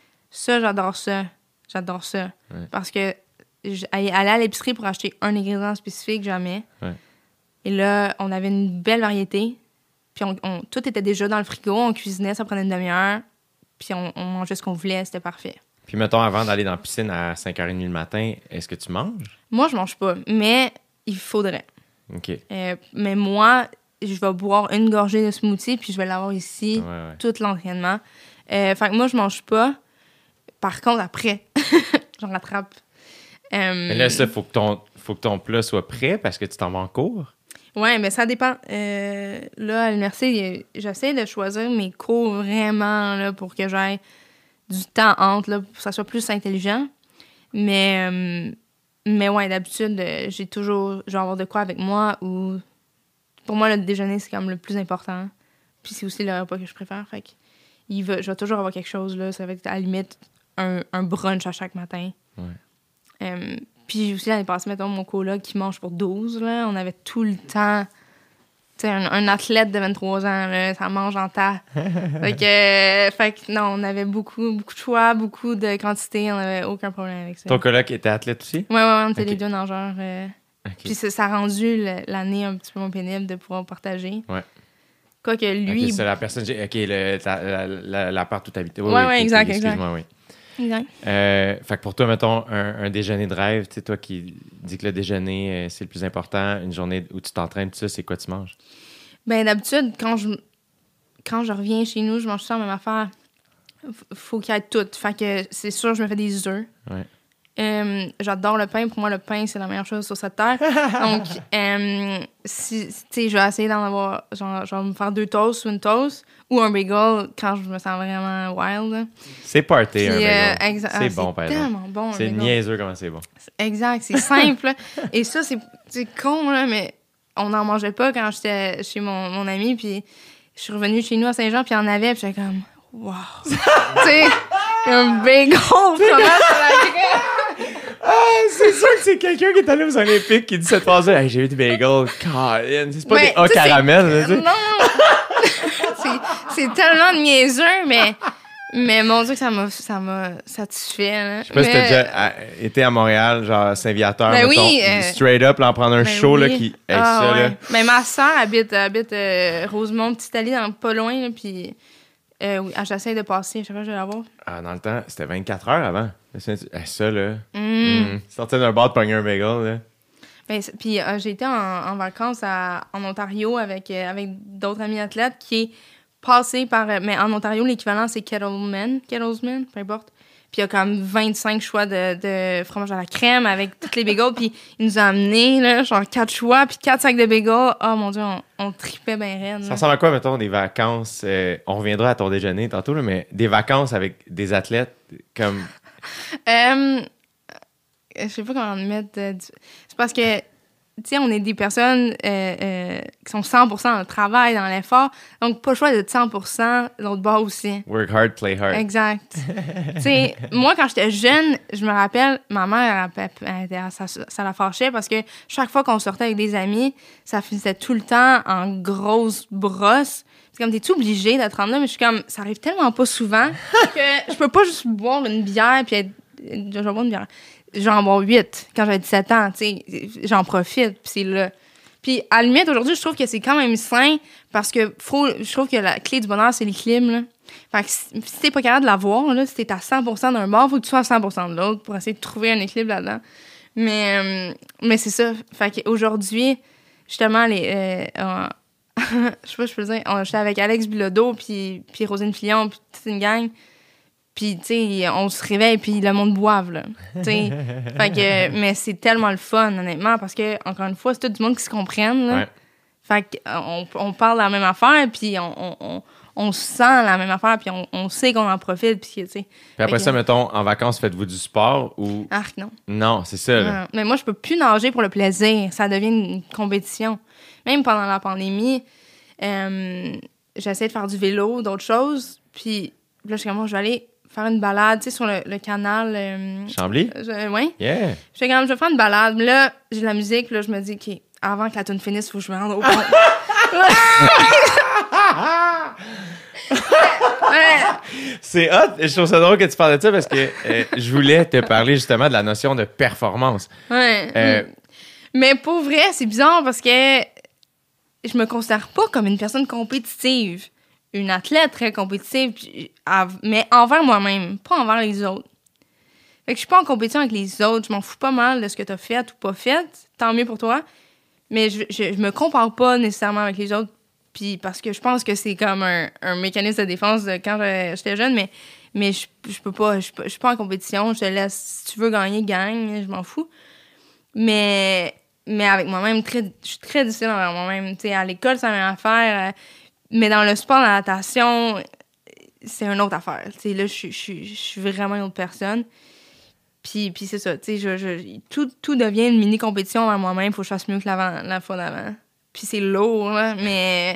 Ça, j'adore ça. J'adore ça. Ouais. Parce que aller à l'épicerie pour acheter un ingrédient spécifique, jamais. Ouais. Et là, on avait une belle variété. Puis on, on, tout était déjà dans le frigo. On cuisinait, ça prenait une demi-heure. Puis on, on mangeait ce qu'on voulait, c'était parfait. Puis mettons, avant d'aller dans la piscine à cinq heures trente le matin, est-ce que tu manges? Moi, je mange pas, mais il faudrait. OK. Euh, mais moi, je vais boire une gorgée de smoothie, puis je vais l'avoir ici ouais, ouais. tout l'entraînement. Euh, fait que moi, je mange pas. Par contre, après, j'en rattrape. Euh, mais là, il faut que ton, faut que ton plat soit prêt parce que tu t'en vas en cours. Oui, mais ça dépend. Euh, là, à l'université, j'essaie de choisir mes cours vraiment là, pour que j'aille du temps entre, là, pour que ça soit plus intelligent. Mais, euh, mais ouais, d'habitude, euh, j'ai toujours, je vais avoir de quoi avec moi ou... Pour moi, le déjeuner, c'est comme le plus important. Puis c'est aussi le repas que je préfère. Fait que il va, je vais toujours avoir quelque chose, là. Ça va être à la limite un, un brunch à chaque matin. Ouais. Euh, Puis aussi, l'année passée, mettons, mon coloc qui mange pour douze, là, on avait tout le temps... Tu sais, un, un athlète de vingt-trois ans, là, ça mange en tas. fait, que, euh, fait que, non, on avait beaucoup, beaucoup de choix, beaucoup de quantité. On n'avait aucun problème avec ça. Ton coloc était athlète aussi? Oui, ouais, ouais, on était okay. les deux nageurs. Euh, okay. Puis ça, ça a rendu l'année un petit peu moins pénible de pouvoir partager. Ouais. Quoique lui... Okay, c'est la personne... OK, le, la, la, la, la part où tu habitais. Oui, oui, ouais, ouais, exact, exact. Excuse-moi, oui. Exact. Euh, fait que pour toi, mettons, un, un déjeuner de rêve, tu sais, toi qui dis que le déjeuner, euh, c'est le plus important, une journée où tu t'entraînes, tout ça, c'est quoi tu manges? Ben d'habitude, quand je quand je reviens chez nous, je mange ça la même affaire. F- faut qu'il y ait tout. Fait que c'est sûr, je me fais des œufs. Ouais. Euh, j'adore le pain. Pour moi, le pain, c'est la meilleure chose sur cette terre. Donc, euh, si, tu sais, je vais essayer d'en avoir... Genre, je vais me faire deux toasts ou une toast ou un bagel quand je me sens vraiment wild. Là. C'est party, Puis, un bagel. Euh, exa- c'est ah, bon, par exemple. exemple. C'est tellement bon, C'est niaiseux comment c'est bon. Exact, c'est simple. Et ça, c'est, c'est con, là, mais on n'en mangeait pas quand j'étais chez mon, mon ami. Puis je suis revenue chez nous à Saint-Jean, puis il y en avait. Puis j'étais comme, wow! tu sais, un bagel, fromage sur la crème. Ah, c'est sûr que c'est quelqu'un qui est allé aux Olympiques qui dit cette phrase-là. Hey, j'ai eu du bagel. God, c'est pas mais, des hauts caramel. C'est... Non, non. c'est, c'est tellement niaiseux, mais, mais mon Dieu, que ça m'a, ça m'a satisfait. Là. Je sais pas mais... si t'as déjà à, été à Montréal, genre Saint-Viateur, ben mettons, oui, euh... straight up, là, en prendre un ben show oui. là, qui. Hey, ah, ça, ouais. là. Mais ma soeur habite, habite euh, Rosemont, Petite Allée, dans, pas loin, là, puis euh, oui, j'essaie de passer. Je sais pas, je vais la voir. Ah, dans le temps, c'était vingt-quatre heures avant. Hey, ça, là. Mm. Mm. Sortir d'un bar de pogner un bagel, là. Ben, puis euh, j'ai été en, en vacances à, en Ontario avec, euh, avec d'autres amis athlètes qui est passé par... Euh, mais en Ontario, l'équivalent, c'est Kettleman. Kettleman, peu importe. Puis il y a comme vingt-cinq choix de, de fromage à la crème avec toutes les bagels. Puis il nous a amené, là, genre quatre choix, puis quatre sacs de bagels. Oh mon Dieu, on, on tripait bien raide. Ça ressemble à quoi, mettons, des vacances? Euh, on reviendra à ton déjeuner tantôt, là, mais des vacances avec des athlètes comme... euh, je sais pas comment le mettre. Euh, du... C'est parce que, tu sais, on est des personnes euh, euh, qui sont cent pour cent dans le travail, dans l'effort. Donc, pas le choix d'être cent pour cent de l'autre bord aussi. Work hard, play hard. Exact. Tu sais, moi, quand j'étais jeune, je me rappelle, ma mère, elle, elle, elle, ça, ça la fâchait parce que chaque fois qu'on sortait avec des amis, ça finissait tout le temps en grosse brosse. C'est comme, t'es-tu obligé d'être en là? Mais je suis comme, ça arrive tellement pas souvent que je peux pas juste boire une bière puis être... Je vais boire une bière. J'en bois huit quand j'avais dix-sept ans, tu sais. J'en profite, puis c'est là. Puis, à la limite, aujourd'hui, je trouve que c'est quand même sain parce que faut, je trouve que la clé du bonheur, c'est l'équilibre, là. Fait que si, si t'es pas capable de l'avoir, là, si t'es à cent pour cent d'un bord, faut que tu sois à cent pour cent de l'autre pour essayer de trouver un équilibre là-dedans. Mais, euh, mais c'est ça. Fait qu'aujourd'hui, justement, les... Euh, euh, je sais pas, je peux le dire. J'étais avec Alex Bilodeau, puis, puis Rosine Fillon, puis toute une gang. Puis, tu sais, on se réveille, puis le monde boive, là. Tu sais. Fait que, mais c'est tellement le fun, honnêtement, parce que, encore une fois, c'est tout du monde qui se comprenne, là. Ouais. Fait qu'on on parle de la même affaire, puis on, on, on, on sent la même affaire, puis on, on sait qu'on en profite. Puis, tu sais. Puis après que, ça, mettons, en vacances, faites-vous du sport ou... Arc, non. Non, c'est ça. Là. Non. Mais moi, je peux plus nager pour le plaisir. Ça devient une compétition. Même pendant la pandémie, euh, j'essayais de faire du vélo, d'autres choses. Puis là, je suis comme, bon, je vais aller faire une balade, tu sais, sur le, le canal. Euh, Chambly? Je, oui. Yeah. Je suis comme, je vais faire une balade. Là, j'ai de la musique. Là, je me dis, OK, avant que la tune finisse, il faut que je me rende au pont. Ouais. C'est hot. Je trouve ça drôle que tu parles de ça parce que euh, je voulais te parler justement de la notion de performance. Ouais. Euh, Mais pour vrai, c'est bizarre parce que je me considère pas comme une personne compétitive. Une athlète très compétitive, mais envers moi-même, pas envers les autres. Fait que je suis pas en compétition avec les autres. Je m'en fous pas mal de ce que t'as fait ou pas fait. Tant mieux pour toi. Mais je, je, je me compare pas nécessairement avec les autres. Puis parce que je pense que c'est comme un, un mécanisme de défense de quand j'étais jeune, mais, mais je, je peux pas, je, je suis pas en compétition. Je te laisse, si tu veux gagner, gagne, je m'en fous. Mais, mais avec moi-même, très, je suis très difficile envers moi-même. T'sais, à l'école, c'est la même affaire. Mais dans le sport, la natation, c'est une autre affaire. T'sais, là, je, je, je suis vraiment une autre personne. Puis, puis c'est ça. T'sais, je, je, tout, tout devient une mini-compétition envers moi-même. Il faut que je fasse mieux que l'avant, la fois d'avant. Puis c'est lourd, là, mais...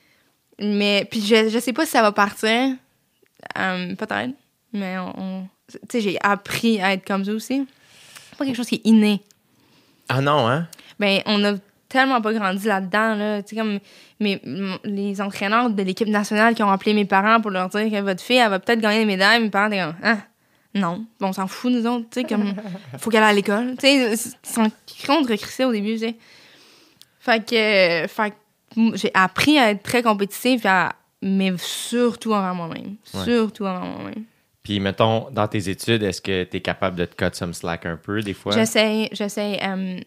Mais... Puis je, je sais pas si ça va partir. Um, peut-être. Mais on... on tu sais, j'ai appris à être comme ça aussi. C'est pas quelque chose qui est inné. Ah non, hein? Ben, on a tellement pas grandi là-dedans, là. Tu sais, comme mes, les entraîneurs de l'équipe nationale qui ont appelé mes parents pour leur dire que votre fille, elle va peut-être gagner des médailles. Mes parents étaient comme... Ah, non. Bon, on s'en fout, nous autres. Tu sais, comme... Faut qu'elle aille à l'école. Tu sais, ils sont contre crissés au début, tu sais. Fait que, fait que j'ai appris à être très compétitive, à, mais surtout envers moi-même. Ouais. Surtout envers moi-même. Puis, mettons, dans tes études, est-ce que tu es capable de te cut some slack un peu, des fois? J'essaie, j'essaie. Um,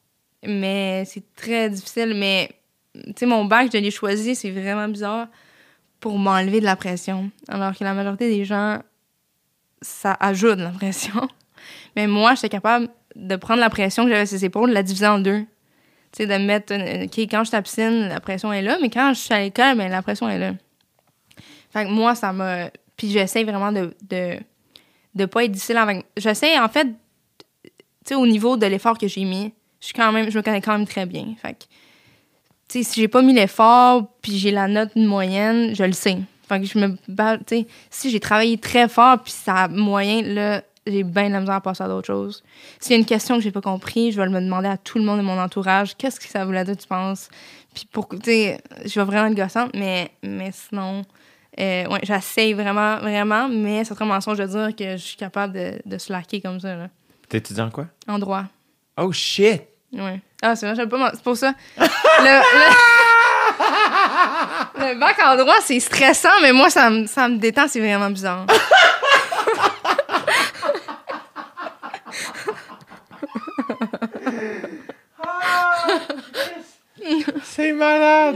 mais c'est très difficile. Mais, tu sais, mon bac, je l'ai choisi, c'est vraiment bizarre, pour m'enlever de la pression. Alors que la majorité des gens, ça ajoute de la pression. Mais moi, j'étais capable de prendre la pression que j'avais sur ses épaules, de la diviser en deux. Tu sais, de mettre... Une, OK, quand je suis à la piscine, la pression est là, mais quand je suis à l'école, ben, la pression est là. Fait que moi, ça m'a... Puis j'essaie vraiment de... de de pas être difficile avec... J'essaie, en fait, tu sais, au niveau de l'effort que j'ai mis, je suis quand même... Je me connais quand même très bien. Fait que, tu sais, si j'ai pas mis l'effort, puis j'ai la note moyenne, je le sais. Fait que je me... Tu sais, si j'ai travaillé très fort, puis ça a moyen, là... J'ai bien de la misère à passer à d'autres choses. S'il y a une question que j'ai pas compris, je vais le demander à tout le monde de mon entourage. Qu'est-ce que ça voulait dire, tu penses? Puis pour, tu sais, je vais vraiment être gossante, mais, mais sinon, euh, ouais, j'essaye vraiment, vraiment, mais c'est très mensonge de dire que je suis capable de, de slacker comme ça, là. T'es étudiant en quoi? En droit. Oh shit! Ouais. Ah, c'est vrai, j'aime pas... C'est pour ça. le, le... le bac en droit, c'est stressant, mais moi, ça me, ça me détend, c'est vraiment bizarre. C'est malade!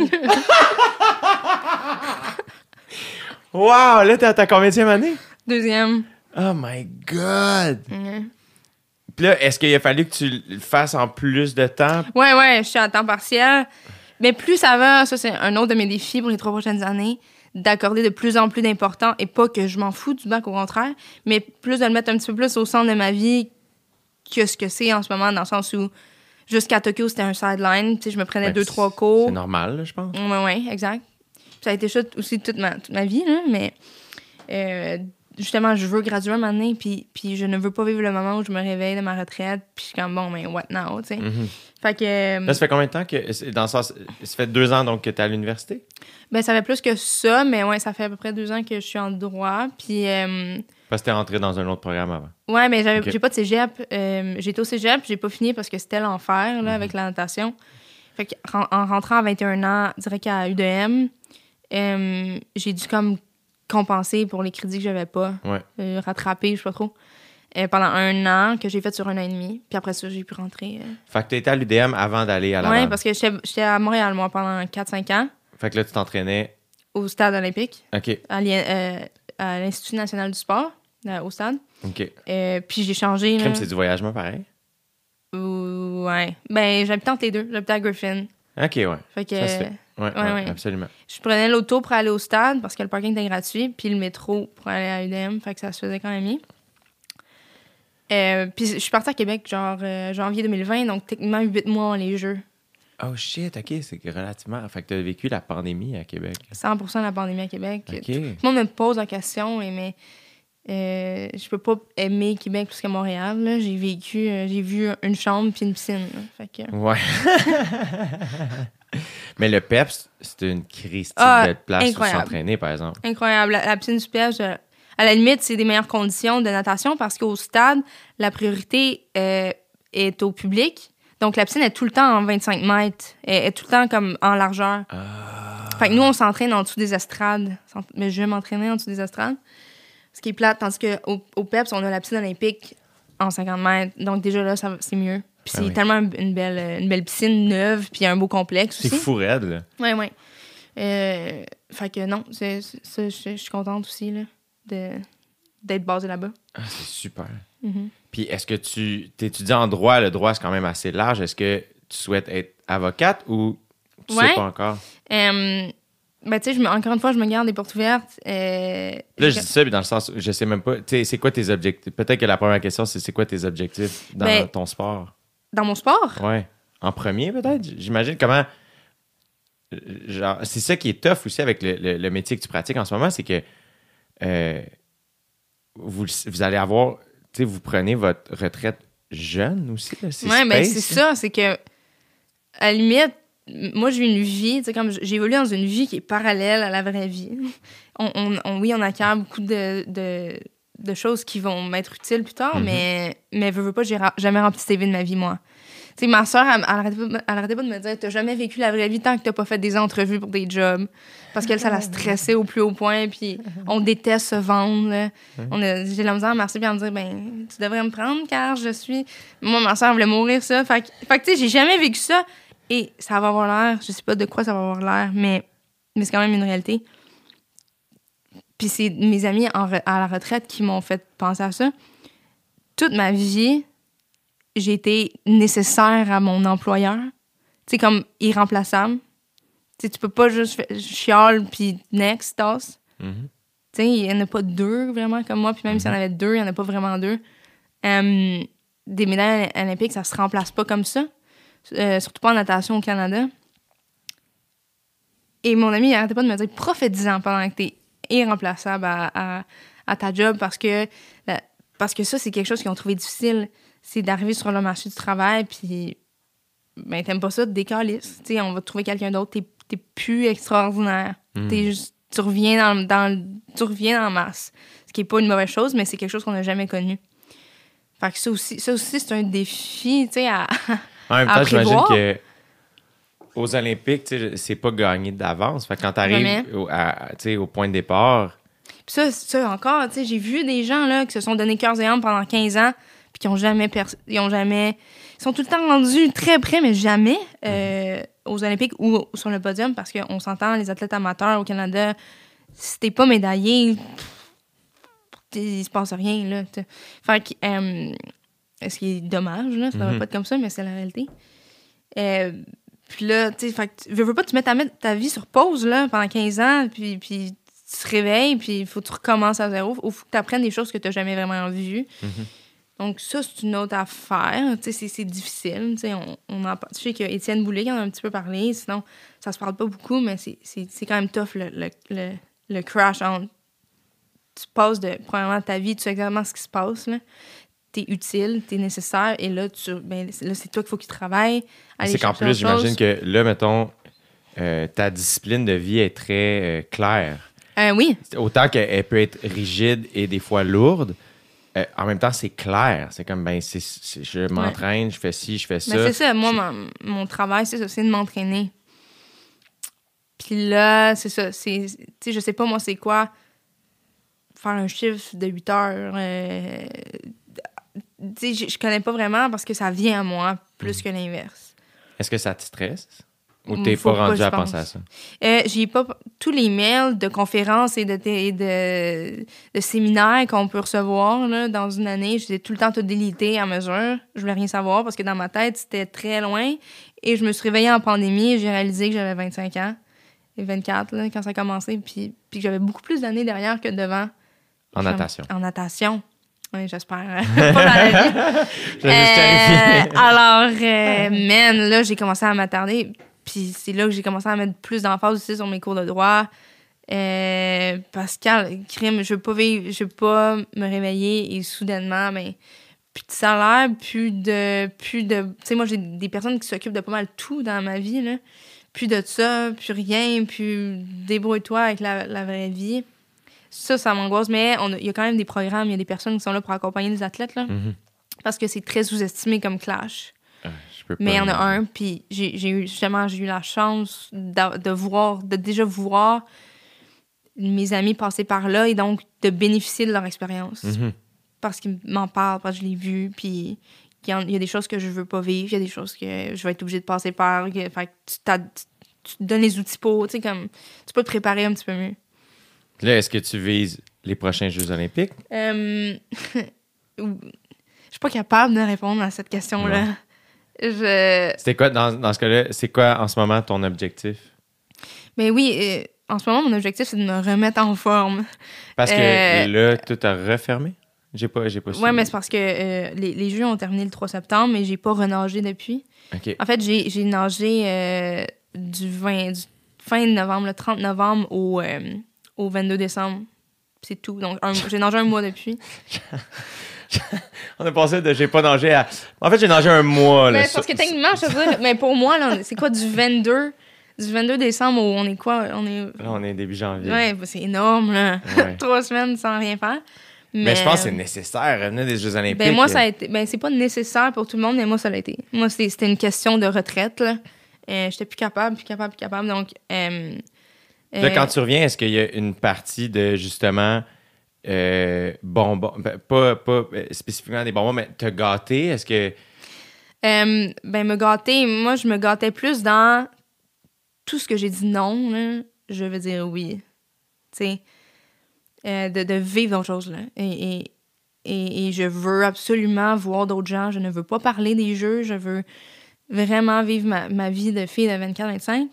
Wow! Là, t'es à ta combienième année? Deuxième. Oh my God! Mm-hmm. Puis là, est-ce qu'il a fallu que tu le fasses en plus de temps? Ouais, ouais, je suis à temps partiel. Mais plus ça va, ça, c'est un autre de mes défis pour les trois prochaines années, d'accorder de plus en plus d'importance, et pas que je m'en fous du bac, au contraire, mais plus de le mettre un petit peu plus au centre de ma vie que ce que c'est en ce moment, dans le sens où jusqu'à Tokyo, c'était un sideline. Tu sais, je me prenais ben, deux, trois cours. C'est normal, là, je pense. Oui, oui, exact. Puis ça a été ça aussi toute ma, toute ma vie, là, mais euh, justement, je veux graduer un moment donné, puis, puis je ne veux pas vivre le moment où je me réveille de ma retraite, puis je suis comme, bon, mais what now, tu sais. Mm-hmm. Fait que... Euh, là, ça fait combien de temps que... Dans le sens, ça fait deux ans, donc, que t'es à l'université? Ben, ça fait plus que ça, mais ouais, ça fait à peu près deux ans que je suis en droit, puis... Euh, parce que t'es rentré dans un autre programme avant. Ouais, mais j'avais, okay. j'ai pas de cégep. Euh, j'étais au cégep, j'ai pas fini parce que c'était l'enfer, là, mm-hmm. avec la natation. Fait que, en, en rentrant à vingt et un ans, direct à U D M, euh, j'ai dû comme compenser pour les crédits que j'avais pas. Ouais. Euh, rattraper, je sais pas trop. Euh, pendant un an, que j'ai fait sur un an et demi. Puis après ça, j'ai pu rentrer. Euh... Fait que t'étais à l'U D M avant d'aller à la Ouais, parce que j'étais, j'étais à Montréal, moi, pendant quatre cinq ans. Fait que là, tu t'entraînais... Au stade olympique. OK. À, euh, à l'Institut national du sport. Au stade. OK. Euh, puis j'ai changé. Crème, là. c'est du voyagement pareil? Euh, ouais. Ben, j'habitais entre les deux. J'habitais à Griffin. OK, ouais. Fait que, Ça se fait. Ouais, ouais, ouais, ouais. absolument. Je prenais l'auto pour aller au stade parce que le parking était gratuit, puis le métro pour aller à U D M, fait que ça se faisait quand même mieux. Euh, puis je suis partie à Québec, genre euh, janvier deux mille vingt, donc techniquement huit mois avant les Jeux. Oh shit, OK, c'est relativement... Fait que t'as vécu la pandémie à Québec. cent pour cent de la pandémie à Québec. OK. Tout, tout le monde me pose la question, et mais euh, je peux pas aimer Québec plus que Montréal. Là. J'ai vécu, euh, j'ai vu une chambre puis une piscine. Là. Fait que... Ouais. Mais le P E P, c'est une crise Ah, de place incroyable. pour s'entraîner, par exemple. Incroyable. La, la piscine du P E P, je- à la limite, c'est des meilleures conditions de natation parce qu'au stade, la priorité euh, est au public. Donc, la piscine est tout le temps en vingt-cinq mètres. Elle est tout le temps comme en largeur. Ah. Fait que nous, on s'entraîne en dessous des estrades. Mais je vais m'entraîner en dessous des estrades. Ce qui est plate, tandis qu'au au P E P S, on a la piscine olympique en cinquante mètres. Donc, déjà là, ça, c'est mieux. Puis Ah c'est oui. tellement une belle, une belle piscine neuve, puis un beau complexe C'est aussi. fou raide, là. Oui, oui. Euh, fait que non, c'est, c'est, ça, je, je suis contente aussi là, de, d'être basée là-bas. Ah, c'est super. Mhm. Puis est-ce que tu t'étudies en droit? Le droit, c'est quand même assez large. Est-ce que tu souhaites être avocate ou tu Ouais. sais pas encore? Euh, ben, tu sais, je me- encore une fois, je me garde des portes ouvertes. Euh, Là, je j'ai- dis ça, mais dans le sens, où je sais même pas. Tu sais, c'est quoi tes objectifs? Peut-être que la première question, c'est c'est quoi tes objectifs dans Ben- ton sport? Dans mon sport? Ouais. En premier, peut-être? J'imagine comment. Genre, c'est ça qui est tough aussi avec le, le- le métier que tu pratiques en ce moment, c'est que euh, vous, vous allez avoir. Tu sais, vous prenez votre retraite jeune aussi, là. C'est Ouais, ben, space, c'est là. ça. C'est que, à la limite, moi, j'ai une vie, tu sais, comme j'ai évolué dans une vie qui est parallèle à la vraie vie. On, on, on- oui, on acquiert beaucoup de, de, de choses qui vont m'être utiles plus tard, Mhm. mais, mais veux, veux pas, j'ai ra- jamais rempli C V de ma vie, moi. Tu sais, ma soeur, elle, elle, arrêtait pas, de me- elle arrêtait pas de me dire, t'as jamais vécu la vraie vie tant que t'as pas fait des entrevues pour des jobs. Parce qu'elle, ça la stressait au plus haut point, puis on déteste se vendre, là. On a, j'ai de la misère à marcher, puis à me dire, ben, tu devrais me prendre car je suis. Moi, ma soeur voulait mourir, ça. Fait que, fait que, tu sais, j'ai jamais vécu ça. Et ça va avoir l'air, je sais pas de quoi ça va avoir l'air, mais, mais c'est quand même une réalité. Puis c'est mes amis en re- à la retraite qui m'ont fait penser à ça. Toute ma vie, j'ai été nécessaire à mon employeur. Tu sais, comme irremplaçable. Tu sais, tu peux pas juste faire chiale puis next, tasse. Mhm. Tu sais, il y en a pas deux vraiment comme moi, puis même s'il y en avait deux, il y en a pas vraiment deux. Euh, des médailles olympiques, ça se remplace pas comme ça. Euh, surtout pas en natation au Canada. Et mon ami, il arrêtait pas de me dire, profite-en pendant que t'es irremplaçable à, à, à ta job, parce que, la- parce que ça, c'est quelque chose qu'ils ont trouvé difficile. C'est d'arriver sur le marché du travail, puis ben, t'aimes pas ça, te décalisses. Tu sais, on va te trouver quelqu'un d'autre, t'es, t'es plus extraordinaire. Mm. T'es juste, tu reviens dans, dans, tu reviens en masse. Ce qui est pas une mauvaise chose, mais c'est quelque chose qu'on n'a jamais connu. Fait que ça aussi, ça aussi c'est un défi, tu sais, à... En même à temps, j'imagine prévoir. que aux Olympiques, tu sais, c'est pas gagné d'avance. Fait que quand t'arrives Jamais. au, à- tu sais, au point de départ, Puis ça, ça encore, tu sais, j'ai vu des gens là qui se sont donné cœur et âme pendant quinze ans, puis qui ont jamais, pers- ils ont jamais, ils sont tout le temps rendus très près, mais jamais euh, aux Olympiques ou sur le podium, parce qu'on s'entend, les athlètes amateurs au Canada, si t'es pas médaillé, pff, il se passe rien là. t'sais. Fait que, euh, ce qui est dommage là, ça devrait Mhm. pas être comme ça, mais c'est la réalité. Euh, puis là, tu sais, fait que tu veux, veux pas, tu mets ta, ta vie sur pause là pendant quinze ans, puis puis tu te réveilles, puis il faut que tu recommences à zéro. Il faut que tu apprennes des choses que tu n'as jamais vraiment vues. Mhm. Donc, ça, c'est une autre affaire. Tu sais, c'est, c'est difficile. Tu sais, on, on en, je sais qu'Étienne Boulay en a un petit peu parlé. Sinon, ça se parle pas beaucoup, mais c'est, c'est, c'est quand même tough, le, le, le, le crash entre... Tu passes de, premièrement, ta vie, tu sais exactement ce qui se passe, là. T'es utile, t'es nécessaire, et là, tu, ben, là c'est toi qu'il faut qu'il travaille. aller c'est qu'en chercher plus, autre j'imagine chose. que là, mettons, euh, ta discipline de vie est très euh, claire. Euh, oui, Autant qu'elle elle peut être rigide et des fois lourde, euh, en même temps, c'est clair. C'est comme, ben, c'est, c'est- je m'entraîne, je fais ci, je fais ça. mais c'est ça. Moi, Je- mon, mon travail, c'est ça, c'est de m'entraîner. Puis là, c'est ça. C'est, tu sais, je sais pas, moi, c'est quoi faire un chiffre de huit heures. Euh, tu sais, je, je connais pas vraiment parce que ça vient à moi plus que l'inverse. Est-ce que ça te stresse? Ou t'es Faut pas rendu je à pense. penser à ça? Euh, j'ai pas tous les mails de conférences et de, et de, de séminaires qu'on peut recevoir là, dans une année. J'ai tout le temps tout délité à mesure. Je voulais rien savoir parce que dans ma tête, c'était très loin. Et je me suis réveillée en pandémie et j'ai réalisé que j'avais vingt-cinq ans et vingt-quatre là, quand ça a commencé. Puis, puis que j'avais beaucoup plus d'années derrière que devant. En natation. En natation. Oui, j'espère. Pas dans la vie. Je vais juste clarifier. Euh, alors, euh, man, là, j'ai commencé à m'attarder. Puis c'est là que j'ai commencé à mettre plus d'emphase aussi sur mes cours de droit. Euh, Pascal, crime, je veux pas vivre, je veux pas me réveiller et soudainement, mais plus de salaire, plus de, plus de, tu sais, moi j'ai des personnes qui s'occupent de pas mal tout dans ma vie là, plus de ça, plus rien, plus débrouille-toi avec la, la vraie vie. Ça, ça m'angoisse, mais il y a quand même des programmes, il y a des personnes qui sont là pour accompagner les athlètes là, Mm-hmm. parce que c'est très sous-estimé comme clash. Ah, je peux pas Mais il y en a imaginer. un, puis j'ai, j'ai eu, justement, j'ai eu la chance de, de voir, de déjà voir mes amis passer par là et donc de bénéficier de leur expérience. Mhm. Parce qu'ils m'en parlent, parce que je l'ai vu, puis il y, a, il y a des choses que je veux pas vivre, il y a des choses que je vais être obligée de passer par. Que, fait que tu, t'as- tu, tu te donnes les outils pour, tu sais, comme, tu peux te préparer un petit peu mieux. Là, est-ce que tu vises les prochains Jeux olympiques? Euh, je suis pas capable de répondre à cette question-là. Non. Je... C'était quoi, dans, dans ce cas-là, c'est quoi en ce moment ton objectif? Mais oui, euh, en ce moment, mon objectif, c'est de me remettre en forme. Parce que Euh, là, tout a refermé? J'ai pas, j'ai pas su. Ouais, mais c'est parce que euh, les, les Jeux ont terminé le trois septembre, mais j'ai pas renagé depuis. OK. En fait, j'ai, j'ai nagé euh, du, vingt, du fin novembre, le trente novembre au, euh, au vingt-deux décembre. C'est tout. Donc, un- j'ai nagé un mois depuis. On a passé de j'ai pas nagé à... En fait, j'ai nagé un mois. Là, Mais c'est parce que sur- techniquement, je veux dire, mais pour moi, là, c'est quoi du vingt-deux, du vingt-deux décembre au, on est quoi? On est... Là, on est début janvier. Ouais, bah, c'est énorme, là. Ouais. Trois semaines sans rien faire. Mais, Mais je pense que c'est nécessaire, revenir des Jeux olympiques. Ben moi, ça a été. Ben, c'est pas nécessaire pour tout le monde, mais moi, ça l'a été. Moi, c'est- c'était une question de retraite, là. Euh, j'étais plus capable, plus capable, plus capable. Donc. Euh, Là, euh, quand tu reviens, est-ce qu'il y a une partie de, justement, euh, bonbons, ben, pas, pas euh, spécifiquement des bonbons, mais te gâter, est-ce que... euh, ben, me gâter, moi, je me gâtais plus dans tout ce que j'ai dit non, là, je veux dire oui. Tu sais, euh, de, de vivre d'autres choses, là. Et, et, et, et je veux absolument voir d'autres gens. Je ne veux pas parler des jeux. Je veux vraiment vivre ma, ma vie de fille de vingt-quatre vingt-cinq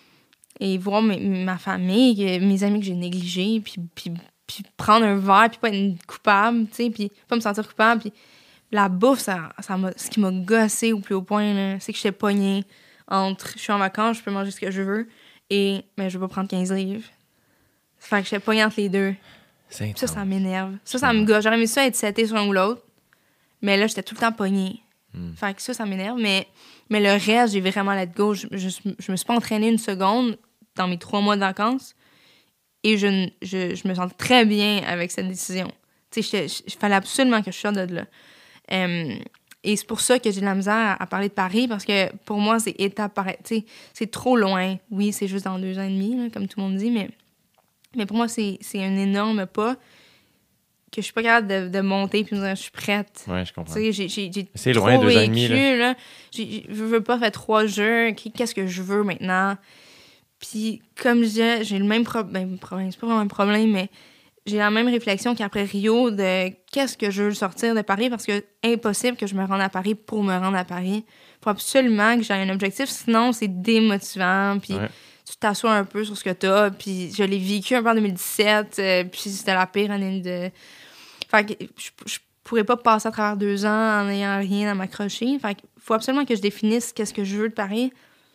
et voir mes- ma famille, que- mes amis que j'ai négligés, puis, puis, puis prendre un verre, puis pas être coupable, tu sais, puis pas me sentir coupable. Puis la bouffe, ça, ça m'a, ce qui m'a gossé au plus haut point, là, c'est que j'étais pognée entre je suis en vacances, je peux manger ce que je veux, et mais je veux pas prendre quinze livres. Fait que j'étais pognée entre les deux. C'est Ça, intense. ça m'énerve. Ça, ça me gosse. J'aurais aimé ça être setée sur un ou l'autre. Mais là, j'étais tout le temps pognée. Mm. Fait que ça, ça m'énerve. Mais, mais le reste, j'ai vraiment let go. Je, je, je me suis pas entraînée une seconde dans mes trois mois de vacances. Et je, ne- je, je me sens très bien avec cette décision. Tu sais, il fallait absolument que je sorte de là. Euh, et c'est pour ça que j'ai de la misère à, à parler de Paris, parce que pour moi, c'est étape par étape. Tu sais, c'est trop loin. Oui, c'est juste dans deux ans et demi, là, comme tout le monde dit, mais, mais pour moi, c'est, c'est un énorme pas que je suis pas capable de, de monter puis me dire je suis prête. Ouais, je comprends. Tu sais, j'ai, j'ai, j'ai C'est trop loin, deux ans et vécu, demi, là. là. J'ai- j'ai- je veux pas faire trois jeux. Qu'est-ce que je veux maintenant? Puis, comme je disais, j'ai le même pro- ben, problème. C'est pas vraiment un problème, mais j'ai la même réflexion qu'après Rio de qu'est-ce que je veux sortir de Paris, parce que impossible que je me rende à Paris pour me rendre à Paris. Faut absolument que j'ai un objectif, sinon c'est démotivant. Puis, Ouais. tu t'assois un peu sur ce que t'as. Puis, je l'ai vécu un peu en deux mille dix-sept, euh, puis c'était la pire année de. Fait que je, je pourrais pas passer à travers deux ans en n'ayant rien à m'accrocher. Fait que faut absolument que je définisse qu'est-ce que je veux de Paris.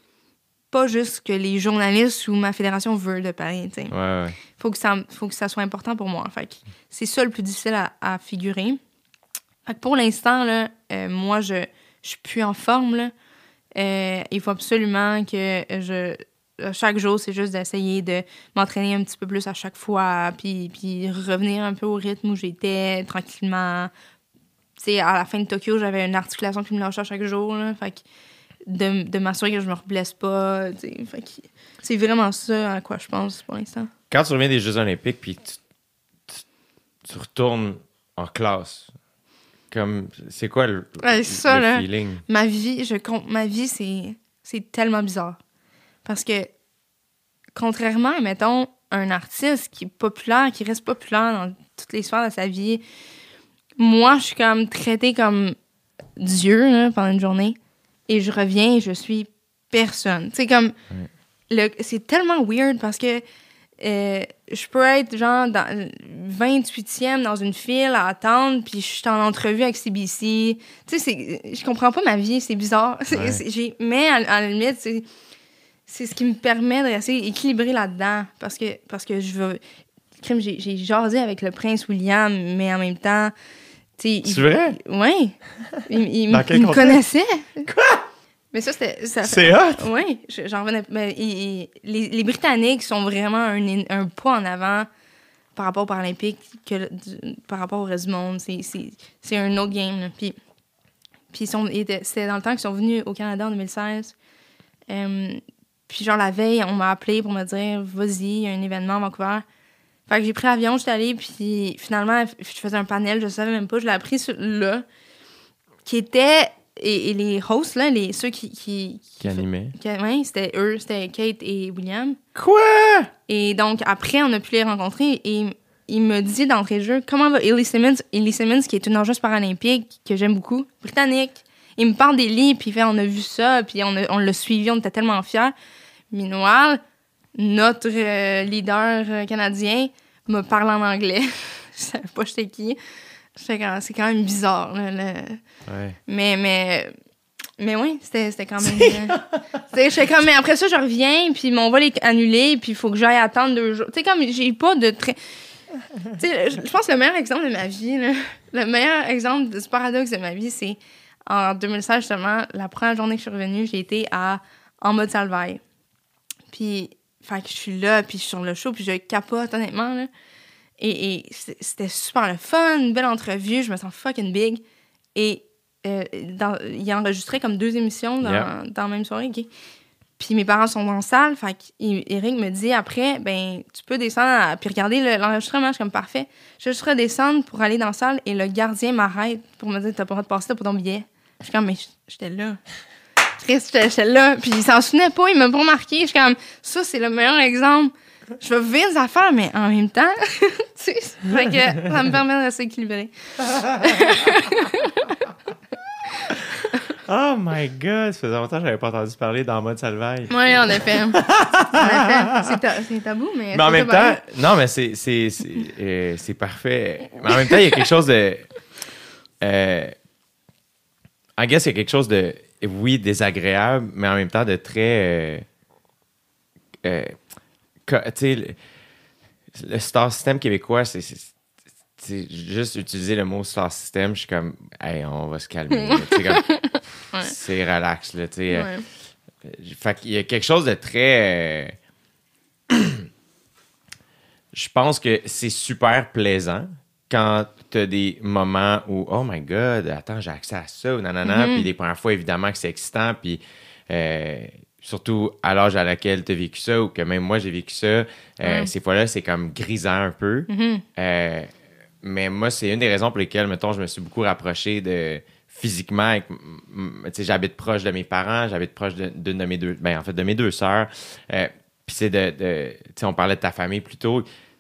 Pas juste ce que les journalistes ou ma fédération veut de Paris, tu sais. Ouais, ouais. Faut que ça, faut que ça soit important pour moi. Fait que c'est ça le plus difficile à, à figurer. Fait que pour l'instant, là, euh, moi, je, je suis plus en forme, là. Euh, il faut absolument que je... Chaque jour, c'est juste d'essayer de m'entraîner un petit peu plus à chaque fois, puis, puis revenir un peu au rythme où j'étais, tranquillement. Tu sais, à la fin de Tokyo, j'avais une articulation qui me lâchait chaque jour, là. Fait que de, de m'assurer que je me reblesse pas, tu sais. Fait que c'est vraiment ça à quoi je pense pour l'instant. Quand tu reviens des Jeux olympiques, puis tu, tu, tu retournes en classe, comme, c'est quoi le, Ouais, ça, le là. feeling? Ma vie, je compte, ma vie, c'est, c'est tellement bizarre. Parce que, contrairement, mettons, un artiste qui est populaire, qui reste populaire dans toutes les sphères de sa vie, moi, je suis comme traitée comme Dieu là, pendant une journée et je reviens et je suis personne. Tu sais, comme... Ouais. Le, c'est tellement weird parce que euh, je peux être genre dans vingt-huitième dans une file à attendre puis je suis en entrevue avec C B C. Tu sais, c'est, je comprends pas ma vie, c'est bizarre. C'est, ouais. c'est, j'ai, mais à, à la limite, c'est, c'est ce qui me permet de rester équilibré là-dedans parce que, parce que je veux... J'ai, j'ai jasé avec le prince William, mais en même temps... C'est il, vrai? Oui. Il, il, il me connaissait. Quoi? Mais ça, c'était... Ça, c'est hot! Oui, j'en revenais... Mais, il, il, les, les Britanniques sont vraiment un, un pas en avant par rapport aux Paralympiques, que, du, par rapport au reste du monde. C'est, c'est, c'est un autre game. Là. Puis, puis ils sont, ils étaient, c'était dans le temps qu'ils sont venus au Canada en deux mille seize. Euh, puis genre, la veille, on m'a appelé pour me dire « Vas-y, il y a un événement à Vancouver. » Fait que j'ai pris l'avion, j'étais allée, puis finalement, je faisais un panel, je savais même pas, je l'ai appris là, qui était... Et, et les hosts, là, les, ceux qui... Qui, qui, qui animaient. Oui, c'était eux, c'était Kate et William. Quoi? Et donc, après, on a pu les rencontrer, et il me dit d'entrée de jeu, comment va Ellie Simmons? Ellie Simmons, qui est une nageuse paralympique, que j'aime beaucoup, britannique. Il me parle des livres, puis il fait, on a vu ça, puis on, a, on l'a suivi, on était tellement fiers. Meanwhile, notre euh, leader euh, canadien me parle en anglais. Je savais pas j'étais qui. C'est quand même bizarre. Là, le... ouais. Mais, mais, mais oui, c'était, c'était quand même... c'était, j'étais comme, mais après ça, je reviens, puis mon vol est annulé, puis il faut que j'aille attendre deux jours. Tu sais, comme j'ai pas de... Très... Tu sais, je pense que le meilleur exemple de ma vie, là, le meilleur exemple de ce paradoxe de ma vie, c'est en deux mille seize, justement, la première journée que je suis revenue, j'ai été à, en mode Salvaille. Puis, fait que je suis là, puis je suis sur le show, puis je capote, honnêtement, là. Et, et c'était super le fun, une belle entrevue, je me sens fucking big. Et euh, dans, il a enregistré comme deux émissions dans, yeah. dans la même soirée. Okay? Puis mes parents sont dans la salle, fait qu'Éric me dit après, ben tu peux descendre à, puis regarder le, l'enregistrement. Je suis comme parfait. Je vais juste redescendre pour aller dans la salle et le gardien m'arrête pour me dire t'as pas le droit de passer là pour ton billet. Je suis comme, mais j'étais là. J'étais, j'étais là. Puis il s'en souvenait pas, il m'a pas remarqué. Je suis comme, ça c'est le meilleur exemple. Je vais vivre des affaires, mais en même temps, tu sais, fait que ça me permet de rester équilibré. Oh my God! Ça faisait longtemps que je n'avais pas entendu parler dans mode Salvaille. Oui, en effet. En effet. C'est, ta- c'est tabou, mais... Mais en même temps, non, mais c'est, c'est, c'est, euh, c'est parfait. Mais en même temps, il y a quelque chose de... Euh, I guess il y a quelque chose de, oui, désagréable, mais en même temps de très... Euh, euh, tu sais, le, le star system québécois, c'est, c'est, c'est juste utiliser le mot star system, je suis comme, hey, on va se calmer. Là, comme, ouais. C'est relax, là, tu sais. Ouais. Euh, fait qu'il y a quelque chose de très. Euh, je pense que c'est super plaisant quand t'as des moments où, oh my God, attends, j'ai accès à ça, ou nanana, mm-hmm. Puis les premières fois, évidemment, que c'est excitant, puis. Euh, surtout à l'âge à laquelle tu as vécu ça ou que même moi, j'ai vécu ça. Euh, mm. Ces fois-là, c'est comme grisant un peu. Mm-hmm. Euh, mais moi, c'est une des raisons pour lesquelles, mettons, je me suis beaucoup rapproché de physiquement. Avec, tu sais, j'habite proche de mes parents, j'habite proche de, d'une de mes deux... Ben, en fait, de mes deux sœurs. Euh, Puis c'est de... de tu sais, on parlait de ta famille plus tôt.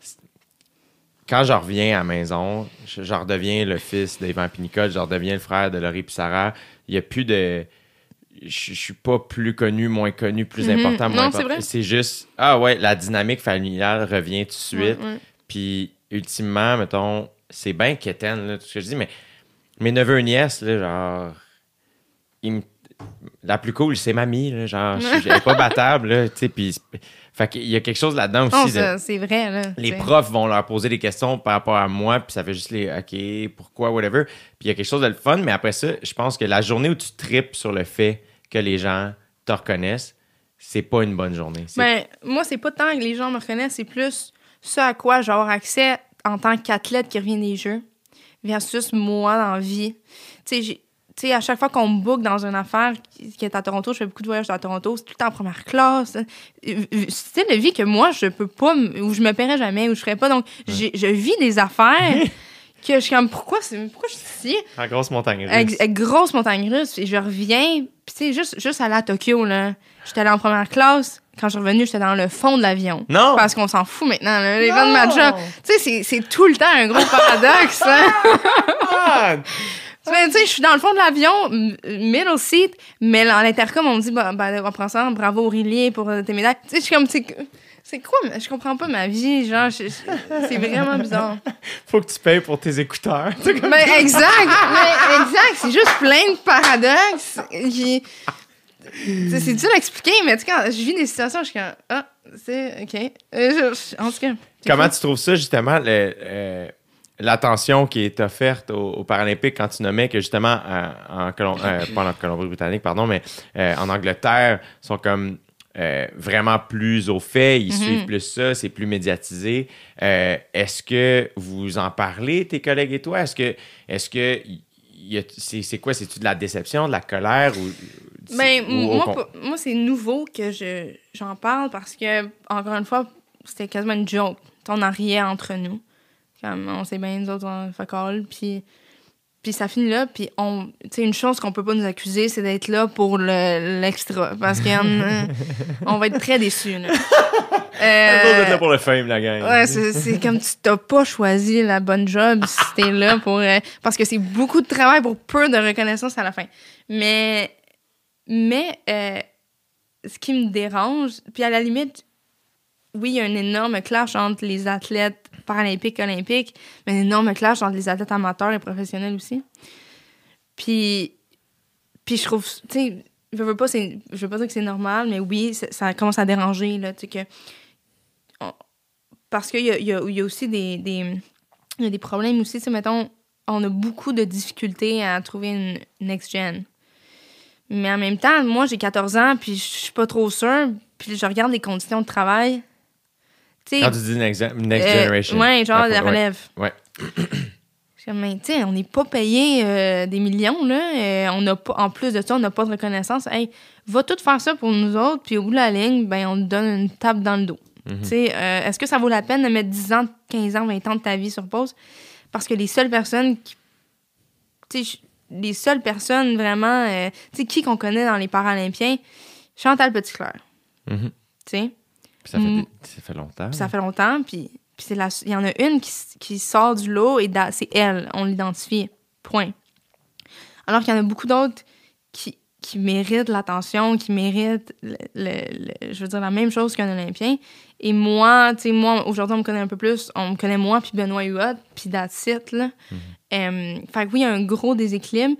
Quand je reviens à la maison, je, je redeviens le fils d'Yvan Pinicot, je redeviens le frère de Laurie puis Sarah. Il n'y a plus de... Je, je suis pas plus connu, moins connu, plus mm-hmm. important, moins non, important. C'est, vrai. C'est juste, ah ouais, la dynamique familiale revient tout de suite. Ouais, ouais. Puis, ultimement, mettons, c'est bien quétaine, là, tout ce que je dis, mais mes neveux et nièces, là, genre, ils me... la plus cool, c'est mamie, là, genre, je suis pas battable, là, tu sais, puis... Fait qu'il y a quelque chose là-dedans aussi. Oh, de... ça, c'est vrai, là. Les t'sais. profs vont leur poser des questions par rapport à moi, puis ça fait juste les « OK, pourquoi, whatever ». Puis il y a quelque chose de le fun, mais après ça, je pense que la journée où tu tripes sur le fait que les gens te reconnaissent, c'est pas une bonne journée. C'est... Ben, moi, c'est pas tant que les gens me reconnaissent, c'est plus ce à quoi j'ai accès en tant qu'athlète qui revient des Jeux versus moi dans la vie. Tu sais, j'ai... Tu sais, à chaque fois qu'on me book dans une affaire qui est à Toronto, je fais beaucoup de voyages à Toronto, c'est tout le temps en première classe. C'est une vie que moi, je peux pas, ou je me paierais jamais, ou je ferais pas. Donc, ouais. je vis des affaires que je suis comme, pourquoi, c'est, pourquoi je suis ici? En grosse montagne russe. Avec, avec grosse montagne russe. Et je reviens, puis tu sais, juste, juste aller à Tokyo, là. J'étais allée en première classe. Quand je suis revenue, j'étais dans le fond de l'avion. Non! Parce qu'on s'en fout maintenant, là. Les vents de matcha. Tu sais, c'est, c'est tout le temps un gros paradoxe, hein. Ah! Tu sais, je suis dans le fond de l'avion, middle seat, mais à l'intercom, on me dit, bah, bah, on prend ça, bravo Aurélie pour tes médailles. Tu sais, je suis comme, c'est, c'est quoi? Je comprends pas ma vie, genre, je, je, c'est vraiment bizarre. Faut que tu payes pour tes écouteurs. Ben, exact, ben, exact, c'est juste plein de paradoxes. Qui... C'est, c'est dur à expliquer, mais tu sais, quand je vis des situations, je suis comme, ah, c'est, OK. Euh, je, en tout cas. Comment cool. tu trouves ça, justement, le, euh, l'attention qui est offerte aux, aux Paralympiques quand tu nommais que, justement, euh, en Colom- euh, pas en Colombie-Britannique, pardon, mais euh, en Angleterre, sont comme euh, vraiment plus au fait, ils mm-hmm. suivent plus ça, c'est plus médiatisé. Euh, est-ce que vous en parlez, tes collègues et toi? Est-ce que, est-ce que y a, c'est, c'est quoi? C'est-tu de la déception, de la colère? Ou, ben, ou, moi, ou, pas, moi, c'est nouveau que je, j'en parle parce que, encore une fois, c'était quasiment une joke. On en riait entre nous. Comme, on sait bien, nous autres, on fait call, puis... Puis ça finit là, puis on... Tu sais, une chose qu'on peut pas nous accuser, c'est d'être là pour le, l'extra. Parce qu'on va être très déçus, là. Euh, vous êtes là pour le fame, la gang. Ouais, c'est, c'est comme tu t'as pas choisi la bonne job si t'es là pour... Euh, parce que c'est beaucoup de travail pour peu de reconnaissance à la fin. Mais... Mais... Euh, ce qui me dérange... Puis à la limite... Oui, il y a un énorme clash entre les athlètes paralympiques et olympiques, mais un énorme clash entre les athlètes amateurs et professionnels aussi. Puis, puis je trouve, tu sais, je veux pas, c'est, je veux pas dire que c'est normal, mais oui, ça, ça commence à déranger, là, tu sais, que... On, parce qu'il y a, y, a, y a aussi des, des, y a des problèmes aussi, tu sais, mettons, on a beaucoup de difficultés à trouver une next-gen. Mais en même temps, moi, j'ai quatorze ans, puis je suis pas trop sûre, puis je regarde les conditions de travail. T'sais, quand tu dis next, next euh, generation. Ouais, genre ah, la relève. Ouais. ouais. Mais tu sais, on n'est pas payé euh, des millions, là. Euh, on n'a pas, en plus de ça, on n'a pas de reconnaissance. Hey, va tout faire ça pour nous autres, puis au bout de la ligne, ben, on te donne une tape dans le dos. Mm-hmm. Tu sais, euh, est-ce que ça vaut la peine de mettre dix ans, quinze ans, vingt ans de ta vie sur pause? Parce que les seules personnes qui... Tu sais, les seules personnes vraiment... Euh, tu sais, qui qu'on connaît dans les Paralympiens? Chantal Petitclerc. Mm-hmm. Tu sais? Puis ça fait, mm. ça fait longtemps. Puis ça fait longtemps, puis, puis c'est la, il y en a une qui, qui sort du lot et da, c'est elle, on l'identifie, point. Alors qu'il y en a beaucoup d'autres qui, qui méritent l'attention, qui méritent, le, le, le, je veux dire, la même chose qu'un Olympien. Et moi, tu sais, moi, aujourd'hui, on me connaît un peu plus, on me connaît moi, puis Benoît Huot, puis that's it, là. Mm-hmm. Um, fait que oui, il y a un gros déséquilibre,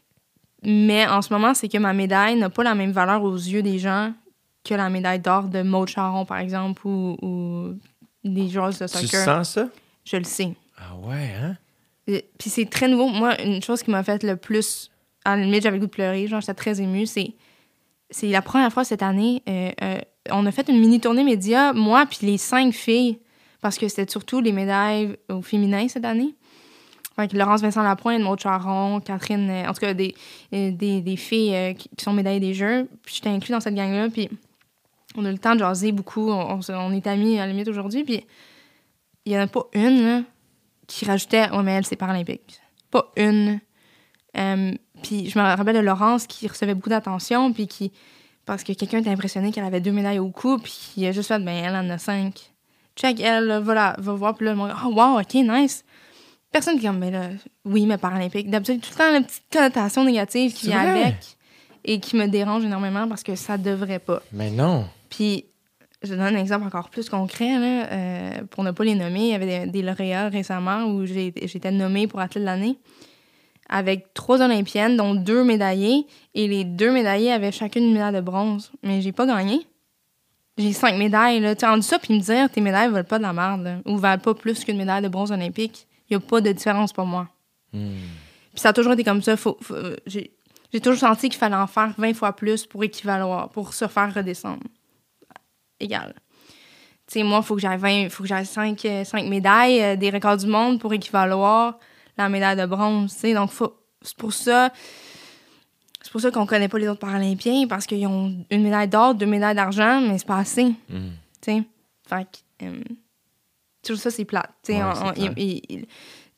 mais en ce moment, c'est que ma médaille n'a pas la même valeur aux yeux des gens que la médaille d'or de Maud Charon, par exemple, ou, ou des joueurs de soccer. Tu sens ça? Je le sais. Ah ouais, hein? Et, puis c'est très nouveau. Moi, une chose qui m'a fait le plus... À la limite, j'avais le goût de pleurer. Genre, j'étais très émue. C'est, c'est la première fois cette année, euh, euh, on a fait une mini-tournée média, moi puis les cinq filles, parce que c'était surtout les médailles au féminin cette année. Fait que Laurence Vincent Lapointe, Maud Charon, Catherine... Euh, en tout cas, des, euh, des, des filles euh, qui, qui sont médaillées des Jeux. Puis j'étais inclus dans cette gang-là, puis... On a eu le temps de jaser beaucoup. On, on, on est amis à la limite aujourd'hui. Puis il n'y en a pas une là, qui rajoutait « Ouais, mais elle, c'est paralympique. » Pas une. Um, puis je me rappelle de Laurence qui recevait beaucoup d'attention. Puis qui, parce que quelqu'un était impressionné qu'elle avait deux médailles au cou. Puis il a juste fait « Ben, elle en a cinq. » Check, elle, là, voilà, va voir. Puis là, le monde, oh, wow, OK, nice. Personne qui est comme « Mais là, oui, mais paralympique. » D'habitude, tout le temps, la petite connotation négative qui vient avec et qui me dérange énormément parce que ça devrait pas. Mais non. Puis, je donne un exemple encore plus concret, là, euh, pour ne pas les nommer. Il y avait des, des lauréats récemment où j'ai, j'étais nommée pour athlète de l'année avec trois Olympiennes, dont deux médaillées. Et les deux médaillées avaient chacune une médaille de bronze. Mais j'ai pas gagné. J'ai cinq médailles. Tu as entendu ça, puis me dire tes médailles valent pas de la merde, là, ou valent pas plus qu'une médaille de bronze olympique. Il y a pas de différence pour moi. Mm. Puis ça a toujours été comme ça. Faut, faut, j'ai, j'ai toujours senti qu'il fallait en faire vingt fois plus pour équivaloir, pour se faire redescendre. Égal. Tu sais, moi, il faut que j'aille vingt, faut que j'aille cinq, cinq médailles, euh, des records du monde pour équivaloir la médaille de bronze, tu sais. Donc, faut, c'est pour ça, c'est pour ça qu'on connaît pas les autres Paralympiens, parce qu'ils ont une médaille d'or, deux médailles d'argent, mais c'est pas assez. Mm. Tu sais. Fait que, euh, tout ça, c'est plate. Tu sais, ouais, on, on, il, il,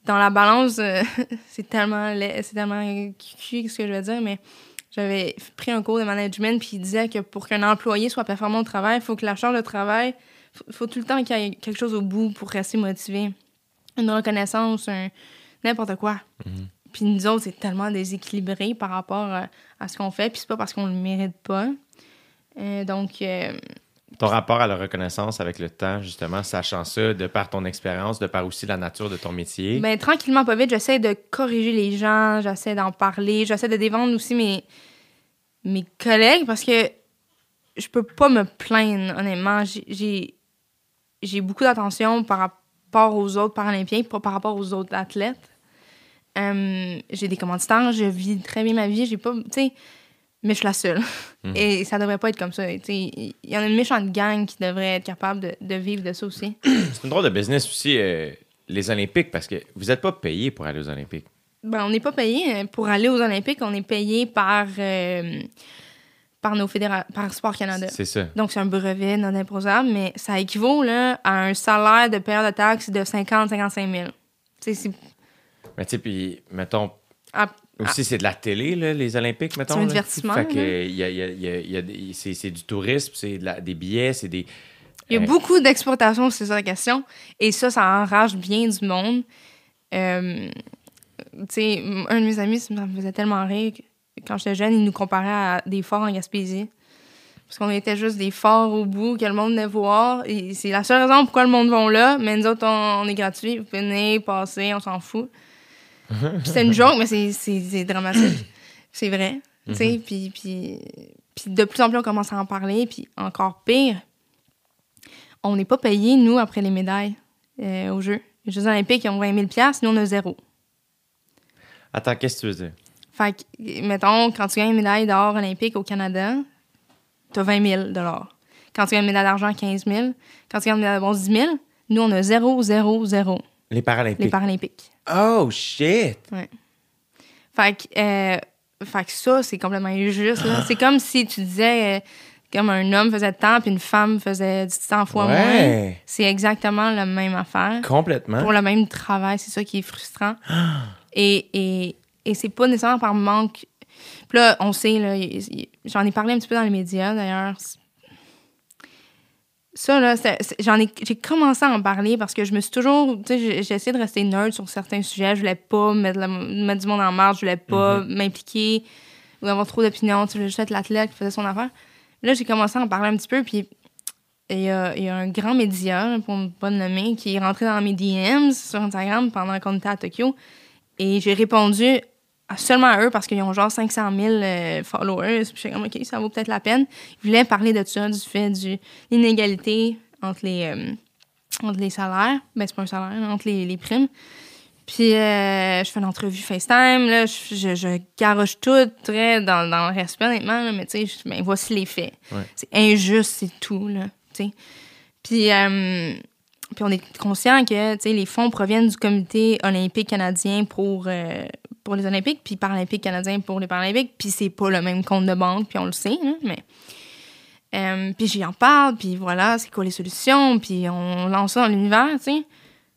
dans la balance, euh, c'est tellement laid, c'est tellement cucu, ce que je veux dire, mais j'avais pris un cours de management, puis il disait que pour qu'un employé soit performant au travail, il faut que la charge de travail, il faut, faut tout le temps qu'il y ait quelque chose au bout pour rester motivé. Une reconnaissance, un, n'importe quoi. Mm-hmm. Puis nous autres, c'est tellement déséquilibré par rapport à, à ce qu'on fait, puis c'est pas parce qu'on le mérite pas. Euh, donc... Euh, Ton rapport à la reconnaissance avec le temps, justement, sachant ça, de par ton expérience, de par aussi la nature de ton métier. Bien, tranquillement, pas vite, j'essaie de corriger les gens, j'essaie d'en parler, j'essaie de défendre aussi mes, mes collègues parce que je peux pas me plaindre, honnêtement. J'ai, j'ai, j'ai beaucoup d'attention par rapport aux autres Paralympiens, pas par rapport aux autres athlètes. Euh, j'ai des commanditaires, je vis très bien ma vie, j'ai pas, tu sais... Mais je suis la seule. Mmh. Et ça devrait pas être comme ça. Il y en a une méchante gang qui devrait être capable de, de vivre de ça aussi. C'est une drôle de business aussi, euh, les Olympiques, parce que vous n'êtes pas payé pour aller aux Olympiques. Ben, on n'est pas payé pour aller aux Olympiques. On est payé par, euh, par nos fédéra- par Sport Canada. C'est ça. Donc, c'est un brevet non imposable, mais ça équivaut là, à un salaire de payeur de taxes de cinquante à cinquante-cinq mille. T'sais, c'est... Mais tu sais, puis, mettons... À, Aussi, c'est de la télé, là, les Olympiques, mettons. C'est un là. divertissement. Fait que, y a, y a, y a, y a des, c'est, c'est du tourisme, c'est de la, des billets, c'est des... Il y a euh... beaucoup d'exploitation, c'est ça la question. Et ça, ça enrage bien du monde. Euh, tu sais, un de mes amis, ça me faisait tellement rire. Quand j'étais jeune, il nous comparait à des forts en Gaspésie. Parce qu'on était juste des forts au bout que le monde venait voir. Et c'est la seule raison pourquoi le monde va là. Mais nous autres, on, on est gratuits. Vous venez, passer, on s'en fout. Puis c'est une joke, mais c'est, c'est, c'est dramatique. C'est vrai. Mm-hmm. Tu sais, puis, puis, puis de plus en plus, on commence à en parler. Puis encore pire, on n'est pas payés, nous, après les médailles euh, aux Jeux. Les Jeux olympiques, ils ont vingt mille dollars, nous, on a zéro. Attends, qu'est-ce que tu veux dire? Fait que, mettons, quand tu gagnes une médaille d'or olympique au Canada, t'as vingt mille dollars. Quand tu gagnes une médaille d'argent, quinze mille. Quand tu gagnes une médaille de bronze, dix mille. Nous, on a zéro, zéro, zéro. Les Paralympiques. Les Paralympiques. Oh, shit! Ouais. Fait que, euh, fait que ça, c'est complètement injuste. Là. C'est comme si tu disais, euh, comme un homme faisait de temps puis une femme faisait cent fois ouais. moins. C'est exactement la même affaire. Complètement. Pour le même travail, c'est ça qui est frustrant. et, et, et c'est pas nécessairement par manque. Puis là, on sait, là, y, y, j'en ai parlé un petit peu dans les médias, d'ailleurs. Ça, là, c'est, c'est, j'en ai, j'ai commencé à en parler parce que je me suis toujours... Tu sais, j'ai, j'ai essayé de rester neutre sur certains sujets. Je voulais pas mettre, la, mettre du monde en marge. Je voulais pas mm-hmm. m'impliquer ou avoir trop d'opinions. Tu sais, je voulais juste être l'athlète qui faisait son affaire. Là, j'ai commencé à en parler un petit peu. Puis il y a, y a un grand média, pour ne pas le nommer, qui est rentré dans mes D Ms sur Instagram pendant qu'on était à Tokyo. Et j'ai répondu seulement à eux parce qu'ils ont genre cinq cent mille euh, followers. Puis j'étais comme, OK, ça vaut peut-être la peine. Ils voulaient parler de ça, du fait de l'inégalité entre les, euh, entre les salaires. Ben, c'est pas un salaire, entre les, les primes. Puis euh, je fais une entrevue FaceTime. Là, je, je, je garoche tout très dans, dans le respect, honnêtement. Là, mais tu sais, ben, voici les faits. Ouais. C'est injuste, c'est tout. Là, puis, euh, puis on est conscient que les fonds proviennent du Comité olympique canadien pour... Euh, pour les Olympiques, puis Paralympiques canadiens pour les Paralympiques, puis c'est pas le même compte de banque, puis on le sait, hein, mais... Euh, puis j'y en parle, puis voilà, c'est quoi les solutions, puis on lance ça dans l'univers, tu sais.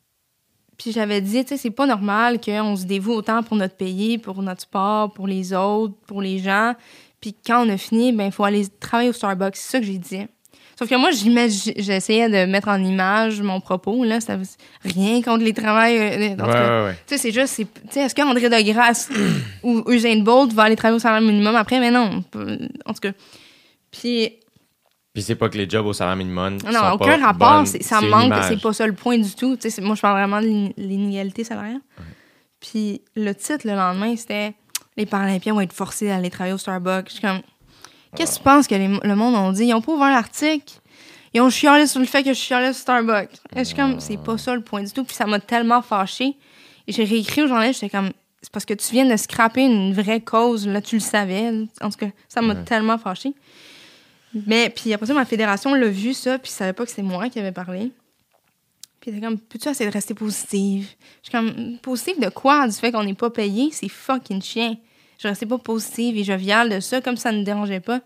Puis j'avais dit, tu sais, c'est pas normal qu'on se dévoue autant pour notre pays, pour notre sport, pour les autres, pour les gens, puis quand on a fini, ben il faut aller travailler au Starbucks, c'est ça que j'ai dit. Sauf que moi, j'essayais de mettre en image mon propos, là, ça rien contre les travails. Euh, ouais, ouais, ouais. Tu sais, c'est juste, tu sais, est-ce qu'André Degrasse ou Usain Bolt va aller travailler au salaire minimum après? Mais non, en tout cas. Puis... Puis c'est pas que les jobs au salaire minimum non, sont aucun pas rapport, bonnes, c'est, ça c'est manque, c'est pas ça le point du tout. Tu sais, moi, je parle vraiment de l'inégalité salariale. Ouais. Puis le titre, le lendemain, c'était « Les Paralympiens vont être forcés d'aller travailler au Starbucks ». Je suis comme... Qu'est-ce que tu penses que les, le monde ont dit? Ils ont pas ouvert l'article. Ils ont chialé sur le fait que je chialais sur Starbucks. Et je suis comme, c'est pas ça le point du tout. Puis ça m'a tellement fâchée. Et j'ai réécrit aux journalistes, j'étais comme, c'est parce que tu viens de scraper une vraie cause. Là, tu le savais. En tout cas, ça m'a ouais. tellement fâchée. Mais, puis après ça, ma fédération l'a vu, ça, puis ils savaient pas que c'est moi qui avais parlé. Puis t'es comme, peux-tu essayer de rester positive? Je suis comme, positive de quoi? Du fait qu'on n'est pas payé? C'est fucking chien. Je restais pas positive et joviale de ça, comme ça ne me dérangeait pas.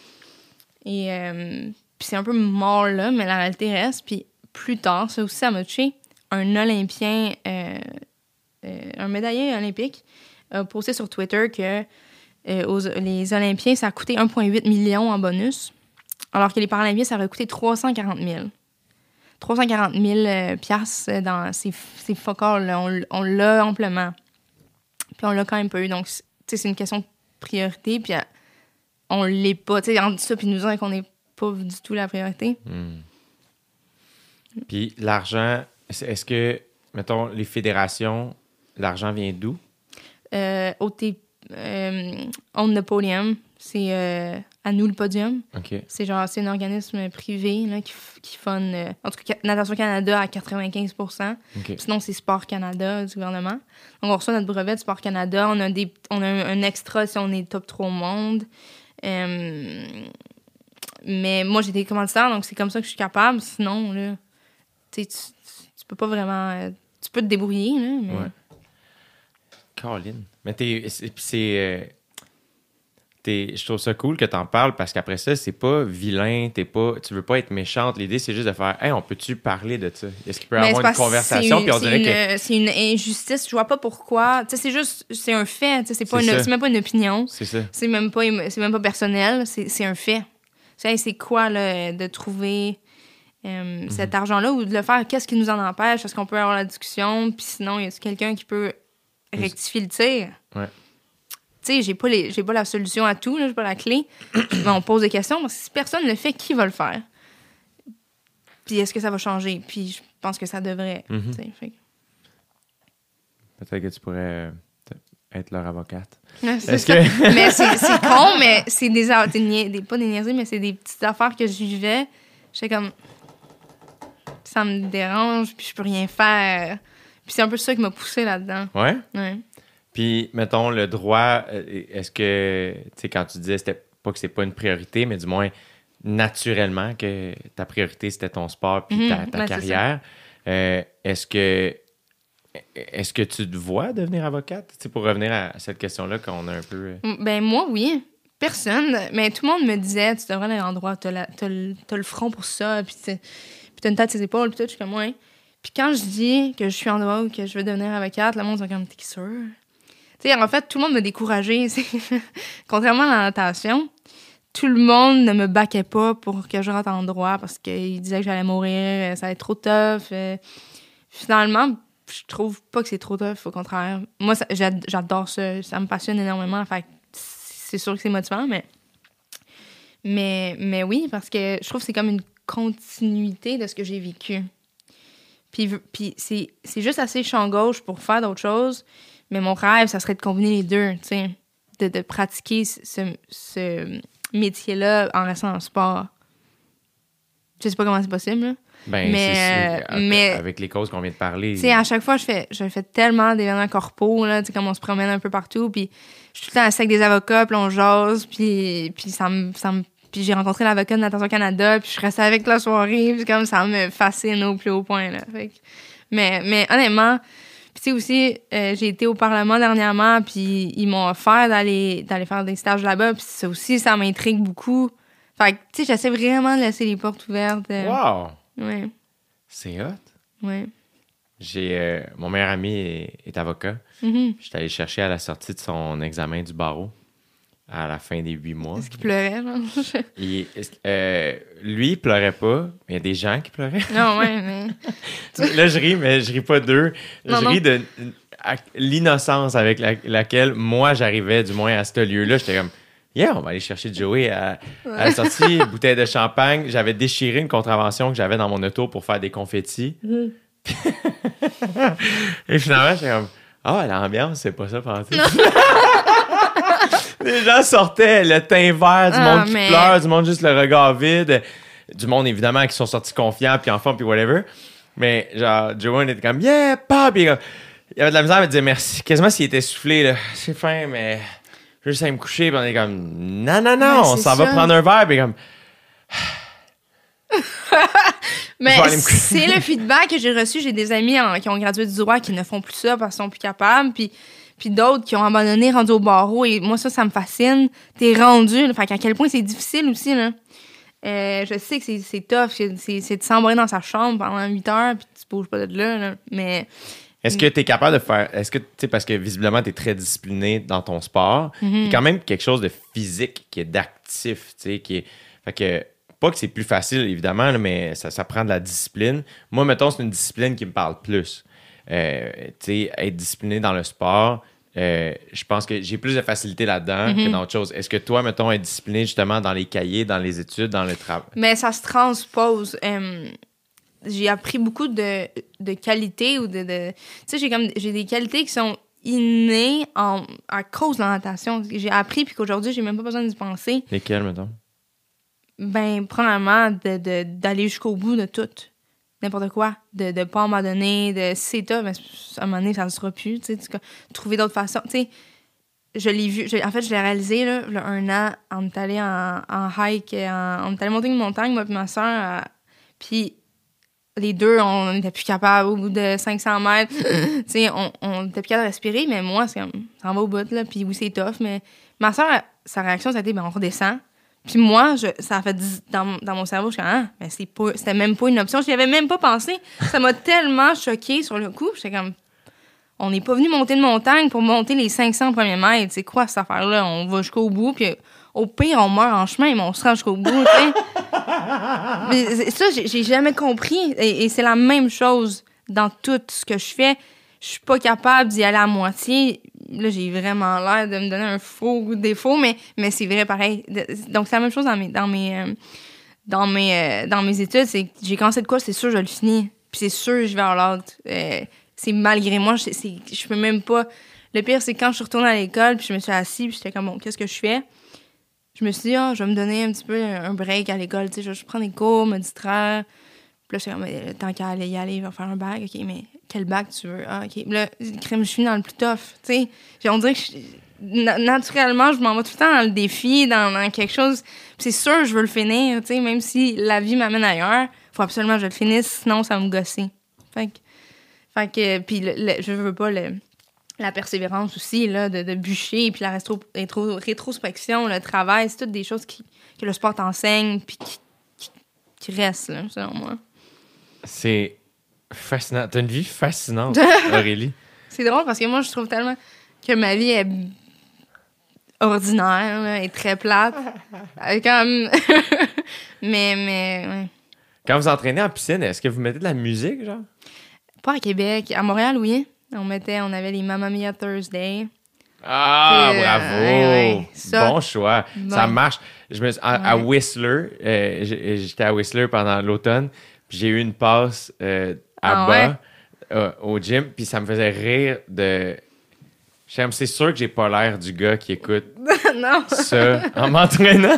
Et euh, puis c'est un peu mort là, mais la réalité reste. Puis plus tard, ça aussi, ça m'a touché. Un Olympien euh, euh, un médaillé olympique, a posté sur Twitter que euh, aux, les Olympiens, ça a coûté un virgule huit million en bonus, alors que les Paralympiens, ça aurait coûté trois cent quarante mille. trois cent quarante mille euh, piastres dans ces, ces fuck-all-là. On, on l'a amplement. Puis on l'a quand même pas eu. Donc, c'est une question de priorité, puis euh, on l'est pas. Tu sais, entre ça puis nous dire qu'on n'est pas du tout la priorité. Mm. Puis l'argent, est-ce que, mettons, les fédérations, l'argent vient d'où? Euh, O T, euh, On the Podium, c'est euh, à nous le podium. Okay. C'est genre, c'est un organisme privé là, qui, qui fund, euh, en tout cas, Natation Canada à quatre-vingt-quinze pour cent. Okay. Sinon, c'est Sport Canada du gouvernement. Donc, on reçoit notre brevet de Sport Canada. On a, des, on a un, un extra si on est top trois au monde. Euh, mais moi, j'ai des commanditaires, donc c'est comme ça que je suis capable. Sinon, là, tu, tu, tu peux pas vraiment... Euh, tu peux te débrouiller, là, mais... Ouais. Caroline. Mais t'es, c'est, c'est, euh, t'es, je trouve ça cool que t'en parles parce qu'après ça, c'est pas vilain, t'es pas, tu veux pas être méchante. L'idée, c'est juste de faire, hey, on peut-tu parler de ça? Est-ce qu'il peut y avoir une conversation? Puis on dirait une, que... C'est une injustice. Je vois pas pourquoi. Tu sais, c'est juste, c'est un fait. Tu sais, c'est, pas c'est, une, c'est même pas une opinion. C'est ça. C'est même pas, c'est même pas personnel. C'est, c'est un fait. Tu sais, c'est quoi, là, de trouver euh, mm-hmm. cet argent-là ou de le faire? Qu'est-ce qui nous en empêche? Est-ce qu'on peut avoir la discussion? Puis sinon, y a quelqu'un qui peut rectifier le tir? Ouais. Tu sais, j'ai pas, les, j'ai pas la solution à tout, là, j'ai pas la clé. Mais on pose des questions, parce que si personne ne le fait, qui va le faire? Puis est-ce que ça va changer? Puis je pense que ça devrait. Mm-hmm. Fait. Peut-être que tu pourrais être leur avocate. Ouais, c'est Est-ce que... mais c'est, c'est con, mais c'est des, des, des... Pas des niaiseries, mais c'est des petites affaires que je vivais. J'étais comme... Ça me dérange, puis je peux rien faire. Puis c'est un peu ça qui m'a poussée là-dedans. Ouais? Ouais. Puis, mettons, le droit, est-ce que, tu sais, quand tu disais, c'était pas que c'est pas une priorité, mais du moins, naturellement, que ta priorité, c'était ton sport puis mm-hmm. ta, ta ben, carrière, euh, est-ce que est-ce que tu te vois devenir avocate? Tu sais, pour revenir à cette question-là qu'on a un peu... Ben moi, oui. Personne. Mais tout le monde me disait, tu devrais aller à l'endroit, t'as, la, t'as, le, t'as le front pour ça, puis t'as une tête sur ses épaules, puis tout, je suis comme, ouais. Puis quand je dis que je suis en droit ou que je veux devenir avocate, le monde est comme, t'es sûr? Tu sais, en fait, tout le monde m'a découragée. Contrairement à la natation, tout le monde ne me baquait pas pour que je rentre en droit parce qu'ils disaient que j'allais mourir, ça allait être trop tough. Finalement, je trouve pas que c'est trop tough, au contraire. Moi, ça, j'adore ça, ça me passionne énormément. Fait c'est sûr que c'est motivant, mais... mais... Mais oui, parce que je trouve que c'est comme une continuité de ce que j'ai vécu. Puis, puis c'est, c'est juste assez champ gauche pour faire d'autres choses. Mais mon rêve, ça serait de combiner les deux, tu sais, de, de pratiquer ce, ce métier-là en restant en sport. Je sais pas comment c'est possible, là. Ben, mais, c'est, c'est, euh, mais avec les causes qu'on vient de parler. Tu sais, à chaque fois, je fais, je fais tellement d'événements corpaux, là, tu sais, comme on se promène un peu partout, puis je suis tout le temps assis avec des avocats, puis on jase, puis, puis ça me... Ça me puis j'ai rencontré l'avocat de Natation Canada, puis je suis restée avec toute la soirée, puis comme ça me fascine au plus haut point, là. Fait que, mais, mais honnêtement... Puis tu sais aussi, euh, j'ai été au Parlement dernièrement, puis ils m'ont offert d'aller, d'aller faire des stages là-bas, puis ça aussi, ça m'intrigue beaucoup. Fait que, tu sais, j'essaie vraiment de laisser les portes ouvertes. Euh, wow! Ouais. C'est hot. Ouais. J'ai, euh, mon meilleur ami est, est avocat. Mm-hmm. J'étais allé chercher à la sortie de son examen du barreau, à la fin des huit mois. Est-ce qu'il pleurait, genre? il, euh, lui, il pleurait pas, mais il y a des gens qui pleuraient. Non, ouais, mais... Là, je ris, mais je ris pas d'eux. Non, je non. ris de à, l'innocence avec la, laquelle moi, j'arrivais, du moins, à ce lieu-là. J'étais comme, yeah, on va aller chercher Joey à, ouais. à la sortie, bouteille de champagne. J'avais déchiré une contravention que j'avais dans mon auto pour faire des confettis. Mm. Et finalement, j'étais comme, ah, oh, l'ambiance, c'est pas ça, partout. Les gens sortaient, le teint vert, du ah, monde qui mais... pleure, du monde juste le regard vide, du monde évidemment qui sont sortis confiants, puis en forme, puis whatever. Mais genre, Joanne était comme, yeah, pop! Il y avait de la misère à me dire merci. Quasiment s'il était soufflé, là. C'est fin, mais juste à me coucher, puis on est comme, non, non, non, ouais, on s'en ça. va prendre un verre, puis comme. Mais c'est le feedback que j'ai reçu. J'ai des amis en, qui ont gradué du droit qui ne font plus ça parce qu'ils sont plus capables, puis. Puis d'autres qui ont abandonné, rendus au barreau. Et moi, ça, ça me fascine. T'es rendu. Là, fait qu'à quel point c'est difficile aussi, là. Euh, je sais que c'est, c'est tough. C'est, c'est, c'est de s'embrasser dans sa chambre pendant huit heures puis tu bouges pas de là, là. Mais, Est-ce que tu es capable de faire... Est-ce que, tu sais, parce que visiblement, tu es très discipliné dans ton sport, il Mm-hmm. y a quand même quelque chose de physique qui est d'actif, tu sais, qui est... Fait que, pas que c'est plus facile, évidemment, là, mais ça, ça prend de la discipline. Moi, mettons, c'est une discipline qui me parle plus. Euh, tu sais, être discipliné dans le sport, euh, je pense que j'ai plus de facilité là-dedans Mm-hmm. que dans autre chose. Est-ce que toi, mettons, être discipliné justement dans les cahiers, dans les études, dans le travail? Mais ça se transpose. Euh, j'ai appris beaucoup de, de qualités ou de... de tu sais, j'ai comme j'ai des qualités qui sont innées en, à cause de la natation. J'ai appris, puis qu'aujourd'hui, j'ai même pas besoin d'y penser. Lesquels, mettons? Ben, premièrement, de, de, d'aller jusqu'au bout de tout. N'importe quoi. De ne pas m'abandonner, de si c'est top, ben, à un moment donné, ça ne sera plus. Tu sais, trouver d'autres façons. Tu sais, je l'ai vu. Je, en fait, je l'ai réalisé, là, là, un an, on est allé en, en hike, en, on est allé monter une montagne, moi et ma soeur. Puis les deux, on n'était plus capables au bout de cinq cents mètres. Tu sais, on, on était plus capable de respirer, mais moi, c'est comme, ça en va au bout, là. Puis oui, c'est tough, mais ma soeur, sa réaction, ça a été, ben, on redescend. Puis moi, je, ça a fait dans, dans mon cerveau, je suis comme, ah, mais c'est pas, c'était même pas une option. Je n'y avais même pas pensé. Ça m'a tellement choquée sur le coup. J'étais comme, on n'est pas venu monter une montagne pour monter les cinq cents premiers mètres. C'est quoi cette affaire-là? On va jusqu'au bout, puis au pire, on meurt en chemin, mais on se rend jusqu'au bout, tu sais. Mais ça, j'ai, j'ai jamais compris. Et, et c'est la même chose dans tout ce que je fais. Je suis pas capable d'y aller à moitié. Là, j'ai vraiment l'air de me donner un faux défaut, mais, mais c'est vrai pareil. Donc, c'est la même chose dans mes, dans mes, euh, dans mes, euh, dans mes études. C'est que j'ai commencé de quoi, c'est sûr, je le finis. Puis c'est sûr, je vais à l'autre. Euh, c'est malgré moi. Je, c'est, je peux même pas... Le pire, c'est quand je suis retournée à l'école, puis je me suis assise, puis j'étais comme, bon, qu'est-ce que je fais? Je me suis dit, ah, oh, je vais me donner un petit peu un break à l'école. Tu sais, je vais juste prendre des cours, me distraire. Puis là, j'étais comme, mais, tant qu'à aller y aller, il va faire un bac. OK, mais quel bac tu veux? Ah, OK. Puis là, crème, je suis dans le plus tough. Tu sais, on dirait que je, na- naturellement, je m'en vais tout le temps dans le défi, dans, dans quelque chose. Puis c'est sûr, je veux le finir. Tu sais, même si la vie m'amène ailleurs, il faut absolument que je le finisse, sinon ça va me gosser. Fait que, fait que puis le, le, je veux pas le, la persévérance aussi, là, de, de bûcher, puis la rétro, rétro, rétrospection, le travail, c'est toutes des choses qui, que le sport t'enseigne, puis qui, qui, qui restent, là, selon moi. C'est fascinant. T'as une vie fascinante, Aurélie. C'est drôle parce que moi, je trouve tellement que ma vie est ordinaire, là, est très plate. Comme... mais, mais, ouais. Quand vous entraînez en piscine, est-ce que vous mettez de la musique, genre? Pas à Québec. À Montréal, oui. On mettait, on avait les Mamma Mia Thursday. Ah, Et, bravo! euh, ouais, ouais. Ça, bon choix. bon. Ça marche. Je me, à, Ouais. à Whistler, euh, j'étais à Whistler pendant l'automne, puis j'ai eu une passe euh, à Ah bas ouais? euh, au gym, puis ça me faisait rire de... J'aime, c'est sûr que j'ai pas l'air du gars qui écoute non. ça en m'entraînant.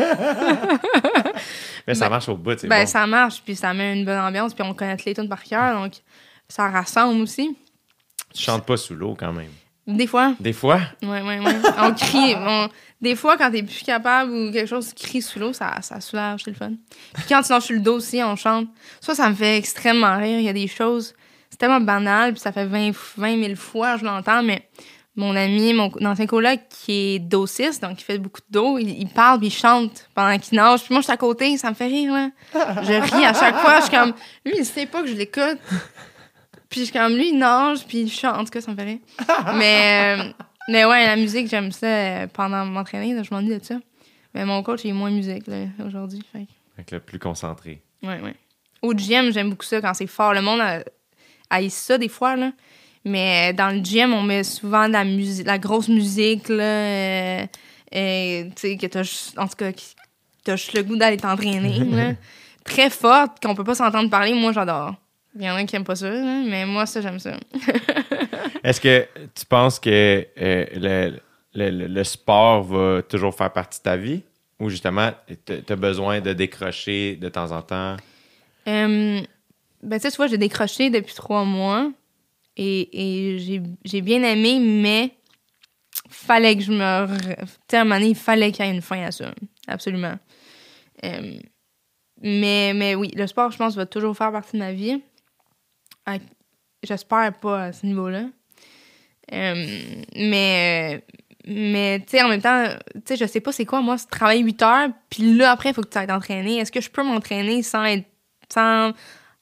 Mais ça marche au bout, c'est Ben, bon. ça marche, puis ça met une bonne ambiance, puis on connaît les tunes par cœur, donc ça rassemble aussi. Tu chantes pas sous l'eau quand même. Des fois. Des fois? Ouais, ouais, ouais. On crie. On... Des fois, quand t'es plus capable ou quelque chose crie sous l'eau, ça, ça soulage, c'est le fun. Puis quand tu lâches sur le dos aussi, on chante. Ça, ça me fait extrêmement rire. Il y a des choses... C'est tellement banal, puis ça fait vingt mille fois je l'entends, mais mon ami, mon ancien coloc qui est dossiste, donc qui fait beaucoup de dos, il, il parle puis il chante pendant qu'il nage. Puis moi, je suis à côté, ça me fait rire, là. Je ris à chaque fois. Je suis comme... Lui, il sait pas que je l'écoute. Puis je suis comme, lui, il nage, puis il chante. En tout cas, ça me fait rire. Mais, euh, mais ouais, la musique, j'aime ça euh, pendant m'entraîner. Là, je m'ennuie de ça. Mais mon coach, il est moins musique là, aujourd'hui. Fait. Fait que le plus concentré. Ouais, ouais. Au gym, j'aime beaucoup ça quand c'est fort. Le monde a, haït ça des fois, là. Mais dans le gym, on met souvent de la musique, la grosse musique, là. Euh, euh, tu sais, que t'as juste, en tout cas, que t'as juste le goût d'aller t'entraîner, là. Très forte, qu'on peut pas s'entendre parler. Moi, j'adore. Il y en a qui aiment pas ça, là, mais moi, ça, j'aime ça. Est-ce que tu penses que euh, le, le, le sport va toujours faire partie de ta vie? Ou justement, tu as besoin de décrocher de temps en temps? Euh, ben, tu sais, tu vois, j'ai décroché depuis trois mois et, et j'ai, j'ai bien aimé, mais fallait que je me... Tu sais, à un moment donné, il fallait qu'il y ait une fin à ça. Absolument. Euh, mais, mais oui, le sport, je pense, va toujours faire partie de ma vie. À, j'espère pas à ce niveau-là. Euh, mais... Mais, tu sais, en même temps, tu sais, je sais pas c'est quoi, moi, c'est travailler huit heures, puis là, après, il faut que tu ailles t'entraîner. Est-ce que je peux m'entraîner sans être, sans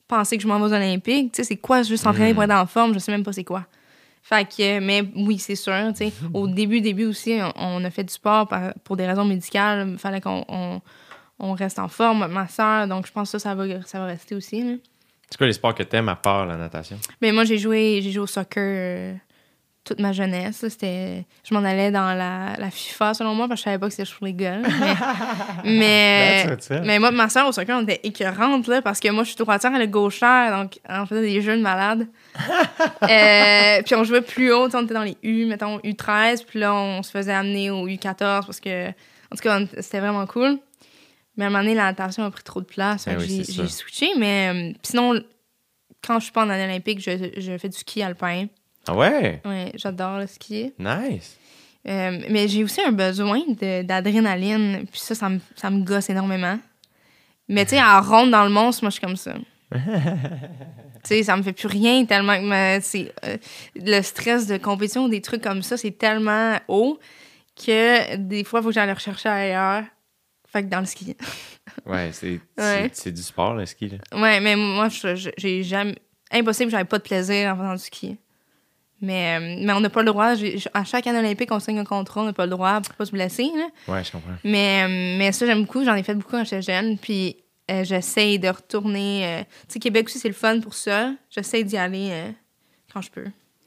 penser que je m'en vais aux Olympiques. Tu sais, c'est quoi juste s'entraîner Mm. pour être en forme? Je sais même pas c'est quoi. Fait que, mais oui, c'est sûr. Tu sais, au début, début aussi, on, on a fait du sport par- pour des raisons médicales. Il fallait qu'on on, on reste en forme, ma soeur. Donc, je pense que ça, ça, va, ça va rester aussi. Là. C'est quoi les sports que t'aimes à part la natation? Mais moi, j'ai joué, j'ai joué au soccer euh, toute ma jeunesse. Là. C'était, je m'en allais dans la, la FIFA, selon moi, parce que je savais pas que c'était pour les gars. là. Mais, mais, That's what's up. mais moi, ma soeur au soccer, on était écœurantes, là, parce que moi, je suis droitière, elle est gauchère, donc on faisait des jeux de malade. euh, puis on jouait plus haut, tu sais, on était dans les U, mettons U treize, puis là, on se faisait amener au U quatorze, parce que, en tout cas, on- c'était vraiment cool. Mais à un moment donné, la natation a pris trop de place, fait Ben que oui, j'ai, c'est j'ai ça. switché. Mais euh, sinon, quand je suis pas en année olympique, je, je fais du ski alpin. Ah ouais? Ouais, j'adore le ski. Nice. Euh, mais j'ai aussi un besoin de, d'adrénaline. Puis ça, ça me, ça me gosse énormément. Mais tu sais, à ronde dans le monstre, moi, je suis comme ça. Tu sais, ça me fait plus rien tellement que ma- c'est, euh, le stress de compétition ou des trucs comme ça, c'est tellement haut que des fois, il faut que j'aille le rechercher ailleurs. Fait que dans le ski. Ouais, c'est, Ouais. c'est, c'est du sport, le ski. Là. Ouais, mais moi, je- je- j'ai jamais... Impossible que j'avais pas de plaisir en faisant du ski. Mais, euh, mais on n'a pas le droit. J'ai- à chaque année olympique, on signe un contrat, on n'a pas le droit pour pas se blesser. Là. Ouais, je comprends. Mais, euh, mais ça, j'aime beaucoup. J'en ai fait beaucoup quand j'étais jeune. Puis euh, j'essaye de retourner... euh, Tu sais, Québec aussi, c'est le fun pour ça. J'essaye d'y aller euh, quand je peux.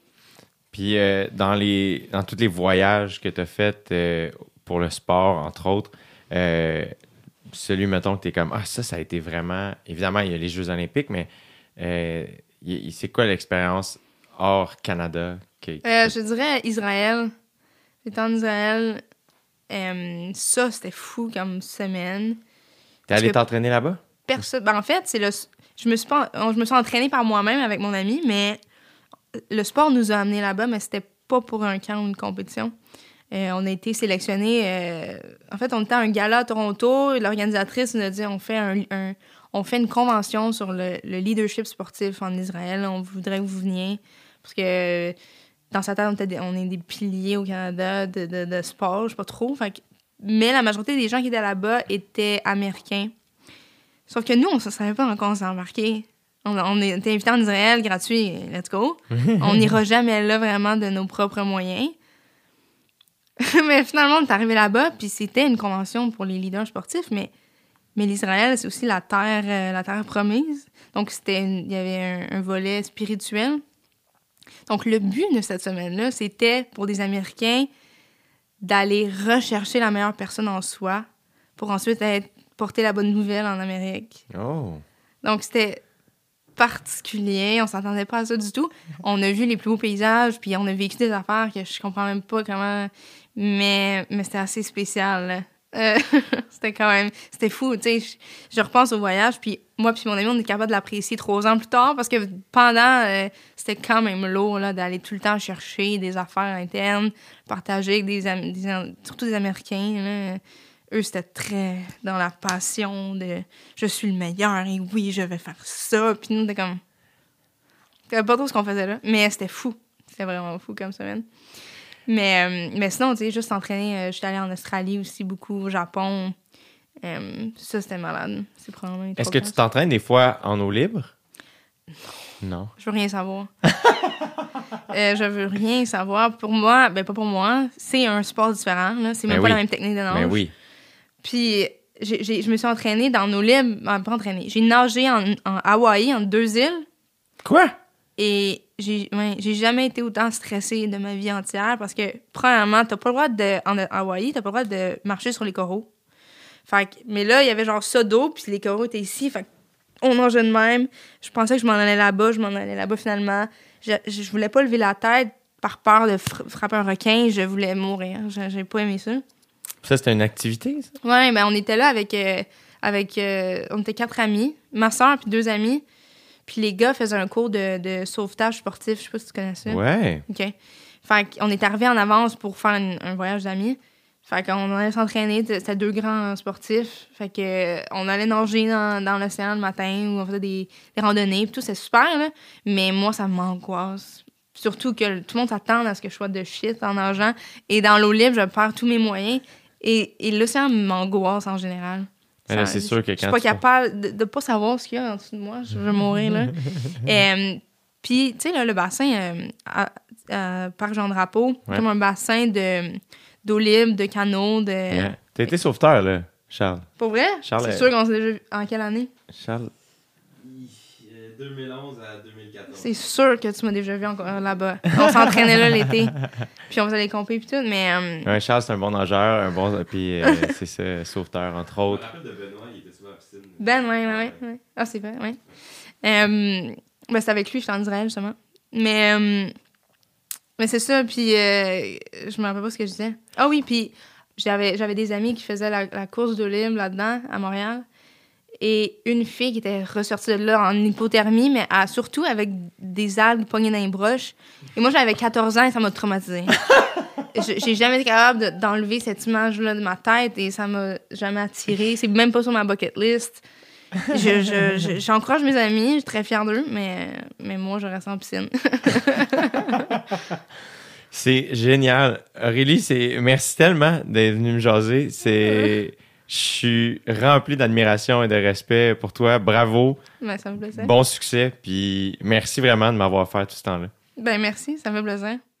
Puis euh, dans, les, dans tous les voyages que tu as faits euh, pour le sport, entre autres, euh, celui, mettons, que tu es comme, ah, ça, ça a été vraiment... Évidemment, il y a les Jeux olympiques, mais euh, y- y- c'est quoi l'expérience hors Canada? Que, que- Euh, je dirais Israël. J'étais en Israël. Euh, ça, c'était fou comme semaine. T'es allé que- t'entraîner là-bas? Personne. Ben, en fait, c'est le. Je me suis pas. Je me suis entraînée par moi-même avec mon ami, mais le sport nous a amenés là-bas, mais c'était pas pour un camp ou une compétition. Euh, on a été sélectionnés. euh, En fait, on était à un gala à Toronto. L'organisatrice nous a dit on fait un, un- on fait une convention sur le, le leadership sportif en Israël. On voudrait que vous veniez parce que dans sa tête, on, était des- on est des piliers au Canada de, de, de sport. Je sais pas trop. Fait que- mais la majorité des gens qui étaient là-bas étaient américains. Sauf que nous, on ne savait pas encore on s'est embarqué. On, on était invités en Israël, gratuit, let's go. On n'ira jamais là vraiment de nos propres moyens. Mais finalement, on est arrivé là-bas, puis c'était une convention pour les leaders sportifs, mais, mais l'Israël, c'est aussi la terre, euh, la terre promise. Donc, c'était une- il y avait un, un volet spirituel. Donc, le but de cette semaine-là, c'était pour des Américains d'aller rechercher la meilleure personne en soi pour ensuite être, porter la bonne nouvelle en Amérique. Oh! Donc, c'était particulier. On s'attendait pas à ça du tout. On a vu les plus beaux paysages, puis on a vécu des affaires que je comprends même pas comment... Mais, mais c'était assez spécial, là. Euh, c'était quand même... C'était fou, tu sais. Je, je repense au voyage, puis moi puis mon ami, on est capable de l'apprécier trois ans plus tard, parce que pendant, euh, c'était quand même lourd, là, d'aller tout le temps chercher des affaires internes, partager avec des, Am- des Am- surtout des Américains, là. Eux, c'était très dans la passion de « je suis le meilleur et oui, je vais faire ça ». Puis nous, on était comme... C'était pas trop ce qu'on faisait là, mais c'était fou. C'était vraiment fou comme semaine. Mais, euh, mais sinon, tu sais, juste s'entraîner. Euh, j'étais allée en Australie aussi beaucoup, au Japon. Euh, ça, c'était malade. C'est probablement une Est-ce trop que tu grosse. t'entraînes des fois en eau libre? Non. Je veux rien savoir. euh, je veux rien savoir. Pour moi, ben pas pour moi, c'est un sport différent. Là. C'est même Ben pas oui. la même technique de nage. Ben oui. Puis j'ai, j'ai- je me suis entraînée dans nos libres. Ben, pas entraînée. J'ai nagé en, en Hawaï, en deux îles. Quoi? Et j'ai, ouais, j'ai jamais été autant stressée de ma vie entière parce que, premièrement, t'as pas le droit de, en Hawaï, t'as pas le droit de marcher sur les coraux. Fait que, mais là, il y avait genre ça d'eau, puis les coraux étaient ici. Fait on nageait de même. Je pensais que je m'en allais là-bas, je m'en allais là-bas finalement. Je, je voulais pas lever la tête par peur de fra- frapper un requin. Je voulais mourir. J'ai, j'ai pas aimé ça. Ça, c'était une activité, ça? Ouais, ben on était là avec... euh, avec euh, on était quatre amis, ma soeur puis deux amis. Puis les gars faisaient un cours de, de sauvetage sportif. Je sais pas si tu connais ça. Ouais. OK. Fait qu'on est arrivé en avance pour faire une- un voyage d'amis. Fait qu'on allait s'entraîner. C'était deux grands sportifs. Fait que euh, on allait nager dans, dans l'océan le matin ou on faisait des, des randonnées. Puis tout, c'est super, là. Mais moi, ça m'angoisse. Surtout que tout le monde s'attend à ce que je sois de shit en nageant. Et dans l'eau libre, je perds tous mes moyens. Et, et l'océan m'angoisse en général. Mais là, c'est sûr que quand je suis pas tu- capable de ne pas savoir ce qu'il y a en dessous de moi. Je vais mourir, là. Euh, Puis, tu sais, là, le bassin euh, à, à Parc Jean-Drapeau, Ouais. comme un bassin de, d'eau libre, de canaux, de... Yeah. T'as été sauveteur, là, Charles. Pour vrai? Charles, C'est euh, sûr qu'on s'est déjà vu. En quelle année? Charles. deux mille onze à deux mille quatorze. C'est sûr que tu m'as déjà vu encore là-bas. On s'entraînait là l'été. Puis on faisait les compés puis tout, mais... euh, Ouais, Charles, c'est un bon nageur, un bon. Puis euh, c'est ça, sauveteur, entre Je me autres. rappelle de Benoît, il était souvent à la piscine. Ben, ouais, ouais, ouais, ouais. Ah, c'est vrai, ouais. Euh, ben, c'est avec lui, je t'en dirais, justement. Mais, euh, mais c'est ça, puis euh, je me rappelle pas ce que je disais. Ah oui, puis j'avais, j'avais des amis qui faisaient la, la course de libre là-dedans, à Montréal. Et une fille qui était ressortie de là en hypothermie, mais à- surtout avec des algues pognées dans les broches. Et moi, j'avais quatorze ans et ça m'a traumatisée. Je- J'ai jamais été capable de- d'enlever cette image-là de ma tête et ça m'a jamais attirée. C'est même pas sur ma bucket list. Je, je, je- j'encourage mes amis, je suis très fière d'eux, mais, mais moi, je reste en piscine. C'est génial. Aurélie, c'est... merci tellement d'être venue me jaser. C'est... Je suis rempli d'admiration et de respect pour toi. Bravo. Ben, ça me fait plaisir. Bon succès. Puis merci vraiment de m'avoir fait tout ce temps-là. Ben, merci, ça me fait plaisir.